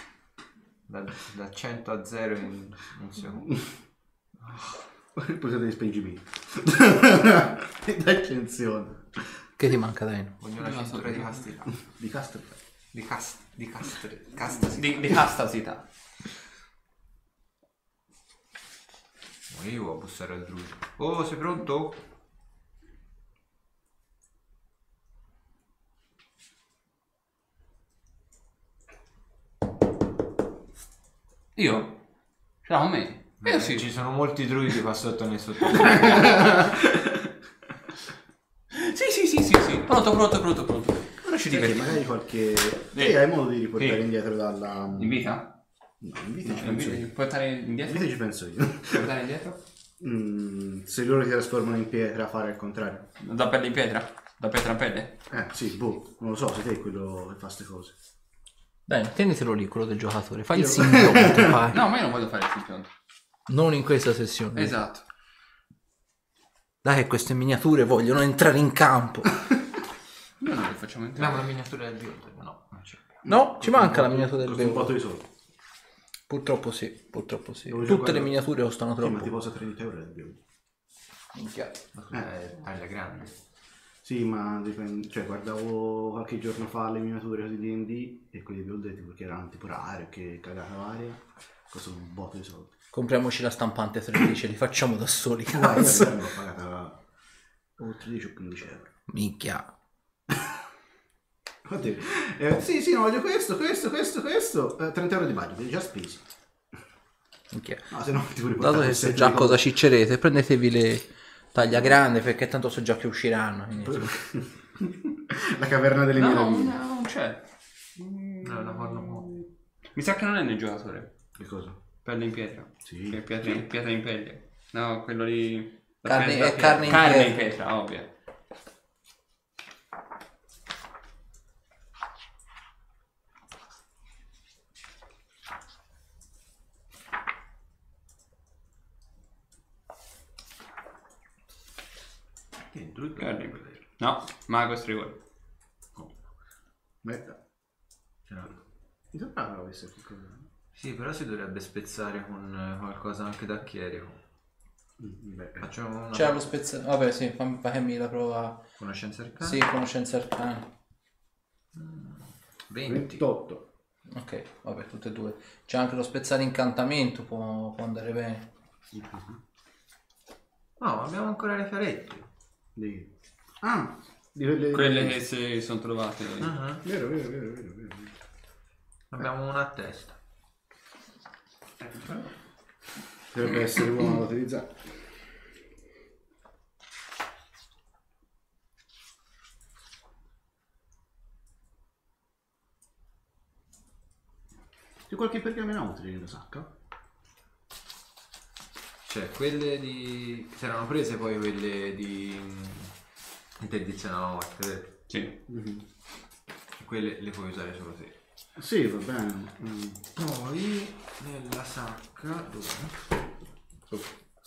da 100 a 0 in un secondo. Poi siete gli spengimenti. D'accensione. Che ti manca, dai? Vogliono la cintura di castità. Di Castor. Di castasità. Di castasità. Io vado a bussare al druido. Oh, sei pronto? Io? Ce l'ho con me? Io sì. Ci sono molti druidi qua sotto nei sotto. Sì. Pronto. Ora ci divertiamo. Magari qualche... hai modo di riportare Sì. indietro dalla... In vita? No, in vita ci In penso vita? io. Puoi andare In indietro? vita ci penso io. Puoi andare indietro? Se loro si trasformano in pietra, fare il contrario. Da pelle in pietra? Da pietra in pelle? Sì, boh, non lo so, se te è quello che fa ste cose. Dai, tenetelo lì, quello del giocatore. Fai il simbionte, fai. No, ma io non voglio fare il simbionte. Non in questa sessione. Esatto. Dai, che queste miniature vogliono entrare in campo. Noi non le facciamo entrare. Abbiamo la miniatura del Beholder. No, non c'è. No, ci manca la miniatura del Costa un botto Beholder. di soldi. Purtroppo sì. Devo Tutte giocare- le miniature costano Sì, ma troppo. ti posa 30 euro il Beholder. Minchia. È taglia grande. Sì, ma dipende, cioè guardavo qualche giorno fa le miniature così di D&D e quelli di Beholder tipo che erano tipo rare, che cagata varia, costano un botto di soldi. Compriamoci la stampante 3D, li facciamo da soli. Io Cazzo. l'ho pagata o 13 o 15 euro. Minchia. Oddio. Sì, no, voglio questo, 30 euro di budget, li ho già spesi. Minchia. No, se no ti vuoi Dato che so già cosa ciccerete, prendetevi le taglia grande perché tanto so già che usciranno. quindi- La caverna delle No, meraviglie. non c'è. No, la fanno Mi sa che non è nel giocatore. Che cosa? Pelle in pietra. Sì. Che è pietra in pelle. No, quello lì. Carne- da è pietra. carne in Carne pietra. in pietra, ovvio. Carnivore. No, mago stregone. Beh, mi sembrava avesse qualcosa. Sì, però si dovrebbe spezzare con qualcosa anche da chierico. Beh, Facciamo una C'è lo spezzo. Vabbè, sì, fammi la prova. conoscenza arcana. Sì, conoscenza arcana. 20. 28. Ok, vabbè, tutte e due. C'è anche lo spezzare incantamento, può andare bene. No, ma abbiamo ancora le fiarette. Di quelle... Quelle che si sono trovate. Vero. Abbiamo una a testa. Dovrebbe essere buono da utilizzare. C'è qualche pergamena utile nella sacca? Cioè, quelle di... si erano prese poi quelle di interdizione alla morte, vero? Sì. Quelle le puoi usare solo te. Sì, va bene. Poi nella sacca dove?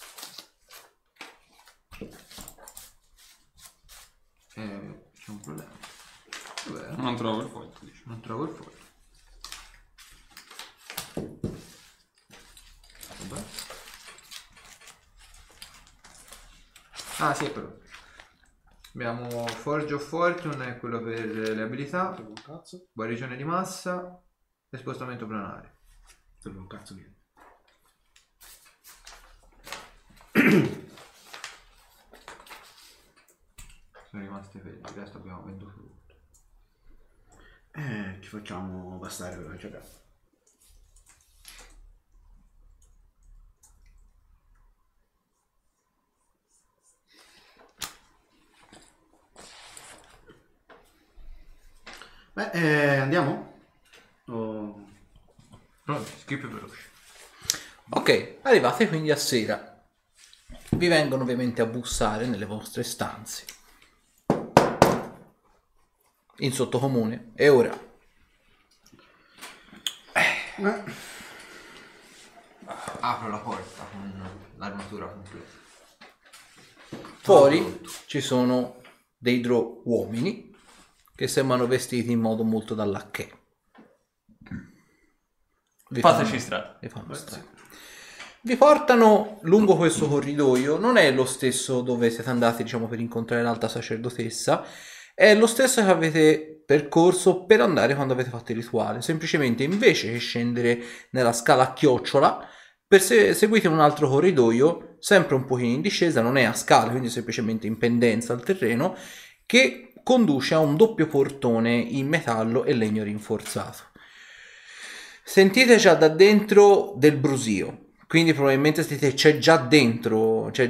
C'è un problema. Dov'è? Non trovo il foglio, dice. Non trovo il foglio. Vabbè. Ah sì, però. Abbiamo Forge of Fortune, è quello per le abilità, Un cazzo? guarigione di massa e spostamento planare. Serve un cazzo niente. Sono rimaste ferme, il resto abbiamo venduto tutto. Ci facciamo bastare per giocare. Beh, andiamo? O... Pronti, skip veloce. Ok, arrivate quindi a sera. Vi vengono ovviamente a bussare nelle vostre stanze. In sottocomune. E ora? Apro la porta con l'armatura completa. Fuori ci sono dei drow uomini che sembrano vestiti in modo molto da lacchè. Fateci strada. Vi fanno strada. Vi portano lungo questo corridoio, non è lo stesso dove siete andati, diciamo, per incontrare l'alta sacerdotessa, è lo stesso che avete percorso per andare quando avete fatto il rituale. Semplicemente, invece che scendere nella scala a chiocciola, seguite un altro corridoio, sempre un pochino in discesa, non è a scala, quindi semplicemente in pendenza al terreno, che conduce a un doppio portone in metallo e legno rinforzato. Sentite già da dentro del brusio, quindi probabilmente c'è già dentro, c'è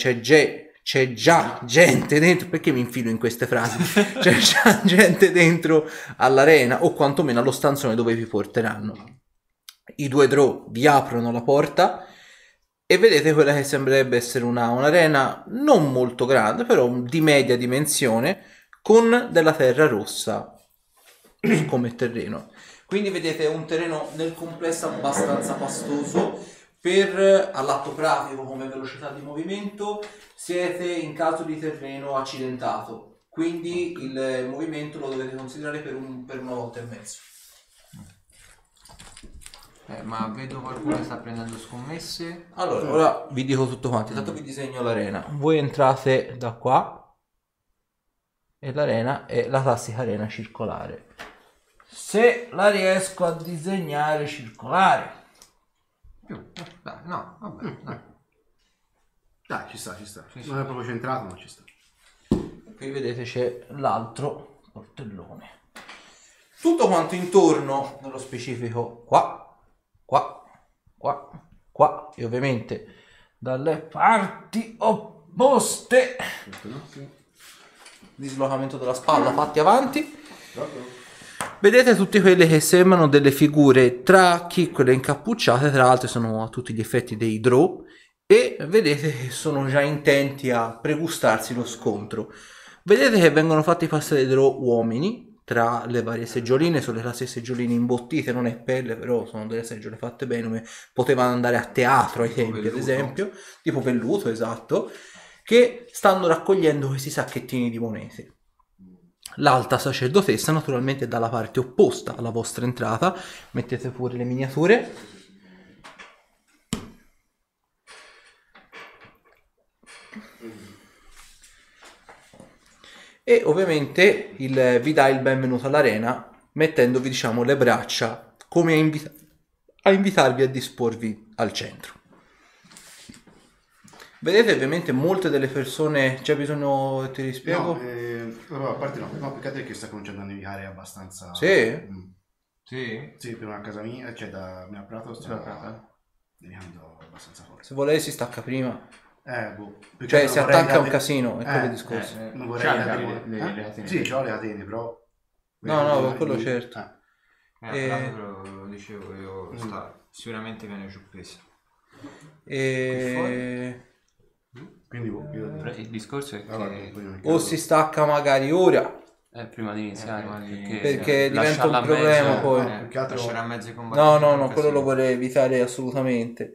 già gente dentro, perché mi infilo in queste frasi? C'è già gente dentro all'arena, o quantomeno allo stanzone dove vi porteranno. I due drow vi aprono la porta e vedete quella che sembrerebbe essere un'arena non molto grande, però di media dimensione, con della terra rossa come terreno. Quindi vedete un terreno nel complesso abbastanza pastoso. All'atto pratico, come velocità di movimento, siete in caso di terreno accidentato, quindi il movimento lo dovete considerare per una volta e mezzo. Ma vedo qualcuno che sta prendendo scommesse. Allora, ora vi dico tutto quanto. Intanto vi disegno l'arena. Voi entrate da qua e l'arena è la classica arena circolare. Se la riesco a disegnare circolare. Dai, no, vabbè, dai. Dai, ci sta. sì. Non è proprio centrato, ma ci sta. Qui vedete c'è l'altro portellone. Tutto quanto intorno, nello specifico qua e ovviamente dalle parti opposte. Dislocamento della spalla fatti avanti. Vedete tutte quelle che sembrano delle figure tracchi, quelle incappucciate, tra l'altro sono a tutti gli effetti dei drow, e vedete che sono già intenti a pregustarsi lo scontro. Vedete che vengono fatti passare dei drow uomini tra le varie seggioline, sono le classiche seggioline imbottite, non è pelle, però sono delle seggiole fatte bene, come potevano andare a teatro ai tempi, ad esempio, tipo velluto, esatto, che stanno raccogliendo questi sacchettini di monete. L'alta sacerdotessa naturalmente è dalla parte opposta alla vostra entrata. Mettete pure le miniature. E ovviamente vi dà il benvenuto all'arena mettendovi, diciamo, le braccia come a invitarvi a disporvi al centro. Vedete ovviamente molte delle persone, c'è bisogno, ti rispiego? No, a parte no, peccato che sta cominciando a nevicare abbastanza. Sì? Sì? Sì, prima a casa mia, cioè da mia prato sta nevicando abbastanza forte. Se volete si stacca prima. Più che Cioè altro si vorrei attacca un cade- casino, è quello il discorso. Non vorrei C'hai cadere- le catene? Sì, c'ho le catene, però. No, quello certo. Però lo dicevo io, sicuramente viene giù peso. Quindi Però il discorso è che O si stacca magari ora, prima di iniziare, perché diventa un lasciarla a problema mezzo, poi. più che altro- Lascerà mezzo i combattimenti. No, quello lo vorrei evitare assolutamente.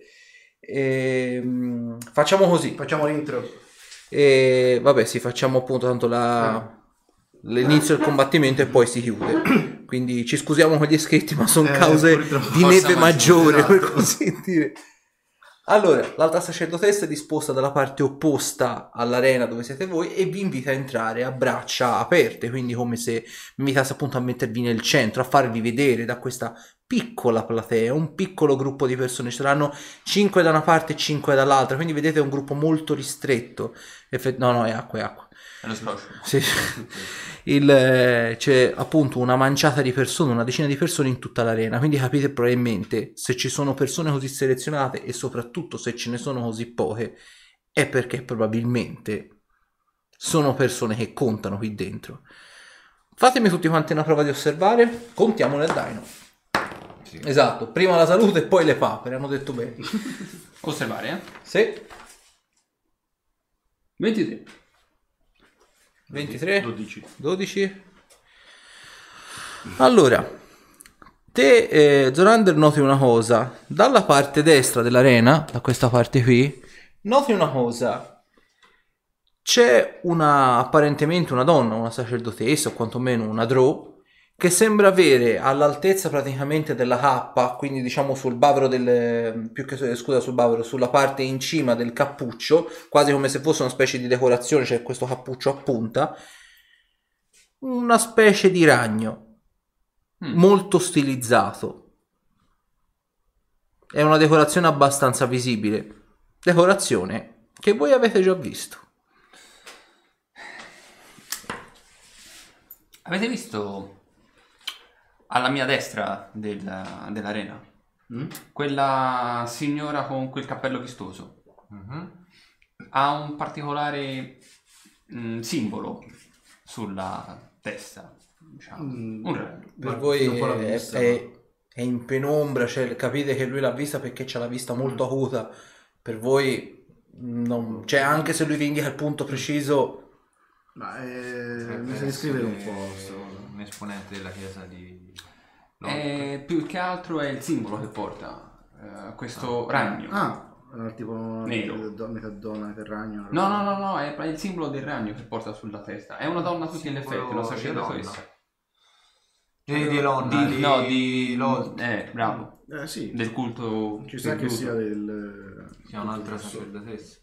Facciamo così. Facciamo l'intro. Vabbè, sì, facciamo appunto tanto l'inizio del combattimento e poi si chiude. Quindi ci scusiamo con gli iscritti, ma sono cause purtroppo. di neve Forza maggiore, maggiore, per così dire. Allora, l'alta sacerdotessa è disposta dalla parte opposta all'arena dove siete voi e vi invita a entrare a braccia aperte, quindi come se vi invitasse appunto a mettervi nel centro, a farvi vedere da questa piccola platea, un piccolo gruppo di persone, ci saranno 5 da una parte e 5 dall'altra, quindi vedete è un gruppo molto ristretto. No, è acqua. È lo scroscio. Sì. C'è appunto una manciata di persone, una decina di persone in tutta l'arena, quindi capite probabilmente se ci sono persone così selezionate e soprattutto se ce ne sono così poche è perché probabilmente sono persone che contano qui dentro. Fatemi tutti quanti una prova di osservare, contiamo nel dino. Sì. Esatto, prima la salute e poi le papere, hanno detto bene. Osservare, Sì. 23. 23 12. Allora te Zorander noti una cosa dalla parte destra dell'arena, da questa parte qui noti una cosa, c'è apparentemente una donna, una sacerdotessa o quantomeno una drow che sembra avere all'altezza praticamente della cappa, quindi diciamo sul bavero sul bavero, sulla parte in cima del cappuccio, quasi come se fosse una specie di decorazione, c'è questo cappuccio a punta, una specie di ragno molto stilizzato. È una decorazione abbastanza visibile, decorazione che voi avete già visto. Avete visto alla mia destra dell'arena quella signora con quel cappello vistoso? Ha un particolare simbolo sulla testa, diciamo. Un ragno. Per voi un po' l'ho vista, è in penombra, cioè capite che lui l'ha vista perché c'ha la vista molto acuta. Per voi cioè anche se lui vi indica il punto preciso, Ma mi sa di scrivere un po'. Un esponente della chiesa di Più che altro è il simbolo che porta questo ragno. Tipo Nero. metà donna, metà ragno. No, è il simbolo del ragno che porta sulla testa. È una donna a tutti gli effetti, una sacerdotessa. di Lonna, di Lot. bravo. Sì. Del culto. Ci sta del che culto. sia del. Che è un'altra sacerdotessa.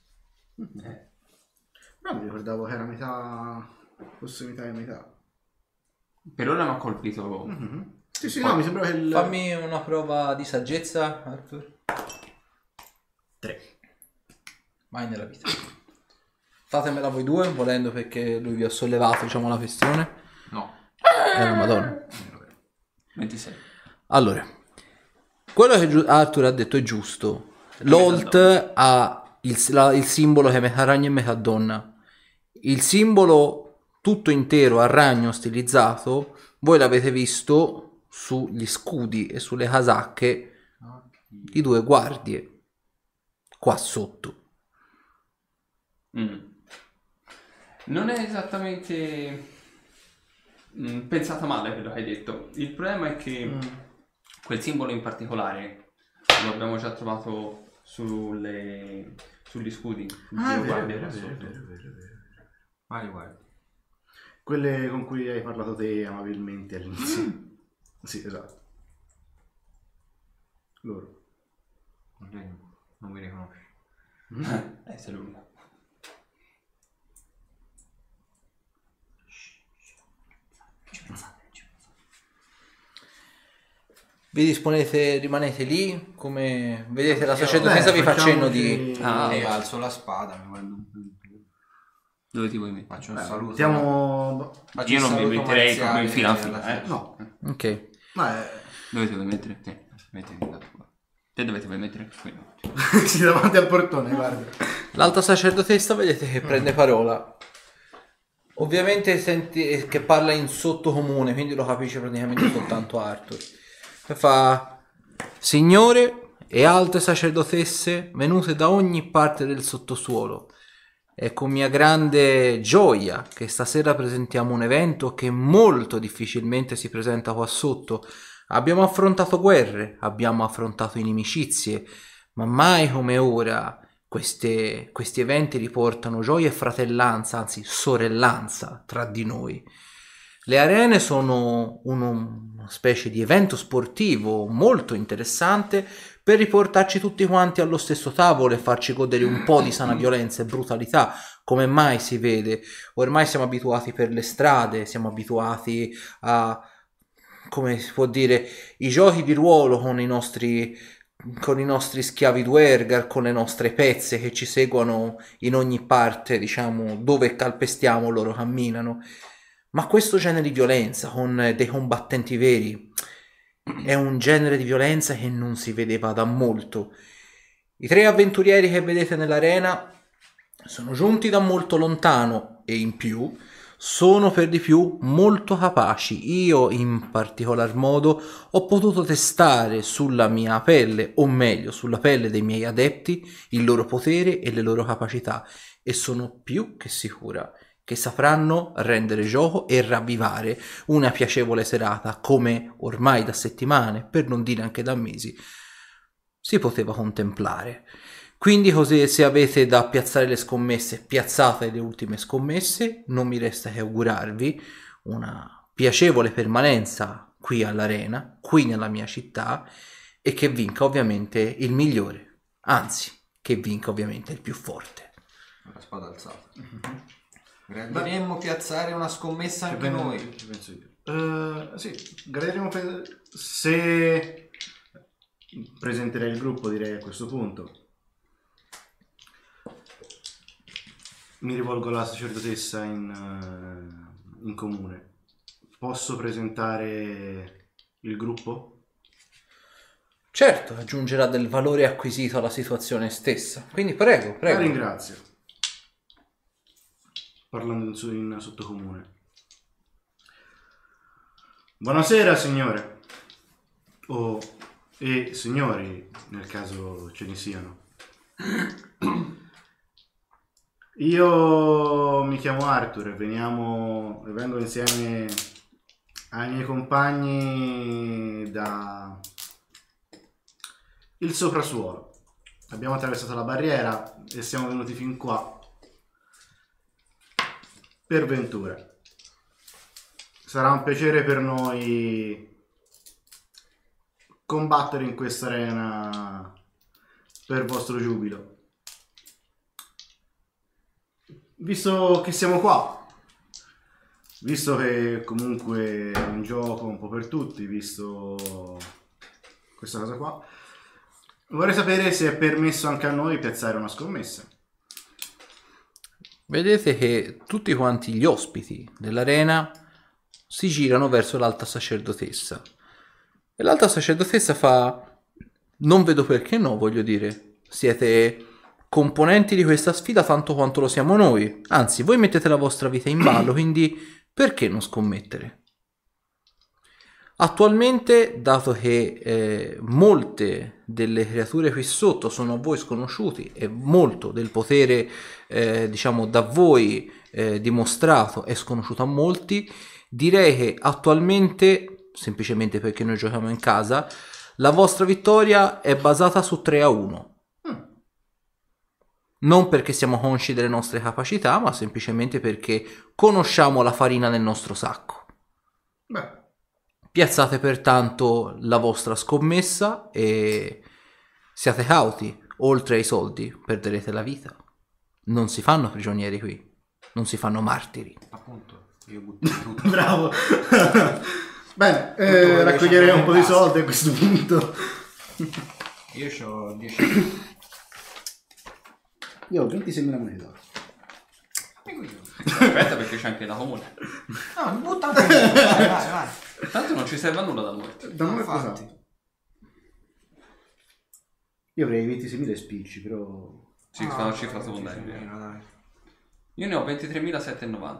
No, mi ricordavo che era metà. Fosse metà e metà. Per ora mi ha colpito. Sì, no, mi sembrava che fammi una prova di saggezza, Arthur. 3. Mai nella vita. Fatemela voi due, volendo, perché lui vi ha sollevato, diciamo, la questione. No. Era Madonna. 26. Allora, quello che Arthur ha detto è giusto. L'Olt ha il simbolo che è metà ragno e metà donna. Il simbolo tutto intero a ragno stilizzato, voi l'avete visto sugli scudi e sulle casacche di 2 guardie qua sotto. Non è esattamente pensata male quello che hai detto. Il problema è che quel simbolo in particolare lo abbiamo già trovato sugli sugli scudi. Ah, è Due vero, è guardie vero, qua è vero, è sotto. vero, è vero, è vero. Vai, guarda. Quelle con cui hai parlato te amabilmente all'inizio. Sì, esatto. Loro. Non mi riconosci. Sei lui. Vi disponete, rimanete lì, come vedete la sacerdotessa Beh, vi fa cenno facciamoci- di... Io alzo la spada, mi guardo un po'. Dove ti vuoi mettere? Faccio un Beh, saluto. mettiamo... Faccio Io un non mi saluto metterei marziale proprio in fila a alla fila, fine. No, Ok. ma Dove ti vuoi mettere? Te, mettiti da tua. Te dove ti vuoi mettere? Qui no. sì, davanti al portone, guarda. L'alta sacerdotessa vedete che prende parola. Ovviamente senti che parla in sottocomune, quindi lo capisce praticamente soltanto Arthur. E fa: Signore e alte sacerdotesse venute da ogni parte del sottosuolo, è con mia grande gioia che stasera presentiamo un evento che molto difficilmente si presenta qua sotto. Abbiamo affrontato guerre, abbiamo affrontato inimicizie, ma mai come ora questi eventi riportano gioia e fratellanza, anzi sorellanza tra di noi. Le arene sono una specie di evento sportivo molto interessante per riportarci tutti quanti allo stesso tavolo e farci godere un po' di sana violenza e brutalità, come mai si vede. Ormai siamo abituati per le strade, siamo abituati a, come si può dire, i giochi di ruolo con i nostri schiavi Duergar, con le nostre pezze che ci seguono in ogni parte, diciamo, dove calpestiamo loro camminano. Ma questo genere di violenza con dei combattenti veri è un genere di violenza che non si vedeva da molto. I 3 avventurieri che vedete nell'arena sono giunti da molto lontano e in più sono per di più molto capaci. Io in particolar modo ho potuto testare sulla mia pelle, o meglio sulla pelle dei miei adepti, il loro potere e le loro capacità, e sono più che sicura che sapranno rendere gioco e ravvivare una piacevole serata come ormai da settimane, per non dire anche da mesi, si poteva contemplare. Quindi così, se avete da piazzare le scommesse, piazzate le ultime scommesse. Non mi resta che augurarvi una piacevole permanenza qui all'arena, qui nella mia città, e che vinca ovviamente il migliore, anzi che vinca ovviamente il più forte. La spada alzata. Gradiremmo piazzare una scommessa anche noi. Ci penso io. Sì, gradiremo se presenterei il gruppo, direi a questo punto. Mi rivolgo alla sacerdotessa in comune. Posso presentare il gruppo? Certo, aggiungerà del valore acquisito alla situazione stessa. Quindi prego, La prego. ringrazio. Parlando in sottocomune. Buonasera signore. E signori, nel caso ce ne siano. Io mi chiamo Arthur e vengo insieme ai miei compagni da il soprasuolo. Abbiamo attraversato la barriera e siamo venuti fin qua per ventura. Sarà un piacere per noi combattere in questa arena per vostro giubilo. Visto che siamo qua, visto che comunque è un gioco un po' per tutti, visto questa cosa qua, vorrei sapere se è permesso anche a noi piazzare una scommessa. Vedete che tutti quanti gli ospiti dell'arena si girano verso l'alta sacerdotessa. E l'alta sacerdotessa fa: non vedo perché no, voglio dire, siete componenti di questa sfida tanto quanto lo siamo noi. Anzi, voi mettete la vostra vita in ballo, quindi perché non scommettere? Attualmente, dato che molte delle creature qui sotto sono a voi sconosciuti e molto del potere, diciamo, da voi dimostrato è sconosciuto a molti, direi che attualmente, semplicemente perché noi giochiamo in casa, la vostra vittoria è basata su 3-1. Non perché siamo consci delle nostre capacità, ma semplicemente perché conosciamo la farina nel nostro sacco. Beh, Piazzate pertanto la vostra scommessa e siate cauti, oltre ai soldi perderete la vita. Non si fanno prigionieri qui, non si fanno martiri. Appunto, io butto tutto. bravo. Bene, quello che raccoglierei c'è un po' di nel tasca. soldi a questo punto. Io ho 10. Io ho 26.000 monete d'oro. Aspetta perché c'è anche la comune. No, butta anche io. Vai. Tanto non ci serve a nulla da morte. Da noi Infatti. esatto. Io avrei 26.000 spicci, però... Sì, sta una cifra secondaria. Dai. Io ne ho 23.790.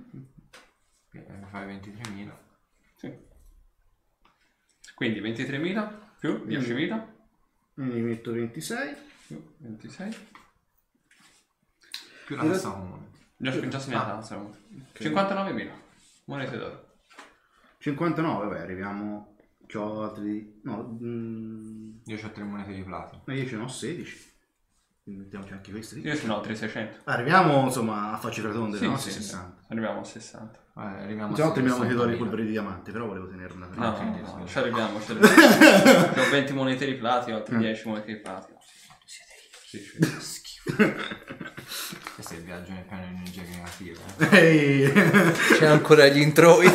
Fai 23.000. Sì. Quindi 23.000 più 10.000 Ne metto 26. più 26. Più la testa comune. Già segnata, 59.000 monete d'oro. 59, vabbè, arriviamo... C'ho altri... No, Io ho 3 monete di platino. io ce ne ho 16. Quindi mettiamoci anche questi. Io ce ne ho 3.600. Arriviamo, insomma, a farci rotonde, Sì, no? sì, 60. arriviamo a 60. Arriviamo Se no, terminiamo di 60.000. dare polvere di diamante, però volevo tenerla. No, ci arriviamo. Ci ho 20 monete di platino, altri 10 monete di platino. Sì. Questo è il viaggio nel piano di energia creativa. Ehi! C'è ancora gli introiti.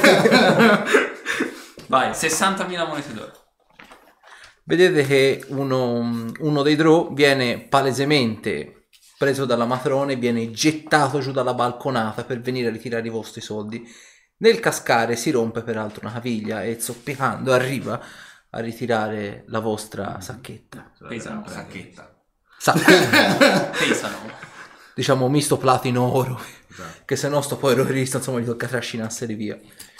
Vai, 60.000 monete d'oro. Vedete che uno dei Drow viene palesemente preso dalla matrona e viene gettato giù dalla balconata per venire a ritirare i vostri soldi. Nel cascare si rompe peraltro una caviglia e zoppicando arriva a ritirare la vostra sacchetta. Pesano, Sacchetta. pesano. Diciamo misto platino oro, Esatto. che se no sto povero Cristo insomma gli tocca trascinarseli via.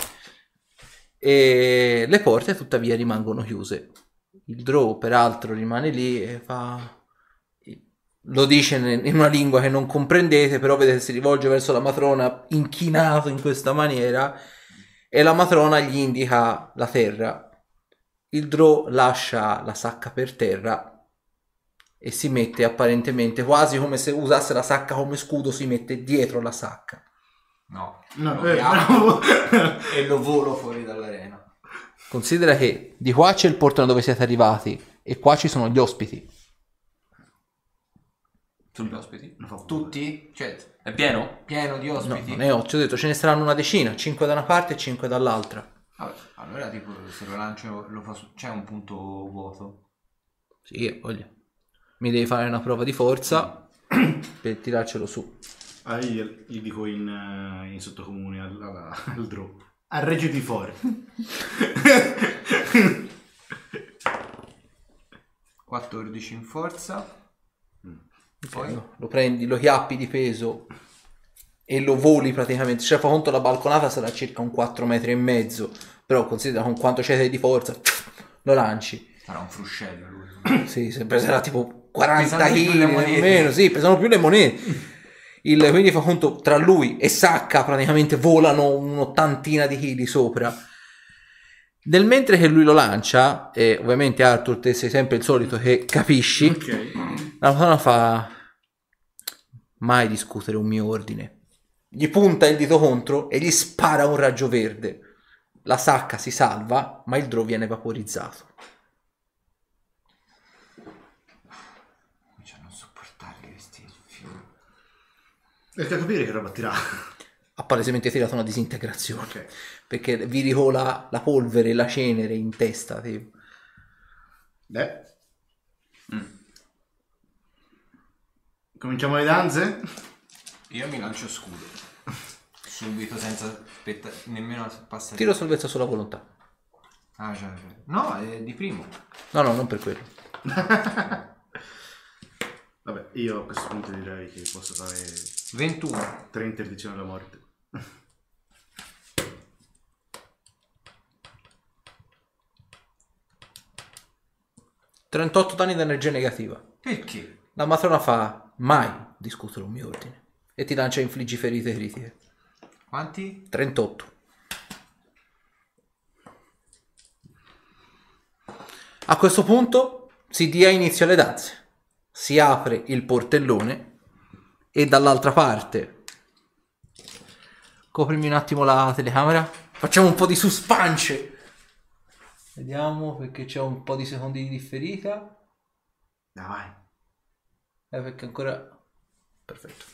E le porte tuttavia rimangono chiuse. Il Drow peraltro rimane lì e fa... Lo dice in una lingua che non comprendete, però vedete si rivolge verso la matrona inchinato in questa maniera e la matrona gli indica la terra. Il Drow lascia la sacca per terra e si mette apparentemente quasi come se usasse la sacca come scudo, si mette dietro la sacca. No. No, Lo bravo! e lo volo fuori dall'arena. Considera che di qua c'è il portone dove siete arrivati e qua ci sono gli ospiti. Sugli ospiti. Tutti? Cioè, È pieno? pieno di No, ospiti? non è 8, ho detto ce ne saranno una decina, 5 da una parte e 5 dall'altra. Vabbè, allora tipo se lo lancio lo fa c'è un punto vuoto. Sì, voglio. Mi devi fare una prova di forza per tirarcelo su. Ah, io gli dico in sottocomune al Drow. Arreggiti fuori. 14 in forza. Poi Lo prendi, lo chiappi di peso e lo voli praticamente. Cioè, fa conto la balconata sarà circa un 4,5 metri, però considera con quanto c'è di forza, lo lanci. sarà un fruscello lui. Sì, peserà tipo 40 Pesano più le kg monete. meno, sì, pesano più le monete. Quindi fa conto tra lui e Sacca praticamente volano un'ottantina di chili sopra. Nel mentre che lui lo lancia, e ovviamente Arthur te sei sempre il solito che capisci, Ok. la Madonna fa mai discutere un mio ordine. Gli punta il dito contro e gli spara un raggio verde. La Sacca si salva, ma il Drow viene vaporizzato. Cominciano a sopportare questi film. Perché capire che roba tirà. Ha palesemente tirato una disintegrazione. Ok. Perché vi ricola la polvere e la cenere in testa. Tipo. Cominciamo le danze? Io mi lancio scudo. Subito senza nemmeno passare. Tiro salvezza sulla volontà. Ah, già. No, è di primo. No, non per quello. Vabbè, io a questo punto direi che posso fare 21. 3 interdizioni alla morte. $38 danni d'energia negativa. Perché? La matrona fa mai discutere un mio ordine. E ti lancia infliggi ferite critiche. Quanti? 38. A questo punto si dia inizio alle danze. Si apre il portellone e dall'altra parte. Coprimi un attimo la telecamera. Facciamo un po' di suspense. Vediamo, perché c'è un po' di secondi di differita. Dai. Perché ancora... Perfetto.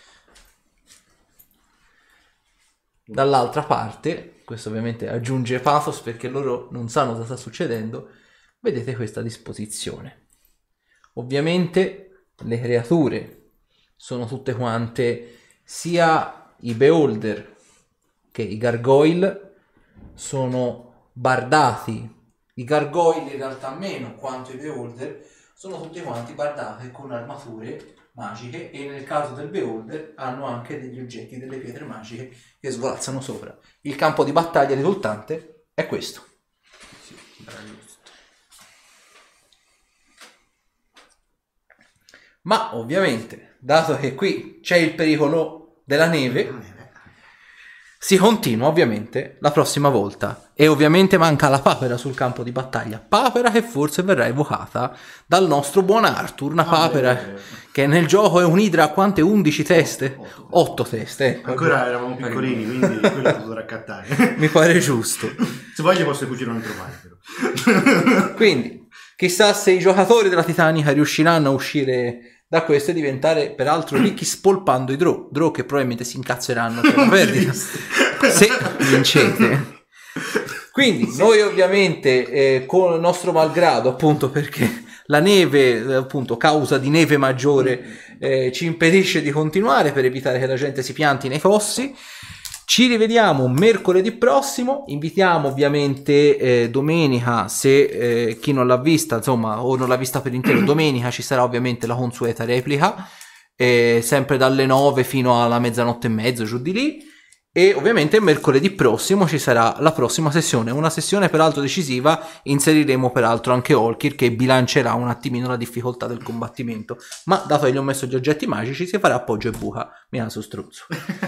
Dall'altra parte, questo ovviamente aggiunge pathos perché loro non sanno cosa sta succedendo, vedete questa disposizione. Ovviamente le creature sono tutte quante, sia i beholder che i gargoyle sono bardati. I gargoyle in realtà meno quanto i beholder, sono tutti quanti bardati con armature magiche, e nel caso del beholder hanno anche degli oggetti, delle pietre magiche che svolazzano sopra. Il campo di battaglia risultante è questo. Ma ovviamente, dato che qui c'è il pericolo della neve, si continua ovviamente la prossima volta. E ovviamente manca la papera sul campo di battaglia. Papera che forse verrà evocata dal nostro buon Arthur. Una papera che nel gioco è un'idra a quante? 11 teste? 8 teste. Ancora eravamo piccolini, quindi quello posso raccattare. Mi pare giusto. Se voglio posso cucire un altro però. Quindi, chissà se i giocatori della Titanica riusciranno a uscire da questo e diventare peraltro ricchi spolpando i draw che probabilmente si incazzeranno per la perdita se vincete. Quindi noi ovviamente con il nostro malgrado, appunto perché la neve, appunto causa di neve maggiore, ci impedisce di continuare per evitare che la gente si pianti nei fossi. Ci rivediamo mercoledì prossimo. Invitiamo ovviamente domenica, se chi non l'ha vista, insomma, o non l'ha vista per intero, domenica ci sarà ovviamente la consueta replica, sempre dalle 9 fino alla mezzanotte e mezzo, giù di lì. E ovviamente mercoledì prossimo ci sarà la prossima sessione, una sessione peraltro decisiva. Inseriremo peraltro anche Olkir, che bilancerà un attimino la difficoltà del combattimento, ma dato che gli ho messo gli oggetti magici si farà appoggio e buca, mi naso struzzo.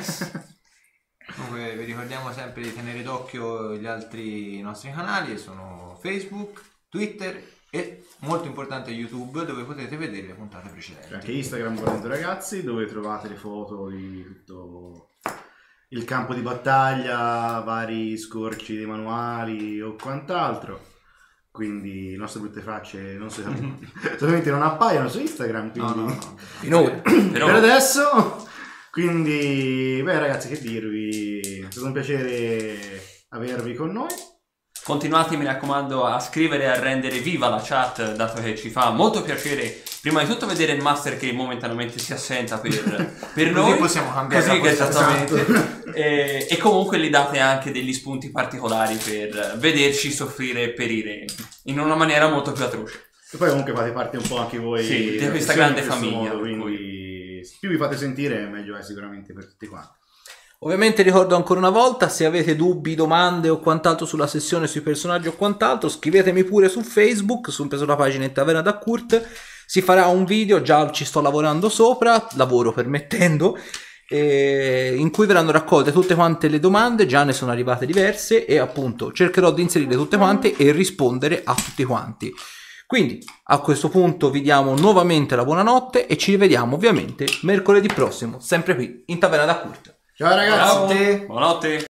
Comunque vi ricordiamo sempre di tenere d'occhio gli altri nostri canali, sono Facebook, Twitter e molto importante YouTube, dove potete vedere le puntate precedenti. C'è anche Instagram Volendo Ragazzi, dove trovate le foto di tutto il campo di battaglia, vari scorci dei manuali o quant'altro. Quindi le nostre brutte facce non solamente non appaiono su Instagram, quindi No. per adesso. Quindi, beh ragazzi, che dirvi, è stato un piacere avervi con noi. Continuate, mi raccomando, a scrivere e a rendere viva la chat, dato che ci fa molto piacere prima di tutto vedere il master che momentaneamente si assenta per noi. Così possiamo cambiare così la esattamente. E comunque gli date anche degli spunti particolari per vederci soffrire e perire in una maniera molto più atroce. E poi comunque fate parte un po' anche voi di questa grande in questo famiglia. modo, quindi più vi fate sentire meglio è sicuramente per tutti quanti. Ovviamente ricordo ancora una volta, se avete dubbi, domande o quant'altro sulla sessione, sui personaggi o quant'altro, scrivetemi pure su Facebook, sulla pagina Taverna da Kurt. Si farà un video, già ci sto lavorando sopra, lavoro permettendo, in cui verranno raccolte tutte quante le domande, già ne sono arrivate diverse, e appunto cercherò di inserire tutte quante e rispondere a tutti quanti. Quindi a questo punto vi diamo nuovamente la buonanotte e ci rivediamo ovviamente mercoledì prossimo, sempre qui in Taverna da Kurt. Ciao ragazzi! Buonanotte!